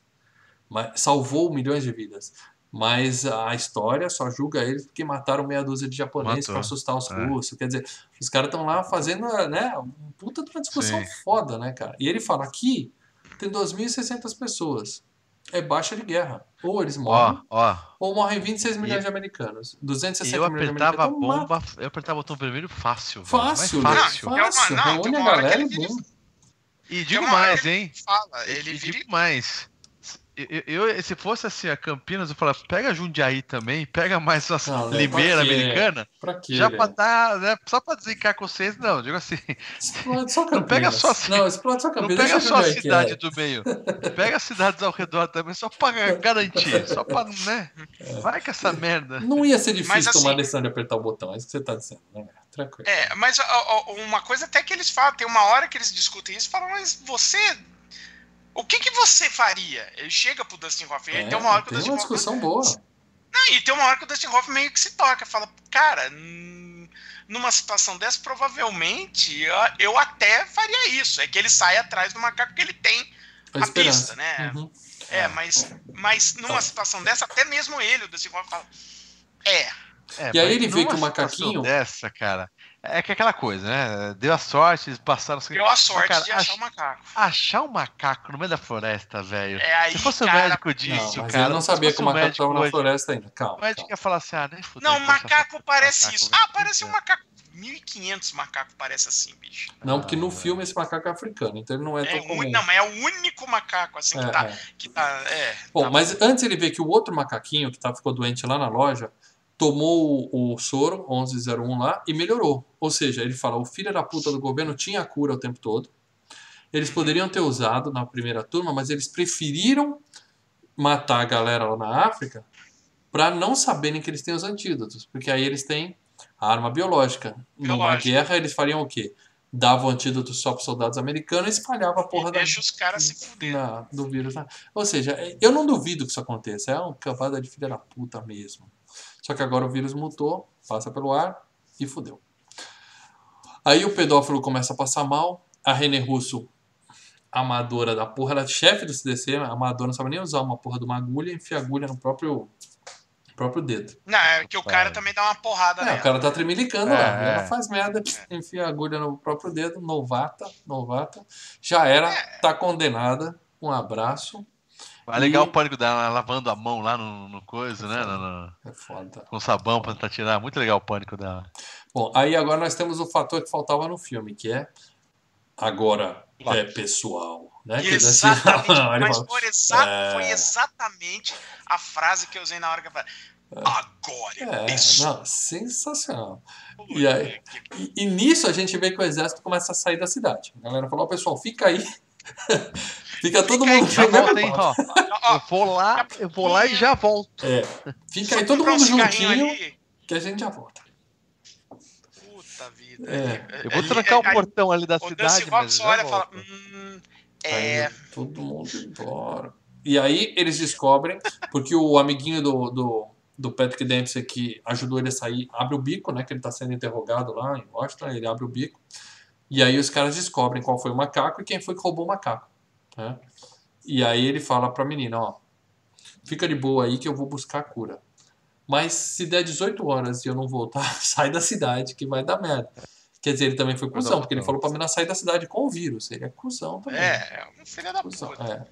Salvou milhões de vidas. Mas a história só julga eles porque mataram meia dúzia de japoneses para assustar os é. russos. Quer dizer, os caras estão lá fazendo, né, um puta de uma discussão Sim. foda, né, cara? E ele fala, aqui tem duas mil e seiscentas pessoas. É baixa de guerra. Ou eles morrem,
ó, ó.
ou morrem vinte e seis milhões e... de americanos. duzentos e sessenta
eu
milhões de
apertava a
americanos.
bomba, eu apertava o botão vermelho fácil.
Fácil,
velho.
fácil. Não, fácil. Não, Reúne a galera e bom.
E digo mais, hein?
Fala, ele
e
vira...
digo mais. Eu, eu, se fosse assim, a Campinas, eu falava, pega Jundiaí também, pega mais uma
Não, né?
Limeira
Pra quê?
Americana.
Pra quê,
já
velho?
pra dar, né? Só pra desencar com vocês, não, digo assim.
Explode só
Não pega
Campinas.
só a ci-
Não, explode só
Não
Campinas.
pega
Deixa
só a
Jundiaí
cidade
quieto.
do meio. Pega as cidades ao redor também, só pra garantir. Só pra, né? Vai com essa merda.
Não ia ser difícil
Mas, assim,
tomar a decisão de apertar o botão, é isso que você tá dizendo, né? Tranquilo.
É, mas ó, ó, uma coisa até que eles falam, tem uma hora que eles discutem isso e falam, mas você. O que, que você faria? Ele chega pro Dustin Hoffman,
É,
tem uma hora que o
tem
Dustin
uma
Hoffman.
discussão boa.
Não, e tem uma hora que o Dustin Hoffman meio que se toca, fala, cara, hum, numa situação dessa, provavelmente eu, eu até faria isso. É que ele sai atrás do macaco que ele tem
A
a
esperança.
pista, né?
Uhum.
É, mas, mas numa situação dessa, até mesmo ele, o Dustin Hoffman, fala, é.
É,
E aí
mas
ele vê
numa
que o
situação
macaquinho-
dessa, cara, é que é aquela coisa, né? Deu a sorte, eles passaram.
Deu a sorte
Cara,
de achar
ach-
o macaco.
Achar um macaco no meio da floresta, velho.
É aí,
Se fosse o
cara,
médico
Não,
disso,
mas
cara.
ele não
se
sabia
fosse
que o
um
macaco
médico
estava na
hoje,
floresta ainda. Calma.
O médico
calma.
ia falar assim, ah, nem fudeu.
Não,
que eu achar
macaco
esse
parece
macaco,
isso.
velho.
Ah, parece um macaco. mil e quinhentos macacos parece assim, bicho.
Não, porque no
Ah.
filme esse macaco é africano, então ele não é,
É
tão
o,
comum.
não, mas é o único macaco assim que
É,
tá.
é.
Que tá é,
Bom,
tá-
mas antes ele vê que o outro macaquinho que tá, ficou doente lá na loja tomou o, o soro onze zero um lá e melhorou. Ou seja, ele fala, o filho da puta do governo tinha a cura o tempo todo. Eles poderiam ter usado na primeira turma, mas eles preferiram matar a galera lá na África para não saberem que eles têm os antídotos, porque aí eles têm a arma biológica. Numa
Biológica.
guerra eles fariam o quê? Davam antídoto só para os soldados americanos e espalhava a porra
e
da,
deixa os caras se fuderem.
na- do vírus. Né? Ou seja, eu não duvido que isso aconteça. É uma cavada de filha da puta mesmo. Só que agora o vírus mutou, passa pelo ar e fudeu. Aí o pedófilo começa a passar mal. A René Russo, amadora da porra, ela é chefe do C D C, amadora, não sabe nem usar uma porra de uma agulha e enfia a agulha no próprio, próprio dedo.
Não, é que o cara também dá uma porrada
É,
nela.
o cara tá tremilicando
É,
lá.
é.
Ela faz merda, enfia a agulha no próprio dedo, novata, novata. Já era, tá condenada. Um abraço.
Mas legal
E-
o pânico dela lavando a mão lá no, no coisa, né? no- no-
É foda.
com sabão pra tentar tirar. Muito legal o pânico dela.
Bom, aí agora nós temos o fator que faltava no filme, que é agora é pessoal. Né? Que assim,
Exatamente.
ele
Mas
fala,
foi, exa-
é.
foi exatamente a frase que eu usei na hora que eu falei. Agora é,
É,
pessoal.
não, sensacional. E, aí, e, e nisso a gente vê que o exército começa a sair da cidade. A galera falou, ó, pessoal, fica aí. Fica todo
Fica aí,
mundo
já
jogando
volta, hein,
bola.
ó. Eu vou lá, eu vou lá e já volto.
É, fica aí
Só
todo
comprar um
mundo
cigarrinho
juntinho
ali.
que a gente já volta.
Puta vida.
É.
Eu vou
Ali-
trancar o
aí-
portão ali da
O
cidade,
Dustin
mas
Hoffman
já
olha e fala,
volto.
hum,
Tá
é...
indo todo mundo embora. E aí eles descobrem, porque o amiguinho do, do, do Patrick Dempsey que ajudou ele a sair, abre o bico, né? Que ele tá sendo interrogado lá em Washington, ele abre o bico. E aí os caras descobrem qual foi o macaco e quem foi que roubou o macaco. Né? E aí ele fala pra menina, ó, fica de boa aí que eu vou buscar a cura. Mas se der dezoito horas e eu não voltar, sai da cidade que vai dar merda. Quer dizer, ele também foi
Vai dar
cuzão, porque ele
botão.
falou pra menina sair da cidade com o vírus. Ele é cuzão também.
É, é um filho da
Cuzão,
puta.
é.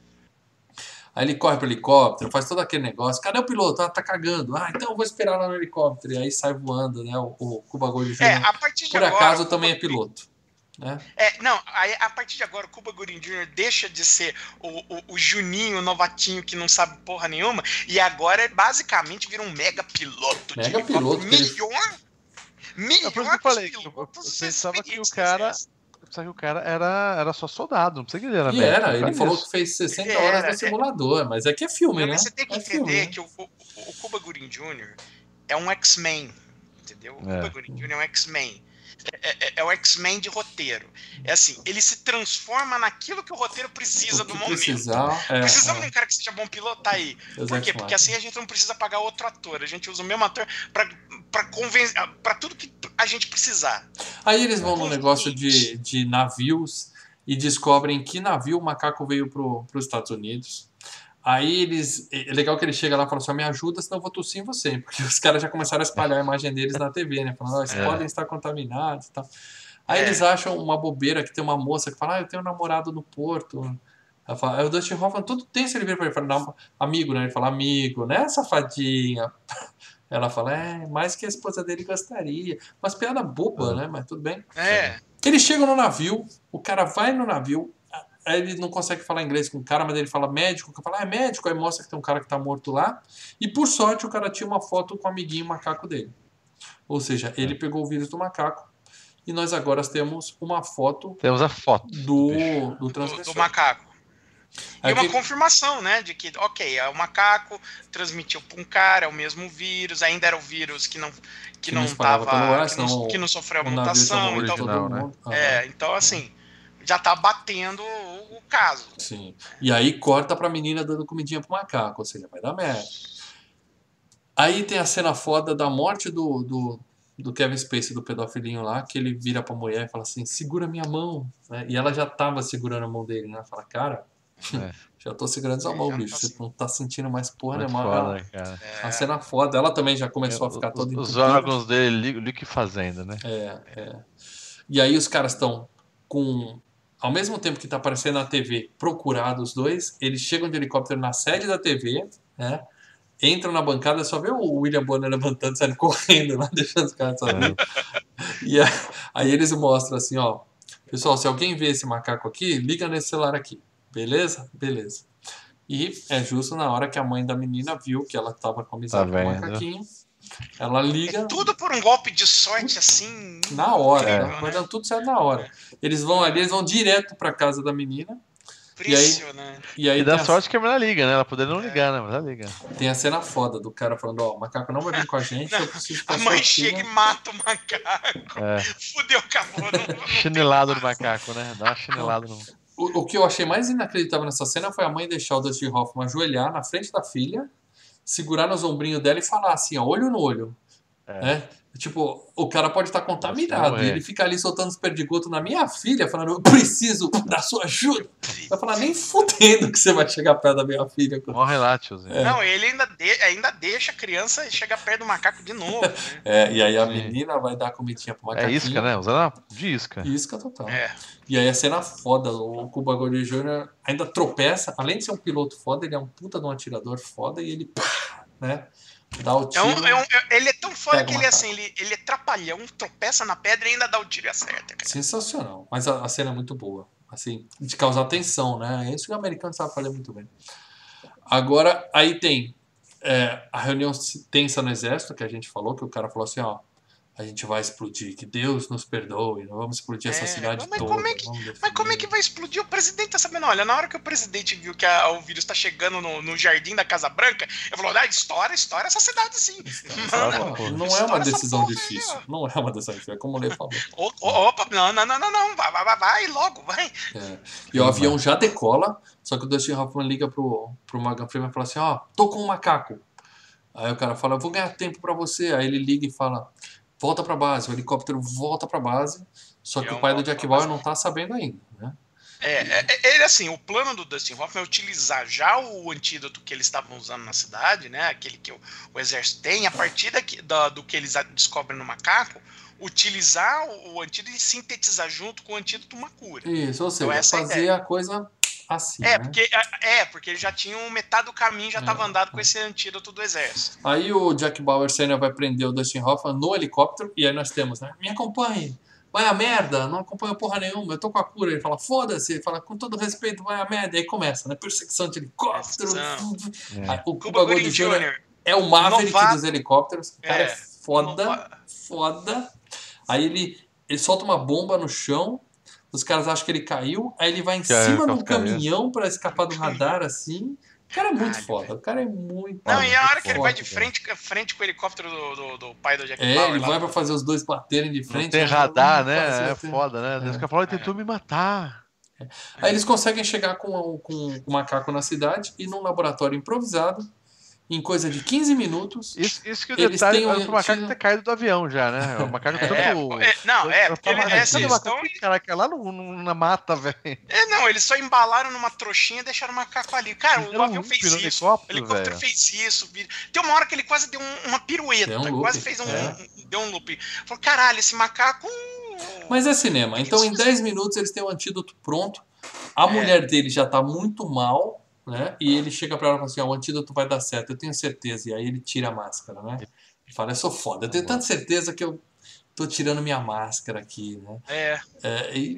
Aí ele corre pro helicóptero, faz todo aquele negócio. Cadê o piloto? Ah, tá cagando. Ah, então eu vou esperar lá no helicóptero. E aí sai voando, né? O, o Cuba Gooding
É,
Júnior
a partir de
por
agora...
acaso
o
também é
Cuba-
piloto. Né?
É, não, aí, a partir de agora o Cuba Gooding Júnior deixa de ser o, o, o Juninho, o novatinho que não sabe porra nenhuma, e agora basicamente vira um mega piloto.
Mega
de
piloto, que ele-
Melhor, melhor
É por isso que eu falei, que eu-
pilotos
eu pensava que o
experientes
cara-
desse.
Só que o cara era, era só soldado, não precisa que ele era
E
médico,
era,
ele
ele
faz
falou
isso.
que fez sessenta
Ele
horas
era,
no
é.
simulador, mas aqui é filme,
Não,
né?
mas você tem que
é
entender
filme, né?
que o, o, o Cuba Gooding Júnior é um X-Men, entendeu? O
É.
Cuba Gooding Júnior é um X-Men. É, é- é o X-Men de roteiro. É assim, ele se transforma naquilo que o roteiro precisa
O
do
que
momento.
precisar, é,
Precisamos de
é.
um cara que seja bom piloto, tá aí. Por
Exato,
quê? Porque
Marcos.
assim a gente não precisa pagar outro ator. A gente usa o mesmo ator pra, pra convencer, pra tudo que a gente precisar.
Aí eles vão no negócio de, de navios e descobrem que navio o macaco veio pro, pros Estados Unidos. Aí eles. É legal que ele chega lá e fala assim: me ajuda, senão eu vou tossir em você. Porque os caras já começaram a espalhar a imagem deles na T V, né? Falando, ó, eles
É.
podem estar contaminados e tal. Aí
É.
eles acham uma bobeira que tem uma moça que fala: ah, eu tenho um namorado no Porto. Ela fala, aí o Dustin Hoffman, tudo tem se ele vira pra ele, fala, não, amigo, né? Ele fala, amigo, né, safadinha? Ela fala, é, mais que a esposa dele gostaria. Umas piada boba, né? Mas tudo bem.
É.
Eles chegam no navio, o cara vai no navio, aí ele não consegue falar inglês com o cara, mas ele fala médico, o cara fala, ah, é médico, aí mostra que tem um cara que tá morto lá, e por sorte o cara tinha uma foto com o amiguinho macaco dele. Ou seja, ele pegou o vírus do macaco, e nós agora temos uma foto...
Temos a foto
do, do, do
transmissor. Do, do macaco. E Aqui... uma confirmação, né, de que, ok, é o macaco transmitiu para um cara, é o mesmo vírus, ainda era o vírus que não que, que não estava, que, não, que não sofreu a mutação, então, original, né? É, então assim, já tá batendo o, o caso.
Sim. E aí corta pra menina dando comidinha pro macaco, ou seja, vai dar merda. Aí tem a cena foda da morte do, do, do Kevin Spacey, do pedofilinho lá, que ele vira pra mulher e fala assim, segura minha mão, né? E ela já tava segurando a mão dele, né? Fala, cara... É. Já tô segurando sua mão, bicho. Você não tá sentindo mais porra nenhuma.
Foda, cara.
A cena foda. Ela também já começou é, a ficar toda
Os órgãos dele, Lick fazendo, né?
É, é. E aí os caras estão com... Ao mesmo tempo que tá aparecendo na T V, procurados os dois, eles chegam de helicóptero na sede da T V, né? Entram na bancada, só vê o William Bonner levantando, saindo correndo lá, deixando os caras sozinhos. E aí, aí eles mostram assim, ó. Pessoal, se alguém vê esse macaco aqui, liga nesse celular aqui. Beleza? Beleza. E é justo na hora que a mãe da menina viu que ela tava com amizade tá com o macaquinho. Ela liga...
É tudo por um golpe de sorte, assim...
Na hora, é. Né? Vai dando tudo certo na hora. Eles vão ali, eles vão direto pra casa da menina. E aí,
e aí e dá sorte a... que a menina liga, né? Ela poderia não ligar, né? Mas ela liga.
Tem a cena foda do cara falando, ó, oh, o macaco não vai vir com a gente, não, eu preciso
a mãe chega e mata o macaco. É. Fudeu, acabou. Não, não
chinelado no macaco, né? Dá uma chinelada no...
O, o que eu achei mais inacreditável nessa cena foi a mãe deixar o Dustin Hoffman ajoelhar na frente da filha, segurar nos ombrinhos dela e falar assim, ó, olho no olho. É. Né? Tipo, o cara pode estar contaminado e ele fica ali soltando os perdigotos na minha filha, falando, eu preciso da sua ajuda. Vai falar, nem fudendo que você vai chegar perto da minha filha.
Morre lá, tiozinho.
É. Não, ele ainda, de, ainda deixa a criança chegar perto do macaco de novo. Né?
É, e aí a menina vai dar comidinha pro macaquinho.
É isca, né? Usando a de isca.
Isca total.
É.
E aí a cena foda, o Cuba Gooding Júnior ainda tropeça, além de ser um piloto foda, ele é um puta de um atirador foda e ele, pá, né? Dá o tiro,
é um, é um, ele é tão foda que ele, assim, ele, ele é trapalhão, tropeça na pedra e ainda dá o tiro e acerta. Cara.
Sensacional. Mas a, a cena é muito boa. Assim, de causar tensão, né? É isso que o americano sabe fazer muito bem. Agora, aí tem é, a reunião tensa no exército, que a gente falou, que o cara falou assim, ó, a gente vai explodir, que Deus nos perdoe, não vamos explodir é, essa cidade
mas
toda.
Como é que, mas como é que vai explodir? O presidente tá sabendo, olha, na hora que o presidente viu que a, o vírus tá chegando no, no jardim da Casa Branca, ele falou, ah, estoura, estoura essa cidade sim.
Mano, não, não é uma decisão difícil, aí, não é uma decisão difícil, é como o Lê falou.
O, o, opa, não, não, não, não, não, vai, vai, vai, logo, vai.
É. E o avião já decola, só que o Dustin Hoffman liga pro, pro Morgan Freeman e fala assim, ó, tô com um macaco. Aí o cara fala, eu vou ganhar tempo pra você. Aí ele liga e fala... Volta pra base, o helicóptero volta pra base, só que é o pai do Jack Bauer não tá sabendo ainda, né?
É, é, ele assim, o plano do Dustin Hoffman é utilizar já o antídoto que eles estavam usando na cidade, né? Aquele que o, o exército tem, a partir daqui, do, do que eles descobrem no macaco, utilizar o, o antídoto e sintetizar junto com o antídoto uma cura.
Isso, ou seja, então, fazer a coisa assim,
é,
né?
porque, é, porque eles já tinham metade do caminho, já estava é, andado com esse antídoto do exército.
Aí o Jack Bauer Sênior vai prender o Dustin Hoffman no helicóptero, e aí nós temos, né? Me acompanhe, vai a merda, não acompanha porra nenhuma, eu tô com a cura. Ele fala, foda-se, ele fala, com todo respeito, vai a merda. E aí começa, né? Perseguição de helicóptero.
É.
Aí, o Cuba Gooding Júnior é o Maverick Nova... dos helicópteros, o cara é, é foda, Nova... foda. Aí ele, ele solta uma bomba no chão. Os caras acham que ele caiu, aí ele vai em que cima de um caminhão pra escapar do radar, assim. O cara é muito Caralho, foda, velho. O cara é muito
Não,
foda,
e a hora que
foda,
ele vai de frente, frente com o helicóptero do, do, do pai do Jack
É,
Bauer,
ele vai
lá,
pra fazer os dois baterem de frente.
Não tem radar, né? Fazer, é foda, né? Deus que falou, ele tentou me matar.
É. Aí eles conseguem chegar com, com, com o macaco na cidade e num laboratório improvisado, em coisa de quinze minutos.
Isso, isso que o detalhe é o macaco ter caído do avião já, né? O macaco
é,
todo...
É, não, é, porque ele, é,
assim, eles estão... Caraca, lá no, no, na mata, velho.
É, não, eles só embalaram numa trouxinha e deixaram o macaco ali. Cara, o avião fez isso, helicóptero, o helicóptero véio. fez isso. Tem uma hora que ele quase deu um, uma pirueta, um quase fez um, é. um... Deu um loop. Falou, caralho, esse macaco...
Mas é cinema, então em dez minutos eles têm o antídoto pronto. A é. mulher dele já tá muito mal... Né? E ele chega pra ela e fala assim, ó, o antídoto vai dar certo, eu tenho certeza. E aí ele tira a máscara, né? Ele fala, eu sou foda, eu tenho tanta certeza que eu tô tirando minha máscara aqui, né?
É.
é e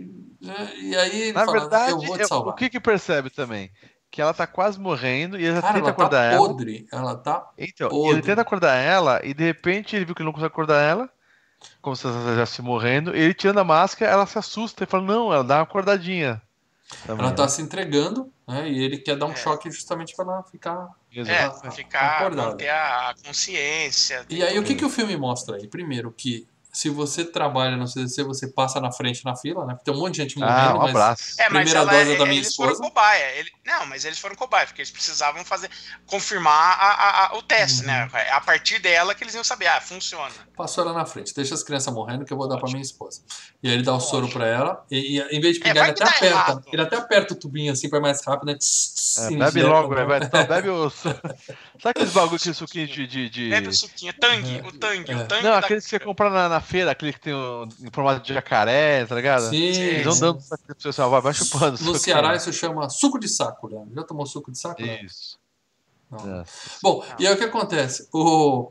E aí ele
Na
fala,
verdade,
eu vou te
eu-
salvar.
o que que percebe também? Que ela tá quase morrendo e ele
Cara,
tenta
ela tá
acordar ela.
podre. Ela tá
Então, e ele
podre.
tenta acordar ela e de repente ele viu que ele não consegue acordar ela, como se ela estivesse morrendo. Ele tirando a máscara, ela se assusta e fala: Não, ela dá uma acordadinha. Também,
Ela tá
né?
se entregando, né? E ele quer dar um
É.
choque justamente para ela ficar
É,
a- a-
ficar,
acordada.
manter a consciência.
E aí, o que, que o filme mostra aí? Primeiro, que se você trabalha no C D C, você passa na frente na fila, né? Tem um monte de gente
Ah,
morrendo,
um
mas
abraço.
É, mas
primeira
ela,
dose é da
é-
minha
eles foram
esposa.
cobaia. Ele, não, mas eles foram cobaia, porque eles precisavam fazer, confirmar a- a- a- o teste,
Uhum.
né? A partir dela que eles iam saber, ah, funciona.
Passou ela na frente, deixa as crianças morrendo que eu vou dar pra
Lógico.
minha esposa. E aí ele dá o soro
Lógico.
pra ela, e, e em vez de
É,
pingar,
vai
ele
que
até
dá
aperta.
errado.
Ele até aperta o tubinho assim pra ir mais rápido, né? Tss, tss,
É,
injeta,
bebe logo,
né?
vai, vai. Não, bebe o. Sabe aqueles bagulho, aquele suquinho de. de, de-
Bebe o suquinho, tangue, o tangue,
É.
o tangue
Não,
da...
aqueles que você compra na, na feira, aquele que tem um, em formato de jacaré, tá ligado?
Sim.
Eles vão dando pra você, assim, ó, vai, vai chupando.
No
suquinho.
Ceará isso chama suco de saco, né? Já tomou suco de saco? Né?
Isso.
Não.
Nossa.
Bom, e aí o que acontece? O...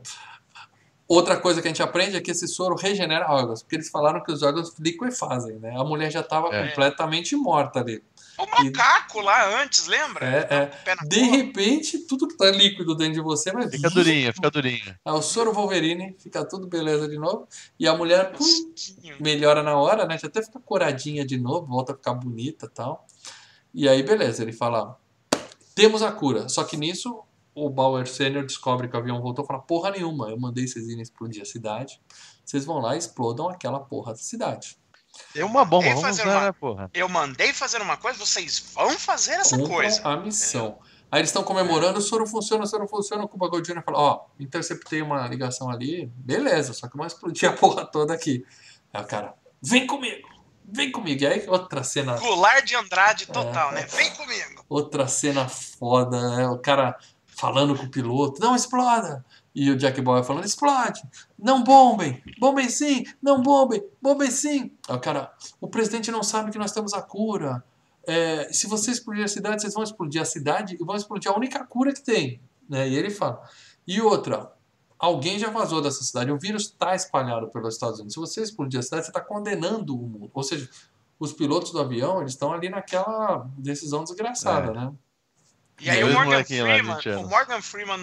Outra coisa que a gente aprende é que esse soro regenera órgãos, porque eles falaram que os órgãos liquefazem, né? A mulher já estava
É.
completamente morta ali.
O macaco lá antes, lembra?
É, é.
Com o pé na
De
cova.
repente, tudo que tá líquido dentro de você vai...
Fica durinha, fica durinha.
Aí o soro Wolverine, fica tudo beleza de novo. E a mulher pum,
Mosquinho.
melhora na hora, né? Já até fica coradinha de novo, volta a ficar bonita e tal. E aí, beleza, ele fala: temos a cura. Só que nisso, o Bauer Sênior descobre que o avião voltou e fala: porra nenhuma, eu mandei vocês irem explodir a cidade. Vocês vão lá e explodam aquela porra da cidade.
Tem uma bomba,
Mandei
vamos
fazer
usar,
uma-
né, porra?
Eu mandei fazer uma coisa, vocês vão fazer essa
Cumpram
coisa.
a missão. Aí eles estão comemorando, o soro funciona, o soro funciona. O Cuba Gold Júnior fala: ó, interceptei uma ligação ali, beleza, só que vão explodir a porra toda aqui. Aí o cara: vem comigo, vem comigo. E aí outra cena,
Goulart de Andrade total, né? Vem comigo.
outra cena foda, né? O cara falando com o piloto: não exploda. E o Jack Bauer falando: explode, não bombem, bombem sim, não bombem, bombem sim. Aí o cara: o presidente não sabe que nós temos a cura. É, se vocês explodirem a cidade, vocês vão explodir a cidade e vão explodir a única cura que tem. Né? E ele fala: e outra, alguém já vazou dessa cidade, o vírus está espalhado pelos Estados Unidos. Se você explodir a cidade, você está condenando o mundo. Ou seja, os pilotos do avião, eles estão ali naquela decisão desgraçada,
É.
né?
E aí
Dois
o Morgan
molequinhos lá de
Freeman,
vinte
o
anos.
Morgan Freeman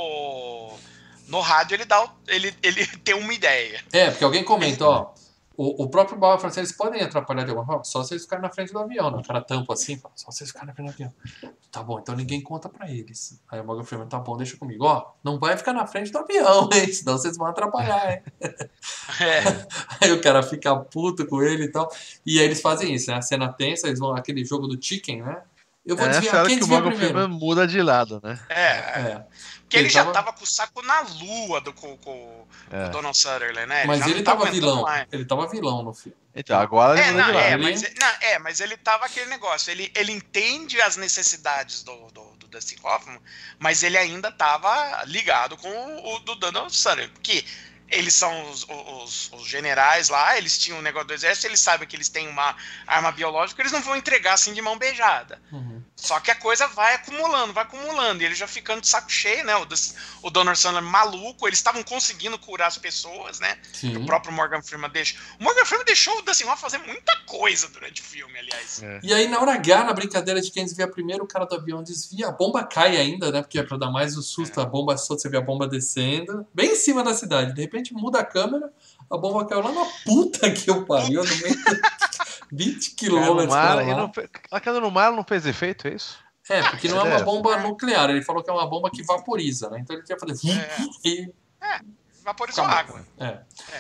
no, no rádio, ele, dá o- ele, ele tem uma ideia.
É, porque alguém comenta, ó, o, o próprio Bauer fala assim: eles podem atrapalhar de alguma forma, só se eles ficarem na frente do avião, né? O cara tampa assim, fala: só se eles ficarem na frente do avião. Tá bom, então ninguém conta pra eles. Aí o Morgan Freeman: tá bom, deixa comigo. Ó, não vai ficar na frente do avião, hein? Senão vocês vão atrapalhar, hein?
É,
Aí o cara fica puto com ele e tal. E aí eles fazem isso, né? A cena tensa, eles vão aquele jogo do chicken, né? Eu vou
É essa
desviar,
hora
quem
que o
desvia
Morgan
primeiro?
Freeman muda de lado, né?
é.
É.
Porque ele,
Ele
já
tava-
tava com o saco na lua do, com, com
É.
o Donald Sutherland, né?
Mas
já
ele
não
tava
aguentando
vilão.
mais.
Ele tava vilão no filme.
Então, agora
É,
ele muda
não,
de lado.
é,
Ele-
mas, não, é, mas ele tava aquele negócio. Ele, ele entende as necessidades do, do, do Dustin Hoffman, mas ele ainda tava ligado com o do Donald Sutherland. Porque eles são os, os, os generais lá, eles tinham um negócio do exército, eles sabem que eles têm uma arma biológica, eles não vão entregar assim de mão beijada.
Uhum.
Só que a coisa vai acumulando, vai acumulando, e ele já ficando de saco cheio, né? O, Dus- o Donald Sutherland maluco, eles estavam conseguindo curar as pessoas, né?
Sim.
O próprio Morgan Freeman deixou. O Morgan Freeman deixou o Dustin Hoffman fazer muita coisa durante o filme, aliás.
É.
E aí, na hora H, na brincadeira de quem desvia primeiro, o cara do avião desvia, a bomba cai ainda, né? Porque é pra dar mais o susto, a bomba solta, você vê a bomba descendo, bem em cima da cidade. De repente muda a câmera, a bomba caiu lá na puta que eu pariu, no meio de vinte
Caiu no
quilômetros pra
mar e
lá.
não fe- ela caiu no mar, não fez efeito, é isso?
É, porque não é uma
É.
bomba nuclear, ele falou que é uma bomba que vaporiza, né? Então ele quer fazer...
É.
E...
Vaporizou
acabou.
água.
É.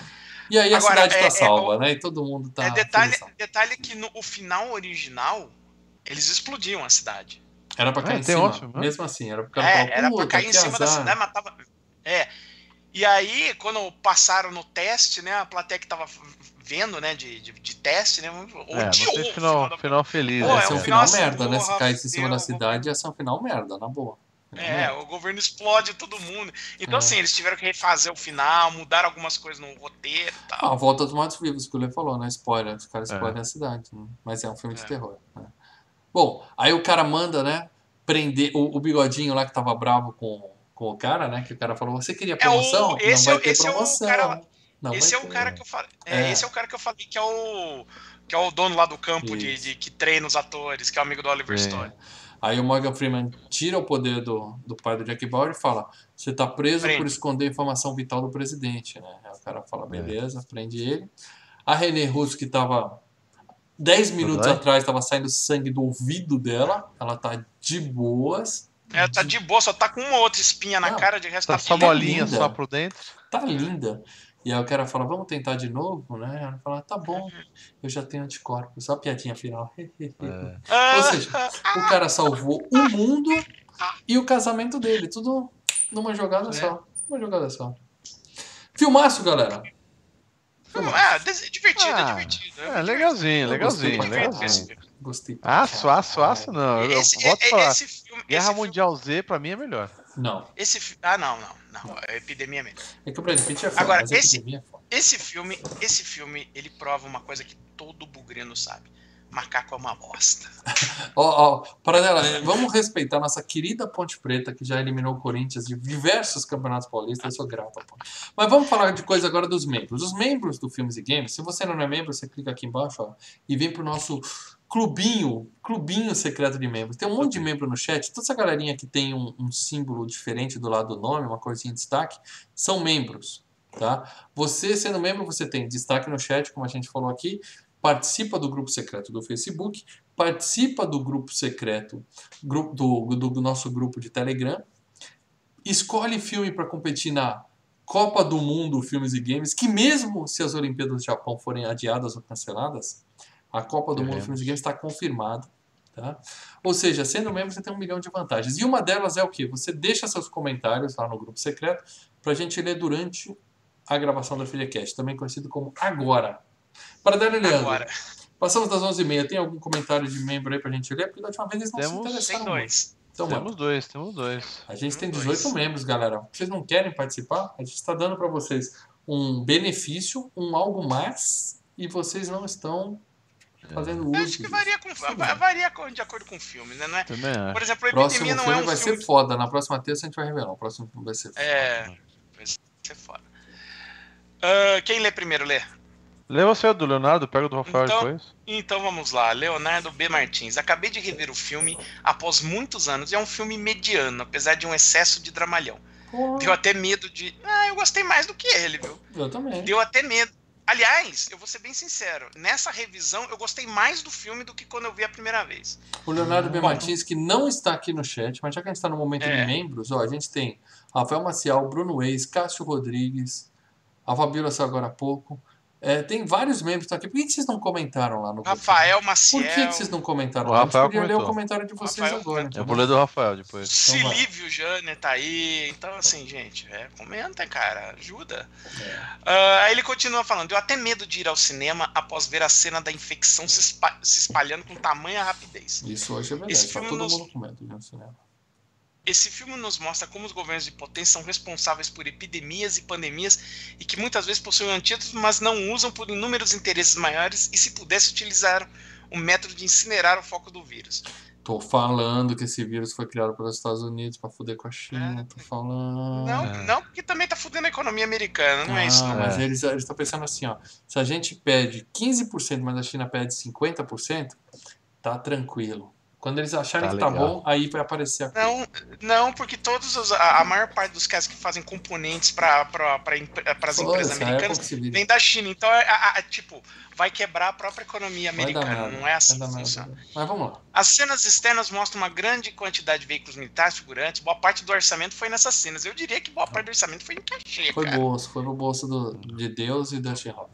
E aí a
Agora,
cidade tá
é- é
salva,
o-
né? E todo mundo tá
é detalhe,
felizão.
detalhe que no o final original, eles explodiam a cidade.
Era pra cair
É,
em
tem
cima,
ótimo, né?
mesmo assim. Era pro cara
É,
falar,
era pra
"Puta,
cair em
que
cima da
azar."
cidade, matava. É. E aí, quando passaram no teste, né? A plateia que tava vendo, né? De, de, de teste, né?
É, não
Odiou
tem
o
final,
da-
final feliz.
Pô,
Ia
né?
ser
é
um
um
final
final assim,
merda, né? Se
porra,
caísse em cima da
fudeu,
cidade, ia ser um final merda, na boa. Final
É,
merda.
o governo explode todo mundo. Então,
É.
assim, eles tiveram que refazer o final, mudar algumas coisas no roteiro e
Ah,
tal.
a volta dos mortos-vivos, que o Lê falou, né? Spoiler, os caras
É.
explodem a cidade. Né? Mas é um filme de
É.
terror. Né? Bom, aí o cara manda, né? Prender o, o bigodinho lá que tava bravo com, com o cara, né? Que o cara falou: você queria
É o-
promoção?
esse
não
é
vai
o-
ter
esse é o
promoção.
cara-
Não
esse
vai
é o
ter.
cara que eu falei. É,
É.
Esse é o cara que eu falei que é o. que é o dono lá do campo de, de, que treina os atores, que é o amigo do Oliver
É.
Stone.
Aí o Morgan Freeman tira o poder do, do pai do Jack Bauer e fala: você tá preso
Prende.
por esconder a informação vital do presidente, né? Aí o cara fala: beleza, é. prende ele. A Renée Russo, que tava dez minutos atrás, tava saindo sangue do ouvido dela, ela tá de boas.
Ela tá de boa, só tá com uma outra espinha na
Não,
cara, de resto
Tá
tá
só
linda.
bolinha só pro dentro.
Tá linda. E aí o cara fala: vamos tentar de novo, né? Ela fala: tá bom, eu já tenho anticorpos. Só a piadinha final.
Ah,
Ou seja, o cara salvou o mundo e o casamento dele. Tudo numa jogada
É.
só. Uma jogada só. Filmaço, galera.
É, des- divertido,
Ah,
é divertido.
É, legalzinho,
Eu
legalzinho,
gostei pra
legalzinho.
caralho. Gostei.
Aço, aço, aço não. Eu
Esse,
volto a
é-
falar.
esse filme.
Guerra
esse
Mundial Z pra mim é melhor.
Não.
Filme, esse, fi- ah, não, não, não. A epidemia é melhor.
É que o Brad Pitt é foda,
Agora,
mas a
esse-
epidemia é foda.
Esse filme, esse filme, ele prova uma coisa que todo bugrino sabe. Macaco é uma bosta.
Ó, ó, Paradela, é, vamos respeitar nossa querida Ponte Preta, que já eliminou o Corinthians de diversos campeonatos paulistas. Eu sou grato. Pô. Mas vamos falar de coisa agora dos membros. Os membros do Filmes e Games, se você não é membro, você clica aqui embaixo, ó, e vem pro nosso clubinho, clubinho secreto de membros. Tem um monte de membro no chat. Toda essa galerinha que tem um, um símbolo diferente do lado do nome, uma corzinha de destaque, são membros, tá? Você, sendo membro, você tem destaque no chat, como a gente falou aqui, participa do grupo secreto do Facebook, participa do grupo secreto grupo, do, do, do nosso grupo de Telegram, escolhe filme para competir na Copa do Mundo Filmes e Games, que mesmo se as Olimpíadas do Japão forem adiadas ou canceladas, a Copa do Mundo Filmes e Games está confirmada. Tá? Ou seja, sendo membro, você tem um milhão de vantagens. E uma delas é o quê? Você deixa seus comentários lá no grupo secreto para a gente ler durante a gravação da FilhaCast, também conhecido como Agora. Para Dani Leandro,
Agora.
passamos das onze e meia. Tem algum comentário de membro aí pra gente ler? Porque da última vez eles não
Temos-
se interessaram.
Tem dois.
Então, mano,
Temos dois, temos dois.
a gente tem
Dois.
dezoito membros, galera. Vocês não querem participar? A gente está dando para vocês um benefício, um algo mais, e vocês não estão fazendo
Eu
uso
acho que
disso.
varia, com, va- varia com- de acordo com o filme, né? Não é?
Também acho.
Por exemplo, a
Próximo
epidemia não
filme
é um
vai
filme.
ser foda. Na próxima terça a gente vai revelar. O próximo filme vai ser foda.
É. Vai ser foda. Ah, quem lê primeiro, lê?
Lê você do Leonardo, pega o do Rafael
Então-
depois.
Então vamos lá, Leonardo B. Martins. Acabei de rever o filme após muitos anos e é um filme mediano, apesar de um excesso de dramalhão.
Pô,
Deu até medo de. Ah, eu gostei mais do que ele, viu?
eu também.
Deu até medo. Aliás, eu vou ser bem sincero, nessa revisão eu gostei mais do filme do que quando eu vi a primeira vez.
O Leonardo B.
Bom.
Martins, que não está aqui no chat, mas já que a gente está no momento
É.
de membros, ó, a gente tem Rafael Maciel, Bruno Reis, Cássio Rodrigues, a Fabíola saiu agora há pouco. É, tem vários membros que estão aqui. Por que que vocês não comentaram lá no grupo?
Rafael
Por
Maciel.
que, que vocês não comentaram?
O
lá? A
Rafael
gente podia ler o
comentou.
comentário de vocês
Rafael
agora.
comentou.
Eu vou ler do Rafael depois.
Então vai.
Silívio Jane tá aí. Então, assim, gente, é, comenta, cara. Ajuda.
É.
Ah, aí ele continua falando. Deu até medo de ir ao cinema após ver a cena da infecção se, espa- se espalhando com tamanha rapidez.
Isso hoje é verdade.
Esse
Tá
filme
todo
nos-
mundo com medo de ir no cinema.
Esse filme nos mostra como os governos de potência são responsáveis por epidemias e pandemias e que muitas vezes possuem antídotos, mas não usam por inúmeros interesses maiores e, se pudesse, utilizar o método de incinerar o foco do vírus.
Tô falando que esse vírus foi criado pelos Estados Unidos pra fuder com a China. Tô falando.
Não,
É.
não, porque também tá fudendo a economia americana, não é isso,
Ah,
não.
mas eles estão pensando assim, ó. Se a gente pede quinze por cento, mas a China pede cinquenta por cento, tá tranquilo. Quando eles acharem
Tá
que tá
legal.
bom, aí vai aparecer a coisa.
Não, não, porque todos os, a, a maior parte dos caras que fazem componentes para as
Foda-se,
empresas
aí é
americanas
pouco se vira.
vem da China. Então, é, a- a- tipo, vai quebrar a própria economia
Vai dar
americana.
nada,
Não é assim
vai
que
dar
funciona.
nada. Mas vamos lá.
As cenas externas mostram uma grande quantidade de veículos militares figurantes. Boa parte do orçamento foi nessas cenas. Eu diria que boa parte do orçamento foi em cachê,
Foi
cara.
bolso, foi no bolso do, de Deus e da She-Hulk.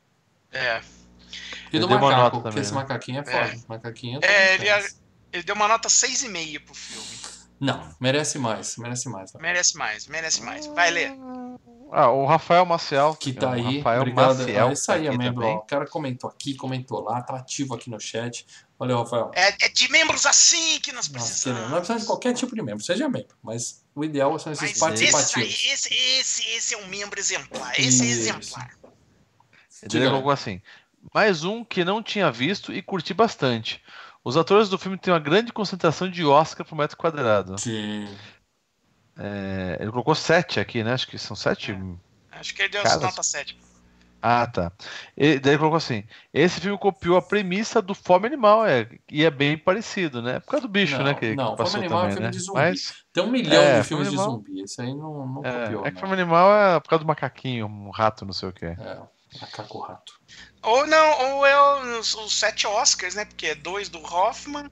É,
E
Eu
do
dei uma
macaco,
nota
porque
também,
esse
né?
macaquinho é foda.
É.
Esse macaquinho
É,
também
ele,
fez.
ele deu uma nota seis e meio pro filme.
Não, merece mais, merece mais. Tá?
Merece mais, merece mais. Vai ler.
Ah, o Rafael Maciel.
Que tá
o
aí,
Rafael
obrigado.
Maciel.
Ah, isso aí,
tá aqui
membro.
também.
Ó, o cara comentou aqui, comentou lá, tá ativo aqui no chat. Valeu, Rafael.
É, é de membros assim que nós
Nós
precisamos.
queremos. Nós precisamos de qualquer tipo de membro, seja membro, mas o ideal são esses
Mas esse,
participativos.
aí, esse, esse, esse é um membro exemplar. Esse é
Isso.
exemplar.
Ele
Diga lá.
colocou assim: mais um que não tinha visto e curti bastante. Os atores do filme têm uma grande concentração de Oscar por metro quadrado.
Sim.
É, ele colocou sete aqui, né? Acho que são sete.
Acho que ele deu
Caras.
nota sete.
Ah, tá. E daí ele colocou assim: esse filme copiou a premissa do Fome Animal, é, e é bem parecido, né? Por causa do bicho,
Não,
né? Que, que
não, Fome
passou
Animal é
também,
filme
né?
de zumbi.
Mas,
Tem um milhão de
é, Fome
filmes de
Animal.
zumbi. Esse aí não, não
É,
copiou,
é que Fome
não.
Animal é por causa do macaquinho, um rato, não sei o quê.
É, macaco rato.
Ou não, ou é os, os sete Oscars, né? Porque é dois do Hoffman,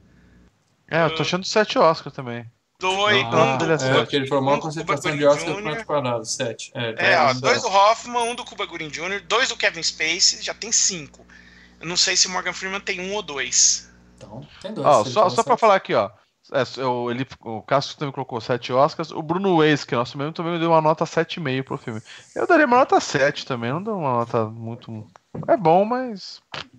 É, eu tô achando sete Oscar também.
dois,
Não,
um
Ah,
pronto,
do
ele é
é,
Cuba,
que ele
sete.
foi a maior
um do Cuba
concentração de
Gooding
Oscar por metro
Júnior
quadrado. Sete. É, então
É,
é
ó,
um
dois
zero.
do Hoffman, um do Cuba Gooding Júnior, dois do Kevin Spacey, já tem cinco. Eu não sei se o Morgan Freeman tem um ou dois.
Então, tem dois.
Ó,
Se ele
só,
falou
só pra
sete.
falar aqui, ó. É, eu, ele, o Cássio também colocou sete Oscars. O Bruno Weiss, que é nosso membro, também deu uma nota sete vírgula cinco pro filme. Eu daria uma nota sete também, não dou uma nota muito. É bom, mas.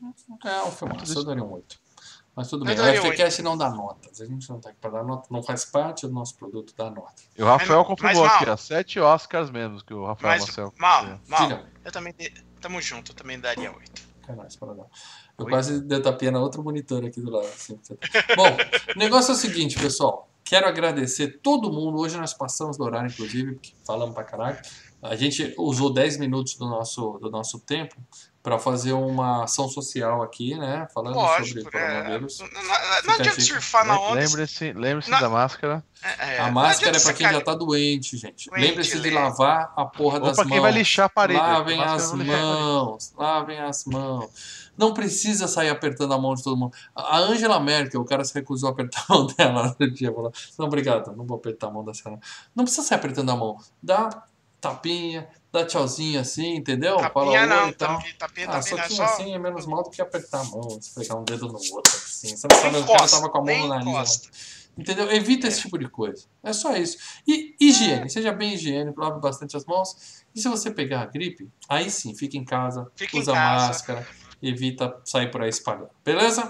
É um filmaço, eu daria um oito. Mas tudo
Eu
bem. O
daria
FGCast não dá notas. A gente não tá aqui pra dar nota. Não faz parte do nosso produto dar nota.
E o Rafael
Mas-
confirmou
mas,
aqui,
Mal,
ó. Sete Oscars mesmo, que o Rafael
Mas,
Marcel.
mal, mal,
Diga.
eu também. de- Tamo junto, eu também daria oito.
É nóis, para dar. Eu
Oi?
quase dei tapinha na outra monitor aqui do lado. Assim. Bom, o negócio é o seguinte, pessoal. Quero agradecer todo mundo. Hoje nós passamos do horário, inclusive, porque falamos pra caralho. A gente usou dez minutos do nosso, do nosso tempo para fazer uma ação social aqui, né? Falando
Lógico,
sobre
é,
coronavírus.
não, não- não
Fica a
adianta
dica.
surfar na onda.
Lembre-se lembre-se
Na-
da máscara.
É, é,
A
não
máscara é
adianta
pra
você
quem já
cair-
tá doente, gente.
Doente,
Lembre-se de
Lê.
lavar a porra
Ou
das
pra quem vai
mãos.
lixar a parede.
Lavem
Máscara
as
vai lixar a parede.
mãos. Lavem as mãos. Não precisa sair apertando a mão de todo mundo. A Angela Merkel, o cara se recusou a apertar a mão dela no outro dia. Falou, não, obrigado, não vou apertar a mão da senhora. Não precisa sair apertando a mão. Dá tapinha, dá tchauzinho assim, entendeu? Fala
Tapinha
oi
não,
e tal.
tapinha, tapinha
Ah,
também não, é
soquinho
só...
assim é menos mal do que apertar a mão, esfregar um dedo no outro, assim. Você não sabe,
Nem
o cara
encosta,
tava com a mão
nem
no nariz.
encosta.
Entendeu? Evita esse tipo de coisa. É só isso. E higiene. Seja bem higiênico, lave bastante as mãos. E se você pegar a gripe, aí sim, fica em casa,
Fica em
usa
casa.
máscara, evita sair por aí espalhando. Beleza?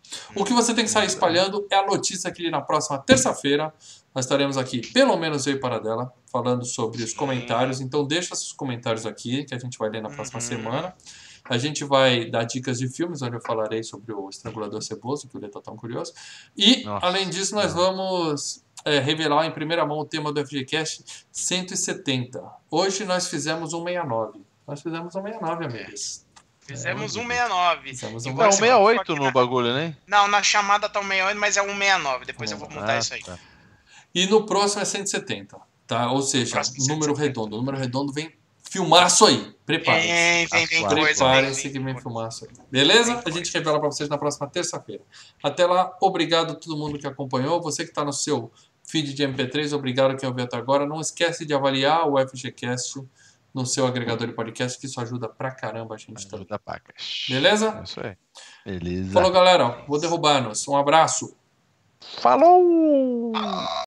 O que você tem que sair espalhando é a notícia que na próxima terça-feira nós estaremos aqui, pelo menos eu e Paradela, falando sobre os comentários. Então deixa seus comentários aqui, que a gente vai ler na próxima
Uhum.
semana. A gente vai dar dicas de filmes, onde eu falarei sobre o Estrangulador Ceboso, que o Lê tá tão curioso. E,
Nossa,
além disso, nós
não.
vamos é, revelar em primeira mão o tema do F G Cast cento e setenta. Hoje nós fizemos um sessenta e nove. Nós fizemos um sessenta e nove, amigos.
Fizemos
É,
um sessenta e nove.
Fizemos um
Igual
Não,
você
sessenta e nove.
sessenta e
colocou
oito
aqui
no
na-
bagulho, né?
Não, na chamada tá um sessenta e oito, mas é um sessenta e nove. Depois eu vou mudar
Ah,
isso aí.
tá.
E no próximo é cento e setenta, tá? Ou seja,
próximo é
número
cento e setenta.
redondo. O número redondo vem filmaço aí. Preparem-se.
Vem, vem, vem
Preparem-se
coisa. vem,
Preparem-se
vem,
que vem
coisa.
filmaço aí. Beleza?
Vem
A gente revela pra vocês na próxima terça-feira. Até lá, obrigado a todo mundo que acompanhou. Você que tá no seu feed de M P três, obrigado quem ouviu até agora. Não esquece de avaliar o F G Cast no seu agregador de podcast, que isso ajuda pra caramba a gente também.
Ajuda pacas.
Beleza?
É isso aí. Beleza.
Falou, galera. Vou derrubar-nos. Um abraço.
Falou!